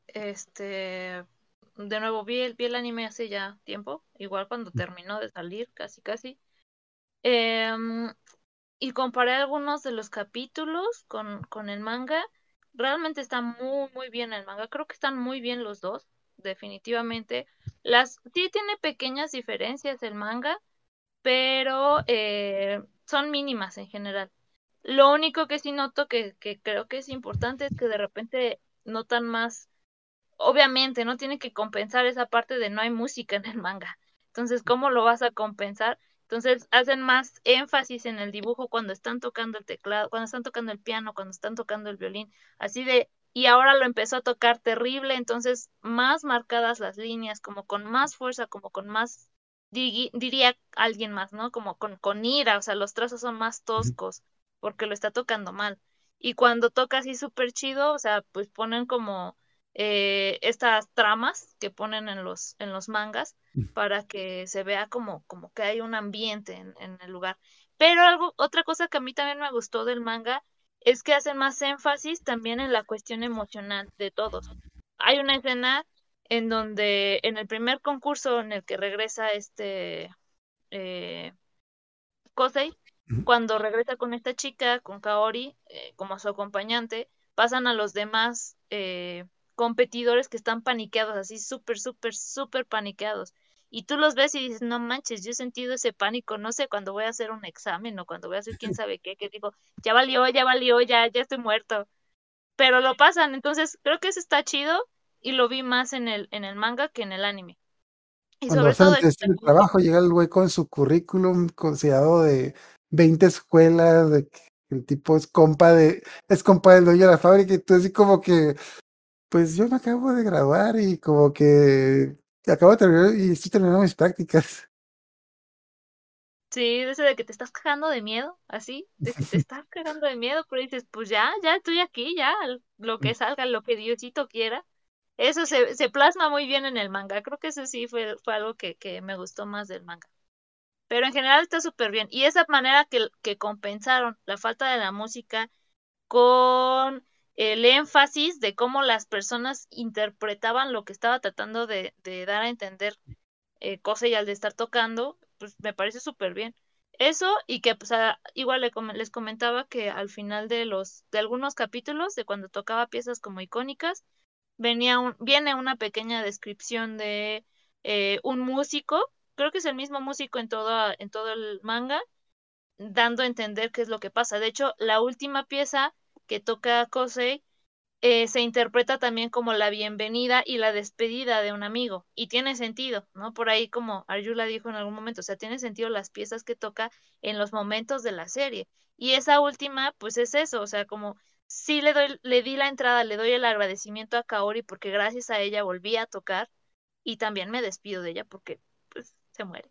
de nuevo, vi el anime hace ya tiempo, igual cuando terminó de salir, casi, casi. Em, y comparé algunos de los capítulos con el manga. Realmente está muy, muy bien el manga. Creo que están muy bien los dos, definitivamente. Sí tiene pequeñas diferencias el manga, pero son mínimas en general. Lo único que sí noto que creo que es importante es que de repente notan más. Obviamente, no tiene que compensar esa parte de no hay música en el manga. Entonces, ¿cómo lo vas a compensar? Entonces, hacen más énfasis en el dibujo cuando están tocando el teclado, cuando están tocando el piano, cuando están tocando el violín, así de, y ahora lo empezó a tocar terrible, entonces más marcadas las líneas, como con más fuerza, como con más, diría alguien más, ¿no? Como con ira, o sea, los trazos son más Ujú, toscos, porque lo está tocando mal. Y cuando toca así súper chido, o sea, pues ponen como estas tramas que ponen en los mangas ujú, para que se vea como que hay un ambiente en el lugar. Pero otra cosa que a mí también me gustó del manga es que hacen más énfasis también en la cuestión emocional de todos. Hay una escena en donde en el primer concurso en el que regresa eh, Kosei, ujú. cuando regresa con esta chica, con Kaori, como su acompañante, pasan a los demás competidores que están paniqueados, así súper, súper, súper paniqueados. Y tú los ves y dices, no manches, yo he sentido ese pánico, no sé, cuando voy a hacer un examen o cuando voy a hacer quién sabe qué, que digo, ya valió, ya estoy muerto. pero lo pasan, entonces creo que eso está chido y lo vi más en el manga que en el anime. Y Cuando sobre vas a todo entrevista de trabajo, llega el güey con su currículum considerado de 20 escuelas, de que el tipo es compa del dueño de la fábrica, y tú así como que, pues yo me acabo de graduar y como que acabo de terminar y estoy terminando mis prácticas. sí, ese de que te estás cagando de miedo, así, de que te estás cagando de miedo, pero dices, pues ya, ya estoy aquí, ya, lo que salga, lo que Diosito quiera. Eso se plasma muy bien en el manga. Creo que eso sí fue algo que me gustó más del manga. Pero en general está súper bien. Y esa manera que compensaron la falta de la música con el énfasis de cómo las personas interpretaban lo que estaba tratando de dar a entender Cosa y al de estar tocando, pues me parece súper bien. Eso y que pues igual les comentaba que al final de algunos capítulos, de cuando tocaba piezas como icónicas, viene una pequeña descripción de un músico, creo que es el mismo músico en todo el manga, dando a entender qué es lo que pasa. De hecho, la última pieza que toca Kosei se interpreta también como la bienvenida y la despedida de un amigo. Y tiene sentido, ¿no? Por ahí como Arjula dijo en algún momento, o sea, tiene sentido las piezas que toca en los momentos de la serie. Y esa última, pues es eso, o sea, como sí le di la entrada, le doy el agradecimiento a Kaori porque gracias a ella volví a tocar y también me despido de ella porque pues se muere.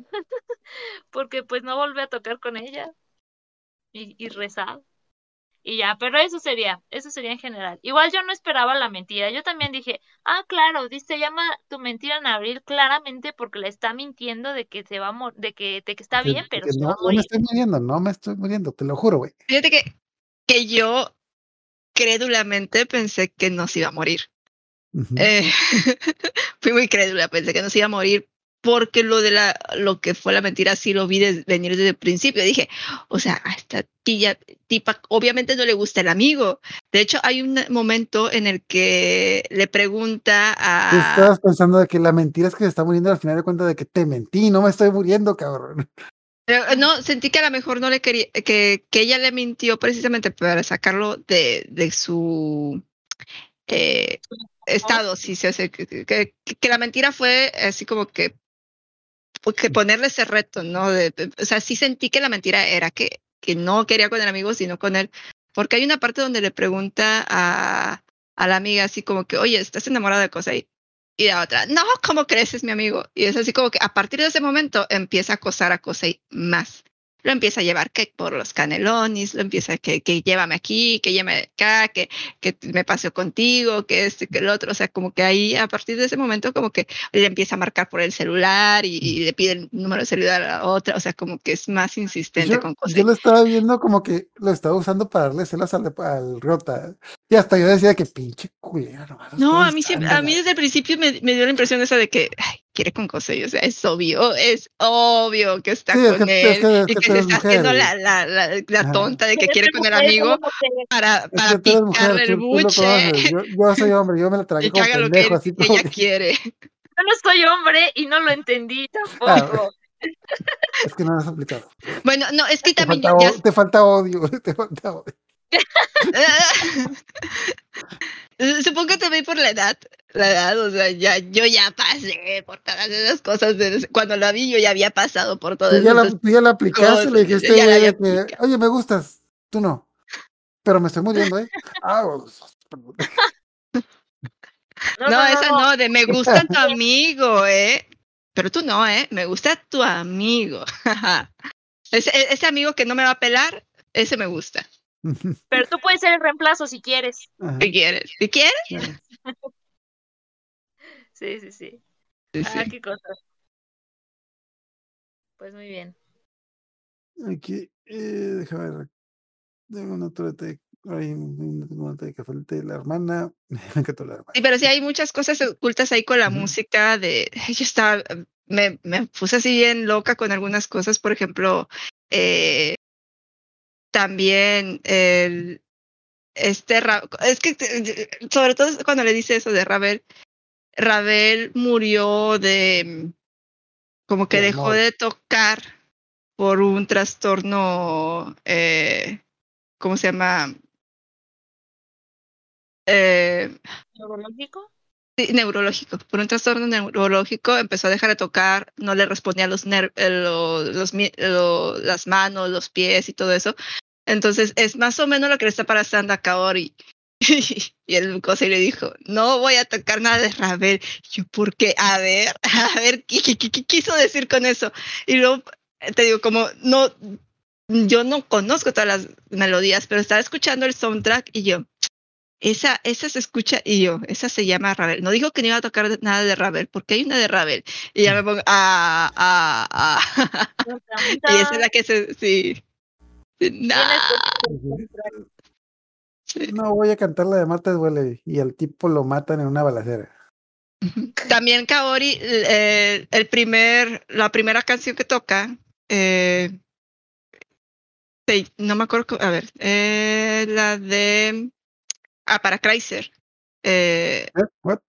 Porque pues no volví a tocar con ella y rezar. Y ya, pero eso sería en general. Igual yo no esperaba la mentira. Yo también dije, ah, claro, dice, llama tu mentira en abril claramente porque le está mintiendo de que se va a de que está bien, De pero que se va no, a no me morir. estoy muriendo, no me estoy muriendo, te lo juro, güey. Fíjate que yo crédulamente pensé que no se iba a morir. Ujú. Eh, fui muy crédula, pensé que no se iba a morir porque lo que fue la mentira sí lo vi venir desde el principio. Dije, o sea, a esta tipa obviamente no le gusta el amigo. De hecho, hay un momento en el que le pregunta Tú a... estabas pensando de que la mentira es que se está muriendo, al final de cuentas de que te mentí, no me estoy muriendo, cabrón. No, sentí que a lo mejor no le quería, que ella le mintió precisamente para sacarlo de su eh, Amor. estado, sí, que la mentira fue así como que ponerle ese reto, ¿no? O sea, sí sentí que la mentira era que no quería con el amigo, sino con él, porque hay una parte donde le pregunta a la amiga así como que, oye, ¿estás enamorada de Kosei? Y la otra, no, ¿cómo crees? Es mi amigo. Y es así como que a partir de ese momento empieza a acosar a Kosei más. Lo empieza a llevar que por los canelones, lo empieza que llévame aquí, que llévame acá, que me paseo contigo, que este, que el otro. O sea, como que ahí, a partir de ese momento, como que le empieza a marcar por el celular y le pide el número de celular a la otra. O sea, como que es más Pues insistente con yo Kosei. lo estaba viendo como que lo estaba usando para darle celos al Rota. Y hasta yo decía que pinche culero, nomás lo está No, a mí siempre, usando, a mí desde el principio me dio la impresión esa de que ay, quiere con Kosei, o sea, es obvio que está Sí, con él es y que que tú se eres está mujer, haciendo güey. la Ajá. tonta de que Pero es quiere que con el mujeres amigo somos mujeres. Es para que tú eres mujer, picarle el tú lo buche conoces. Yo soy hombre, yo me la tragué y que como haga lo pendejo, así que como ella que. quiere. Yo no soy hombre y no lo entendí Ah, tampoco. es que no lo has aplicado. Bueno, no, es que también ya Te falta odio, te falta odio. supongo que también por la edad, o sea, yo ya pasé por todas esas cosas, cuando la vi yo ya había pasado por todas esas Tú ya la aplicaste, cosas, le dijiste, ya la güey, había de que, aplicado. oye, me gustas, tú no, pero me estoy muriendo, ¿eh? Ah, No, no, No, no, esa no. no, de me gusta tu amigo, ¿eh? Pero tú no, ¿eh? Me gusta tu amigo. Ese amigo que no me va a pelar, ese me gusta. Pero tú puedes ser el reemplazo si quieres. ¿Qué Ajá, quieres? ¿Qué quieres? ya, Sí, sí, sí. Sí, Ah, sí. qué cosas. Pues muy bien. aquí, déjame ver, tengo un otro detalle, hay un detalle que falta de la hermana, me encantó la hermana. Sí, pero sí hay muchas cosas ocultas ahí con la Ujú. música de, yo estaba, me puse así bien loca con algunas cosas, por ejemplo, eh, también es que sobre todo cuando le dice eso de Ravel murió como que De dejó amor. de tocar por un trastorno, ¿cómo se llama? eh, ¿Neurológico? sí, neurológico. Por un trastorno neurológico empezó a dejar de tocar, no le respondía a las manos, los pies y todo eso. Entonces es más o menos lo que le está pasando a Kaori. Y el cosa le dijo, no voy a tocar nada de Ravel. Y yo, ¿por qué? A ver, ¿qué quiso decir con eso? Y luego te digo, como no, yo no conozco todas las melodías, pero estaba escuchando el soundtrack y yo, esa se escucha y yo, esa se llama Ravel. No dijo que no iba a tocar nada de Ravel, porque hay una de Ravel. Y ya me pongo, y esa es la que sí. ¿Quién escogió Nah. el soundtrack? No voy a cantar la de Marta Duele y al tipo lo matan en una balacera. También Kaori, la primera canción que toca, no me acuerdo, a ver, la de, para Chrysler. What?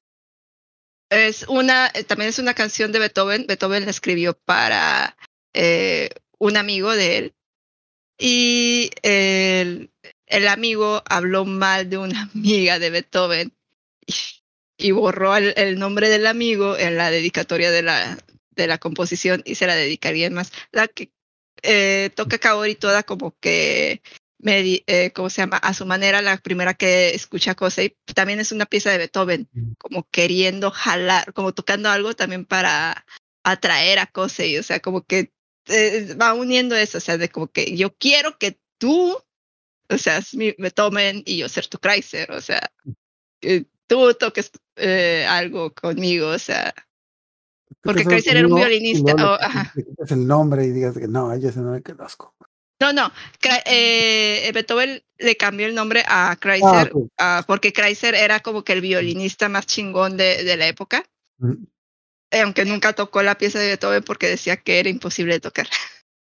También es una canción de Beethoven. Beethoven la escribió para un amigo de él. Y el amigo habló mal de una amiga de Beethoven y borró el nombre del amigo en la dedicatoria de la composición y se la dedicaría más. La que toca Kaori toda como que, ¿cómo se llama? A su manera, la primera que escucha Kosei, también es una pieza de Beethoven, como queriendo jalar, como tocando algo también para atraer a Kosei, o sea, como que va uniendo eso, o sea, de como que yo quiero que tú, o sea, me tomen y yo ser tu Chrysler, o sea, tú toques algo conmigo, o sea, Que porque solo Chrysler era un conmigo y violinista, luego ajá. le quitas el nombre y digas que no, yo ese no me conozco. No, Beethoven le cambió el nombre a Chrysler Ok. porque Chrysler era como que el violinista más chingón de la época, aunque nunca tocó la pieza de Beethoven porque decía que era imposible de tocar.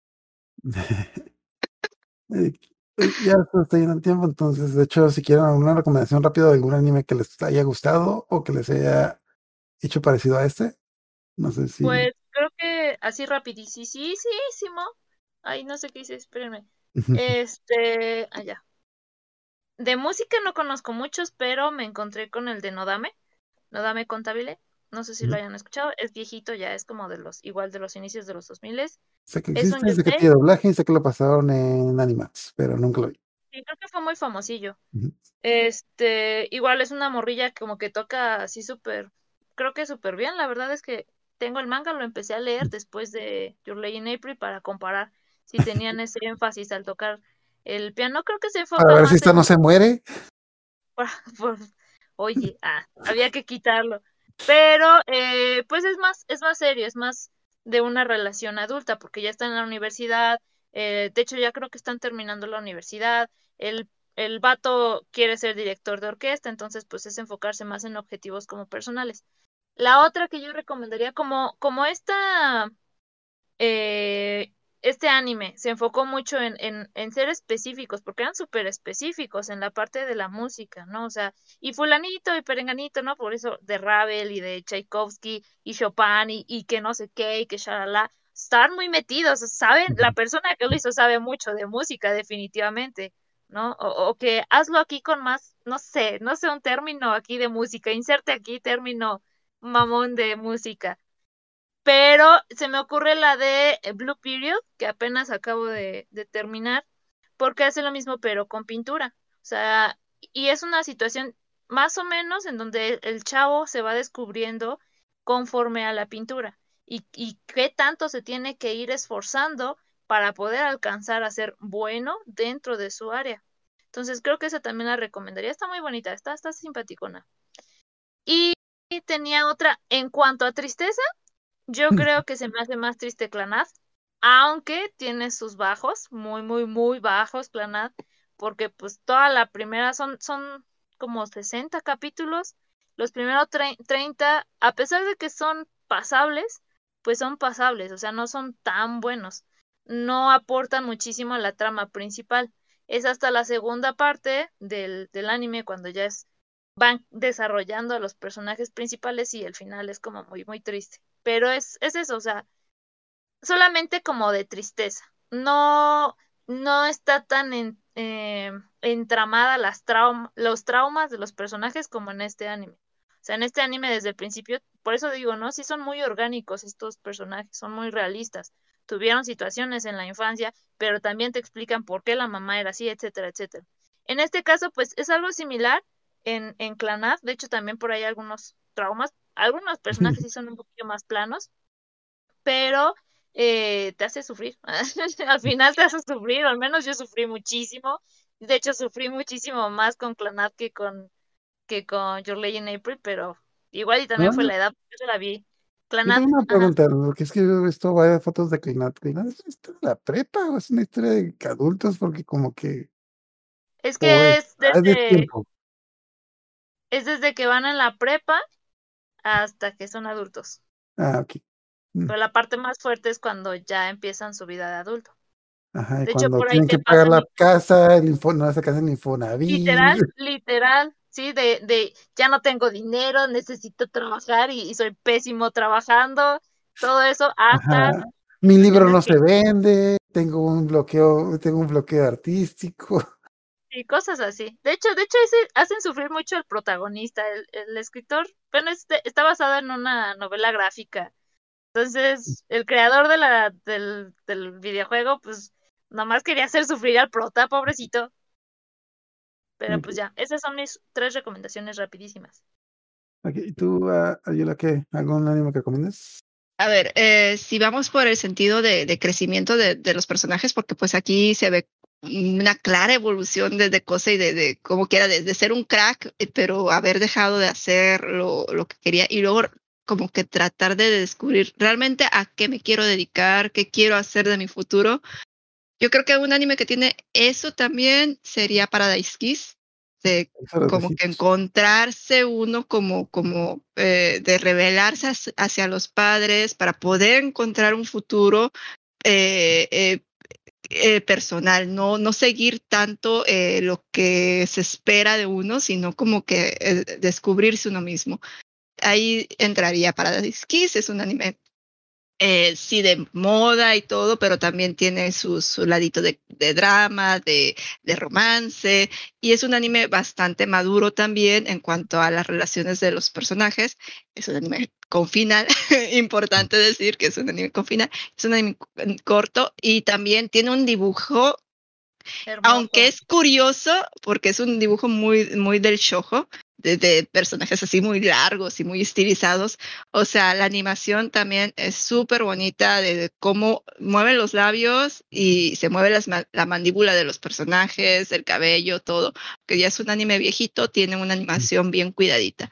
Ya se está yendo el tiempo, entonces, de hecho, si quieren alguna recomendación rápida de algún anime que les haya gustado o que les haya hecho parecido a este, no sé si... Pues creo que así rapidísimo. Ay, no sé qué hice, espérenme. Allá. De música no conozco muchos, pero me encontré con el de Nodame Cantabile. No sé si lo hayan escuchado. Es viejito, ya es como igual de los inicios de los 2000. Sé que Es un existe, sé que yosei. tiene doblaje y sé que lo pasaron en Animax, pero nunca lo vi. Sí, creo que fue muy famosillo. Ujú. Igual es una morrilla que como que toca así creo que súper bien. La verdad es que tengo el manga, lo empecé a leer después de Your Lady in April para comparar si tenían ese énfasis al tocar el piano. Creo que se Para enfoca ver si más esta en, no se muere. por- oye, había que quitarlo. Pero, pues es más serio, es más de una relación adulta, porque ya están en la universidad, de hecho ya creo que están terminando la universidad, el vato quiere ser director de orquesta, entonces pues es enfocarse más en objetivos como personales. La otra que yo recomendaría, como eh, este anime se enfocó mucho en ser específicos, porque eran súper específicos en la parte de la música, ¿no? O sea, y fulanito y perenganito, ¿no? Por eso de Ravel y de Tchaikovsky y Chopin y que no sé qué y que shalala, están muy metidos, ¿saben? La persona que lo hizo sabe mucho de música, definitivamente, ¿no? O que hazlo aquí con más, no sé un término aquí de música, inserte aquí término mamón de música, pero se me ocurre la de Blue Period, que apenas acabo de terminar, porque hace lo mismo, pero con pintura. O sea, y es una situación más o menos en donde el chavo se va descubriendo conforme a la pintura y qué tanto se tiene que ir esforzando para poder alcanzar a ser bueno dentro de su área. Entonces creo que esa también la recomendaría. Está muy bonita, está simpaticona. Y tenía otra, en cuanto a tristeza, yo creo que se me hace más triste Clannad, aunque tiene sus bajos, muy bajos Clannad, porque pues toda la primera son como 60 capítulos, los primeros 30, a pesar de que son pasables, pues son pasables, o sea, no son tan buenos, no aportan muchísimo a la trama principal. Es hasta la segunda parte del anime cuando van desarrollando a los personajes principales y el final es como muy triste. Pero es eso, o sea, solamente como de tristeza. No está tan entramada los traumas de los personajes como en este anime. O sea, en este anime desde el principio, por eso digo, ¿no? Sí son muy orgánicos estos personajes, son muy realistas. Tuvieron situaciones en la infancia, pero también te explican por qué la mamá era así, etcétera, etcétera. En este caso, pues es algo similar en Clannad. De hecho, también por ahí algunos traumas. Algunos personajes sí son un poquito más planos, pero te hace sufrir. Al final te hace sufrir, al menos yo sufrí muchísimo. De hecho, sufrí muchísimo más con Clannad que con Your Lady in April, pero igual y también fue No, la edad, yo la vi. yo Clannad, tengo una ajá. pregunta, porque es que yo he visto varias fotos de Clinat. ¿Clinat es una historia de la prepa o es una historia de adultos? Porque como que, Es o que es, es de tiempo. es desde que van en la prepa hasta que son adultos. Ah, ok. Mm, Pero la parte más fuerte es cuando ya empiezan su vida de adulto. ajá, y De hecho, cuando por ahí tienen te que pagar pasan la casa, no, esa casa en Infonavit. literal, literal, sí, de ya no tengo dinero, necesito trabajar y soy pésimo trabajando, todo eso hasta Ajá. Mi libro en el no que, se vende, tengo un bloqueo artístico. y cosas así. De hecho, hacen sufrir mucho al protagonista, el escritor, bueno, está basado en una novela gráfica. Entonces, el creador del videojuego, pues, nomás quería hacer sufrir al prota, pobrecito. Pero Ok, pues ya, esas son mis 3 recomendaciones rapidísimas. ok. ¿Y tú, Ayula, qué? ¿Algún ánimo que recomiendas? A ver, si vamos por el sentido de crecimiento de los personajes, porque pues aquí se ve una clara evolución de cosa y de como quiera, de ser un crack, pero haber dejado de hacer lo que quería y luego como que tratar de descubrir realmente a qué me quiero dedicar, qué quiero hacer de mi futuro. Yo creo que un anime que tiene eso también sería Paradise Kiss, de Eso los como que viejitos. encontrarse uno como de revelarse hacia los padres para poder encontrar un futuro eh, eh, personal, no seguir tanto lo que se espera de uno, sino como que descubrirse uno mismo. Ahí entraría Paradise Kiss, es un anime sí de moda y todo, pero también tiene su ladito de drama, de romance, y es un anime bastante maduro también en cuanto a las relaciones de los personajes. Es un anime con final, importante decir que es un anime con final, es un anime corto y también tiene un dibujo, aunque Hermoso. es curioso, porque es un dibujo muy del shoujo, de personajes así muy largos y muy estilizados. O sea, la animación también es súper bonita de cómo mueven los labios y se mueve la mandíbula de los personajes, el cabello, todo. Que ya es un anime viejito, tiene una animación bien cuidadita.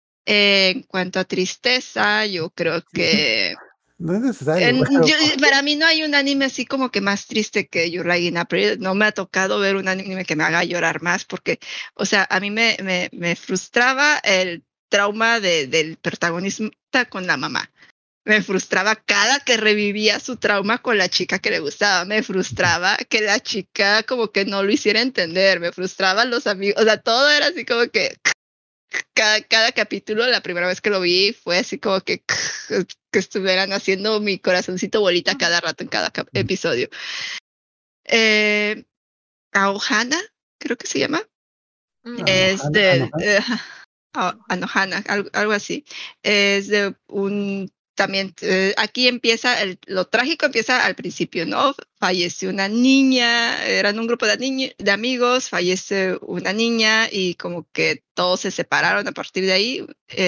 En cuanto a tristeza, yo creo que No es necesario, pero para mí no hay un anime así como que más triste que Your Lie in April. No me ha tocado ver un anime que me haga llorar más porque, o sea, a mí me frustraba el trauma del protagonista con la mamá. Me frustraba cada que revivía su trauma con la chica que le gustaba. Me frustraba que la chica como que no lo hiciera entender. Me frustraban los amigos. O sea, todo era así como que cada capítulo, la primera vez que lo vi, fue así como que estuvieran haciendo mi corazoncito bolita cada rato en cada episodio. Eh, Aohana, creo que se llama. Es de Anohana, algo así. Es de un también aquí empieza lo trágico empieza al principio, ¿no? Fallece una niña, eran un grupo de amigos, fallece una niña y como que todos se separaron a partir de ahí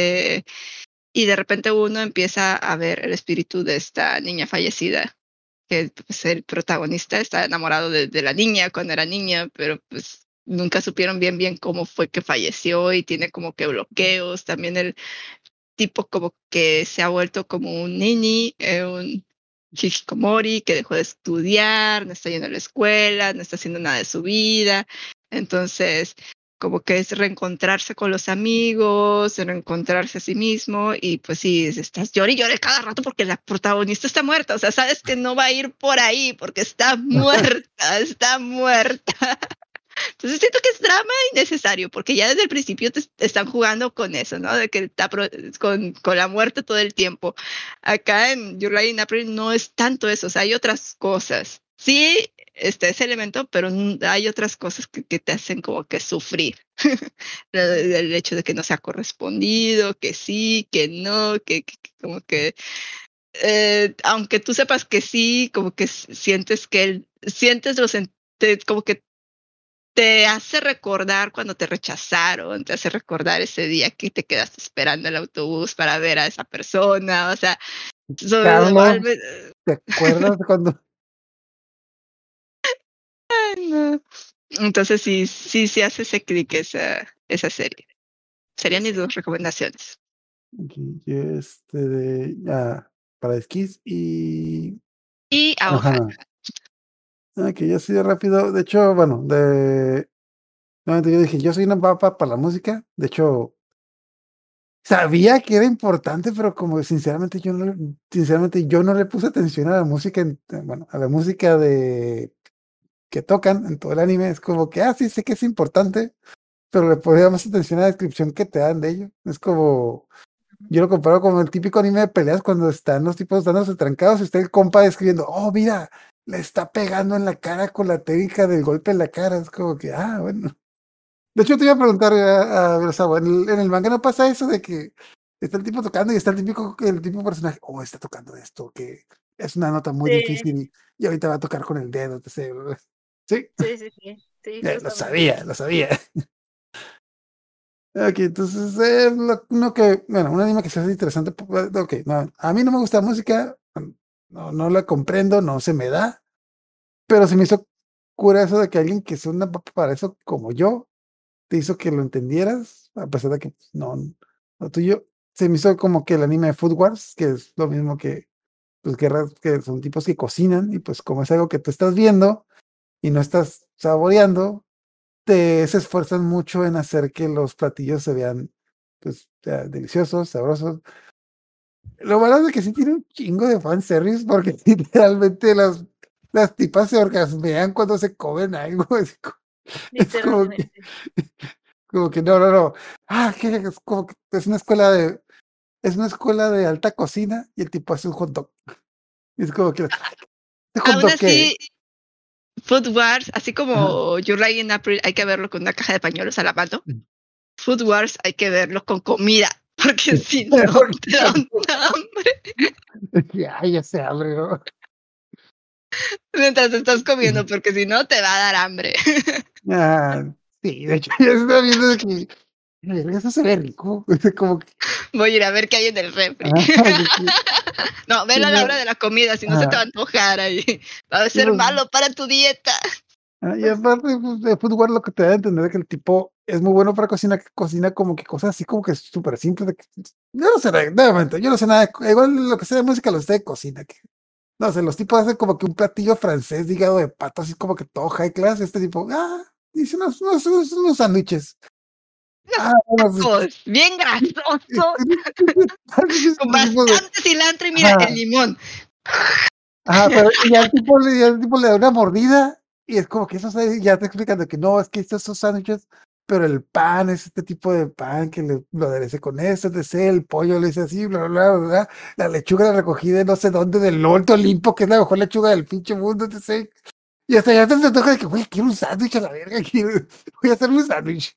y de repente uno empieza a ver el espíritu de esta niña fallecida, que pues, el protagonista está enamorado de la niña cuando era niña, pero pues nunca supieron bien cómo fue que falleció y tiene como que bloqueos. También el tipo como que se ha vuelto como un nini, un hikikomori que dejó de estudiar, no está yendo a la escuela, no está haciendo nada de su vida. Entonces, como que es reencontrarse con los amigos, reencontrarse a sí mismo y pues sí, estás llore y llore cada rato porque la protagonista está muerta, o sea, sabes que no va a ir por ahí porque está muerta, está muerta. Entonces siento que es drama innecesario, porque ya desde el principio te están jugando con eso, ¿no? De que está con la muerte todo el tiempo. Acá en Your Lie in April no es tanto eso, o sea, hay otras cosas. sí, ese elemento, pero hay otras cosas que te hacen como que sufrir. El hecho de que no sea correspondido, que sí, que no, que como que, aunque tú sepas que sí, como que sientes que sientes como que te hace recordar cuando te rechazaron, te hace recordar ese día que te quedaste esperando el autobús para ver a esa persona, o sea, Carlos, ¿te acuerdas cuando? no. Entonces sí hace ese clic esa serie. Serían mis Sí. dos recomendaciones. Aquí, para esquís y Y Aohana. Anohana. Que ya así de rápido. De hecho, bueno, nuevamente yo dije, yo soy una papa para la música. De hecho, sabía que era importante, pero como sinceramente yo no le puse atención a la música, bueno, a la música de que tocan en todo el anime. Es como que, sí, sé que es importante, pero le ponía más atención a la descripción que te dan de ello. Es como, yo lo comparo con el típico anime de peleas cuando están los tipos dándose trancados y está el compa describiendo, oh, mira, le está pegando en la cara con la técnica del golpe en la cara. Es como que, bueno. De hecho, te iba a preguntar a Urasawa, en el manga no pasa eso de que está el tipo tocando y está el típico personaje, está tocando esto, que es una nota muy Sí, difícil y ahorita va a tocar con el dedo, sí, sí, sí, sí, sí, lo justamente. sabía, lo sabía. Ok, entonces uno que, bueno, un anime que se hace interesante, ok, no, a mí no me gusta la música, no la comprendo, no se me da, pero se me hizo cura eso de que alguien que es una papa para eso como yo, te hizo que lo entendieras, a pesar de que pues, no, lo tuyo, se me hizo como que el anime de Food Wars, que es lo mismo que, pues, guerras, que son tipos que cocinan, y pues como es algo que tú estás viendo y no estás saboreando, se esfuerzan mucho en hacer que los platillos se vean, pues, deliciosos, sabrosos. Lo malo es que sí tiene un chingo de fanservice, porque literalmente las tipas se orgasmean cuando se comen algo, es como que Literalmente. no. Que es como que es una escuela de alta cocina y el tipo hace un hot dog. Y es como que, ¿este hot Aún dog qué? así, Food Wars, así Ajá. como Your Lie in April, hay que verlo con una caja de pañuelos a la mano. Food Wars hay que verlo con comida, porque si no, Porque te da un hambre ya se abre, ¿no? mientras estás comiendo, porque si no, te va a dar hambre. Ah, sí, de hecho, ya se está viendo de que eso se ve rico. Es como que, Voy a ir a ver qué hay en el refri. No, sí, velo a la hora de la comida, si no se te va a antojar ahí. Va a sí, ser malo para tu dieta. y aparte pues, de fútbol lo que te da a entender es que el tipo es muy bueno para cocinar, que cocina como que cosas así como que súper simples. Yo no sé, nuevamente, yo no sé nada, igual lo que sé de música lo sé de cocina. No sé, los tipos hacen como que un platillo francés de hígado de pato, así como que todo high class. Este tipo, dice unos sándwiches. Bueno, Tacos, bien grasosos, con este tipo de, bastante cilantro y mira, el ajá, limón. pero ya el tipo le da una mordida y es como que eso ya te explican de que no, es que estos son sándwiches, pero el pan es este tipo de pan que lo aderece con esto, etc. El pollo le dice así, bla, bla, bla, bla. La lechuga la recogí de no sé dónde, del Alto Olimpo, que es la mejor lechuga del pinche mundo, etc. Y hasta ya te toca de que, güey, quiero un sándwich a la verga, voy a hacerme un sándwich.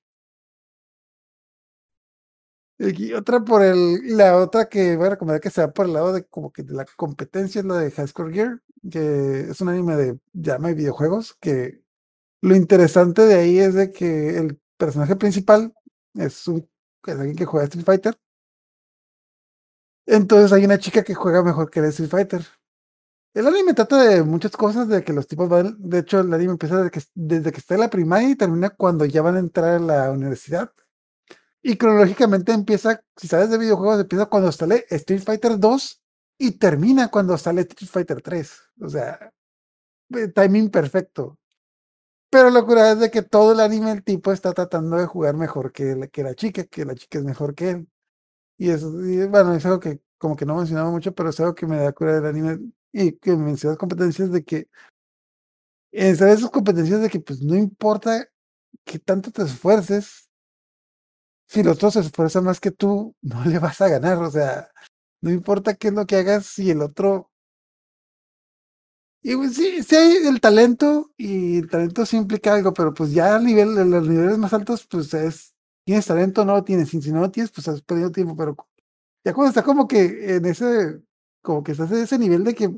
Y la otra que voy a recomendar que sea por el lado de como que de la competencia es la de High Score Gear, que es un anime de llama y videojuegos, que lo interesante de ahí es de que el personaje principal es alguien que juega Street Fighter. Entonces hay una chica que juega mejor que el Street Fighter. El anime trata de muchas cosas, de que los tipos de hecho el anime empieza desde que está en la primaria y termina cuando ya van a entrar a la universidad. Y cronológicamente empieza, si sabes de videojuegos, empieza cuando sale Street Fighter 2 y termina cuando sale Street Fighter 3. O sea, timing perfecto. Pero la cura es de que todo el anime el tipo está tratando de jugar mejor que la chica es mejor que él. Y eso, y bueno, es algo que como que no mencionaba mucho, pero es algo que me da cura del anime y que me mencionas competencias de que, ¿sabes? Esas competencias de que pues no importa que tanto te esfuerces, si el otro se esfuerza más que tú, no le vas a ganar. O sea, no importa qué es lo que hagas, si el otro Y pues sí hay el talento, y el talento sí implica algo, pero pues ya en los niveles más altos, pues tienes talento, no lo tienes, y si no lo tienes, pues has perdido tiempo, pero ya cuando está como que como que estás en ese nivel de que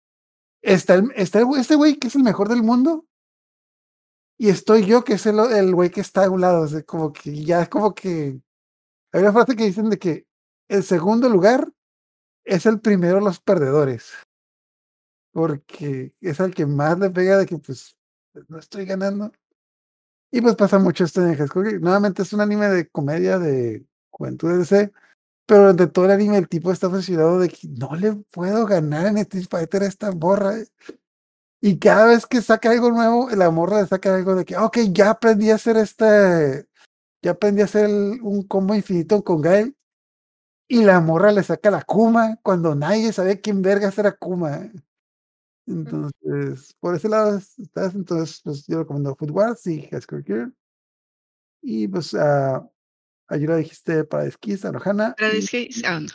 este güey que es el mejor del mundo, y estoy yo que es el güey que está a un lado, o sea, como que ya es como que, hay una frase que dicen de que el segundo lugar es el primero de los perdedores, porque es al que más le pega de que pues no estoy ganando. Y pues pasa mucho esto en High School Musical. Nuevamente es un anime de comedia de juventud DC, pero de todo el anime el tipo está obsesionado de que no le puedo ganar en Street Fighter a esta morra. Y cada vez que saca algo nuevo, la morra le saca algo de que, ok, ya aprendí a hacer un combo infinito con Gael. Y la morra le saca la Kuma cuando nadie sabía quién vergas era Kuma. Entonces, por ese lado estás, entonces, pues yo recomiendo Food Wars y High School Girl. Y pues Ayura dijiste para Esquís, Anohana Pero y, es que, no.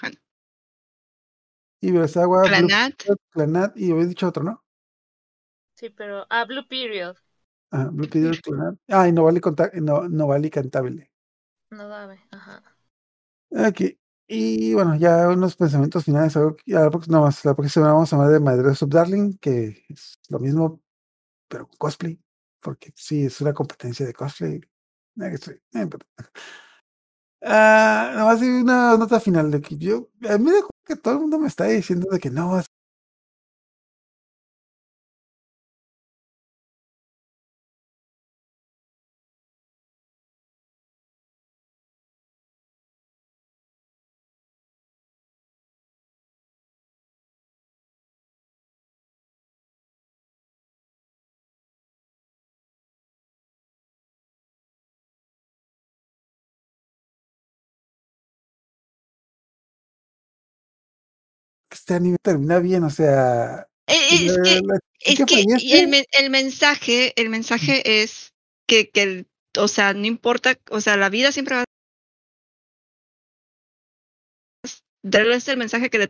y Urasawa, Blue Clanat, Period, Clanat, y habéis dicho otro, ¿no? Sí, pero Blue Period. Blue Period, Clanat. Y Novali Cantabile. No dame, ajá. Aquí. Y bueno, ya unos pensamientos finales. La próxima semana vamos a hablar de My Dress Up Darling, que es lo mismo, pero con cosplay. Porque sí, es una competencia de cosplay. Pero nomás hay una nota final de que a mí me da que todo el mundo me está diciendo de que no, este anime termina bien, o sea, es que, la es chica que y el, fallece. el mensaje es que, o sea, no importa, o sea, la vida siempre va a darles el mensaje que le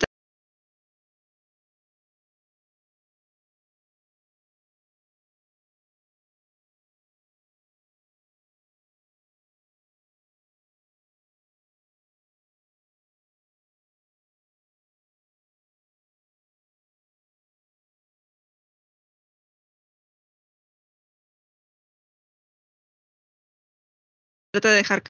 trata de dejar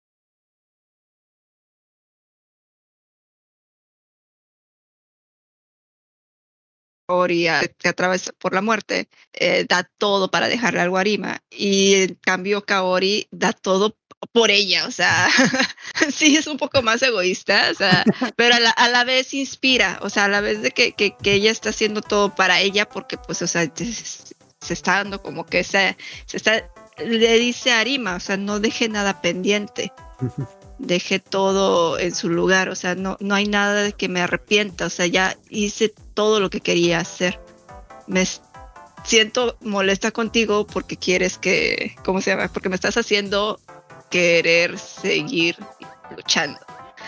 Kaori que atraviesa por la muerte, da todo para dejarle algo a Arima, y en cambio Kaori da todo por ella, o sea, sí es un poco más egoísta, o sea, pero a la vez inspira, o sea, a la vez de que ella está haciendo todo para ella, porque pues, o sea, se está dando como que se está, le dice a Arima, o sea, no deje nada pendiente. Dejé todo en su lugar, o sea, no hay nada de que me arrepienta, o sea, ya hice todo lo que quería hacer. Me siento molesta contigo porque quieres que, ¿cómo se llama? Porque me estás haciendo querer seguir luchando.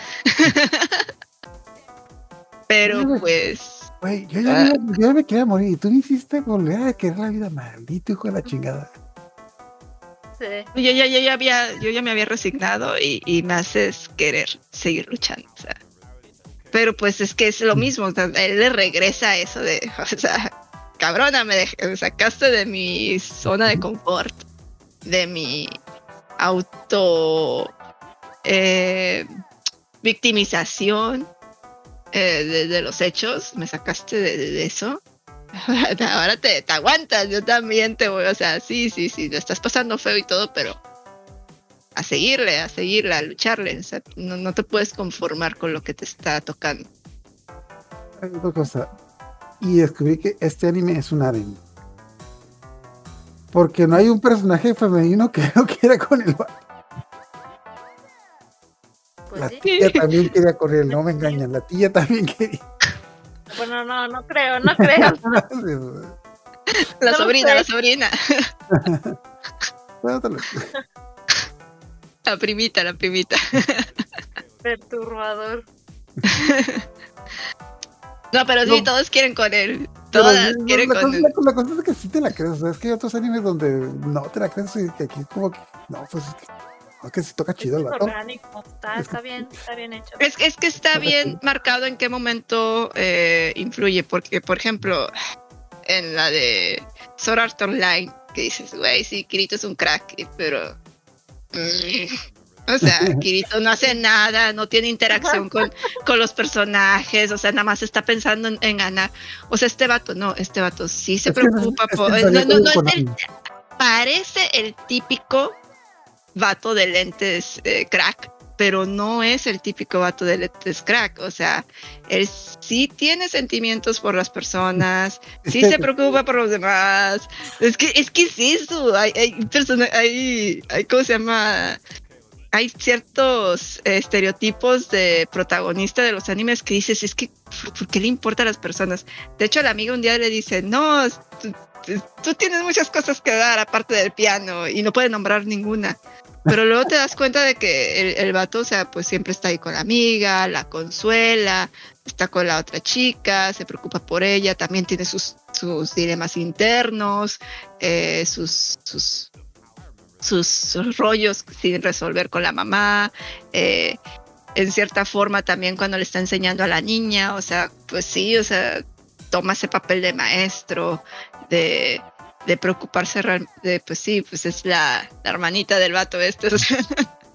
Pero pues... Güey, yo me quería morir y tú me hiciste volver a querer la vida, maldito hijo de la chingada. Sí. Yo ya me había resignado y me haces querer seguir luchando, o sea. Pero pues es que es lo mismo, o sea, él le regresa eso de, o sea, cabrona, me sacaste de mi zona de confort, de mi auto victimización de los hechos, me sacaste de eso. Ahora te aguantas, yo también te voy, o sea, sí, lo estás pasando feo y todo, pero a seguirle, a lucharle, o sea, no te puedes conformar con lo que te está tocando. Otra cosa, y descubrí que este anime es un harem. Porque no hay un personaje femenino que no quiera con el vato. Pues La sí. tía también quería correr, no me engañan, la tía también quería. Bueno, no creo. La No sobrina, sé. la sobrina. Bueno, tal vez. La primita. Perturbador. No, pero sí, No. todos quieren con él. Todas quieren con él. La cosa es que sí te la crees. O sea, es que hay otros animes donde no te la crees y que aquí como que no, pues es que sí toca chido el Es vato. orgánico, está bien hecho. Es que está bien marcado en qué momento influye, porque, por ejemplo, en la de Sword Art Online, que dices, güey, sí, Kirito es un crack, pero... o sea, Kirito no hace nada, no tiene interacción con los personajes, o sea, nada más está pensando en ganar. O sea, este vato sí se preocupa por... Parece el típico vato de lentes crack, pero no es el típico vato de lentes crack. O sea, él sí tiene sentimientos por las personas, sí se preocupa por los demás. Es que es eso. Hay ¿cómo se llama? Hay ciertos estereotipos de protagonista de los animes que dices, es que, ¿por qué le importa a las personas? De hecho, la amiga un día le dice, no, tú tienes muchas cosas que dar aparte del piano y no puede nombrar ninguna. Pero luego te das cuenta de que el vato, o sea, pues siempre está ahí con la amiga, la consuela, está con la otra chica, se preocupa por ella, también tiene sus dilemas internos, sus rollos sin resolver con la mamá, en cierta forma también cuando le está enseñando a la niña, o sea, pues sí, o sea, toma ese papel de maestro, de preocuparse pues sí, pues es la hermanita del vato este, o sea,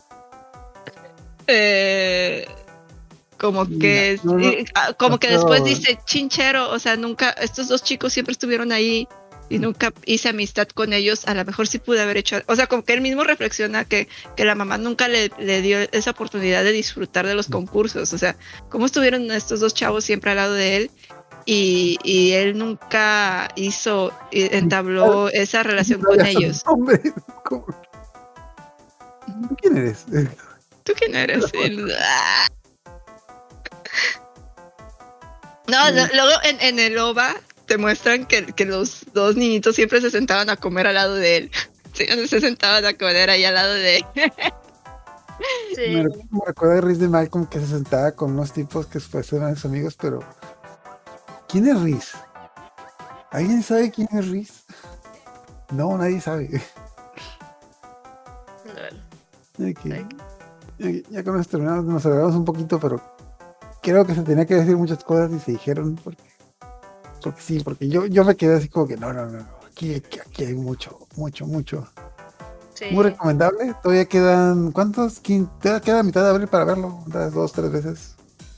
como que después dice chinchero, o sea, nunca, estos dos chicos siempre estuvieron ahí y nunca hice amistad con ellos, a lo mejor sí pude haber hecho, o sea, como que él mismo reflexiona que la mamá nunca le dio esa oportunidad de disfrutar de los concursos, o sea, cómo estuvieron estos dos chavos siempre al lado de él y él nunca entabló esa relación con ellos. Hombre, ¿cómo? ¿Tú quién eres? ¿Tú quién eres? No, luego en el OVA te muestran que los dos niñitos siempre se sentaban a comer al lado de él. Se sentaban a comer ahí al lado de él. Sí. Me recuerda de Riz de Malcolm que se sentaba con unos tipos que después eran sus amigos, pero ¿quién es Riz? ¿Alguien sabe quién es Riz? No, nadie sabe. Okay. Ya con esto terminamos, nos alargamos un poquito, pero creo que se tenía que decir muchas cosas y se dijeron porque sí, porque yo me quedé así como que no, aquí hay mucho. Sí. Muy recomendable, todavía quedan, ¿cuántos? Todavía queda mitad de abril para verlo, 2, 3 veces.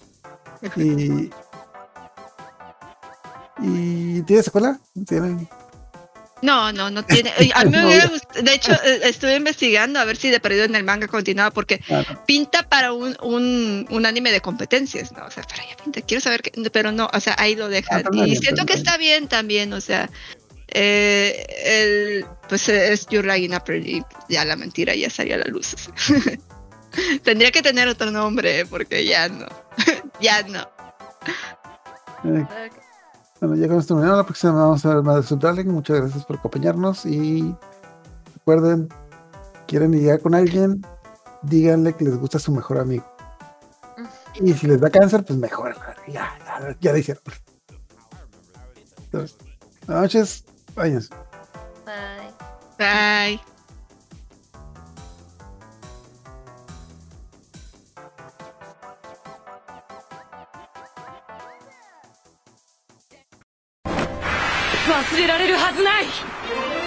¿Y tiene secuela? ¿Tiene? No tiene. A mí me hubiera gustado, de hecho, estuve investigando a ver si de perdido en el manga continuaba, porque pinta para un anime de competencias, ¿no? O sea, para allá pinta, quiero saber qué, pero no, o sea, ahí lo dejan. Y siento que está bien también, o sea, pues es Your Lie in April y ya la mentira ya salió a la luz. Tendría que tener otro nombre, porque ya no. Bueno, ya que hemos terminado, la próxima vamos a ver más de Subdarling. Muchas gracias por acompañarnos y recuerden, quieren lidiar con alguien, díganle que les gusta su mejor amigo. Y si les da cáncer, pues mejor. Ya lo hicieron. Entonces, buenas noches. Váyanse. Bye. ¡忘れられるはずない!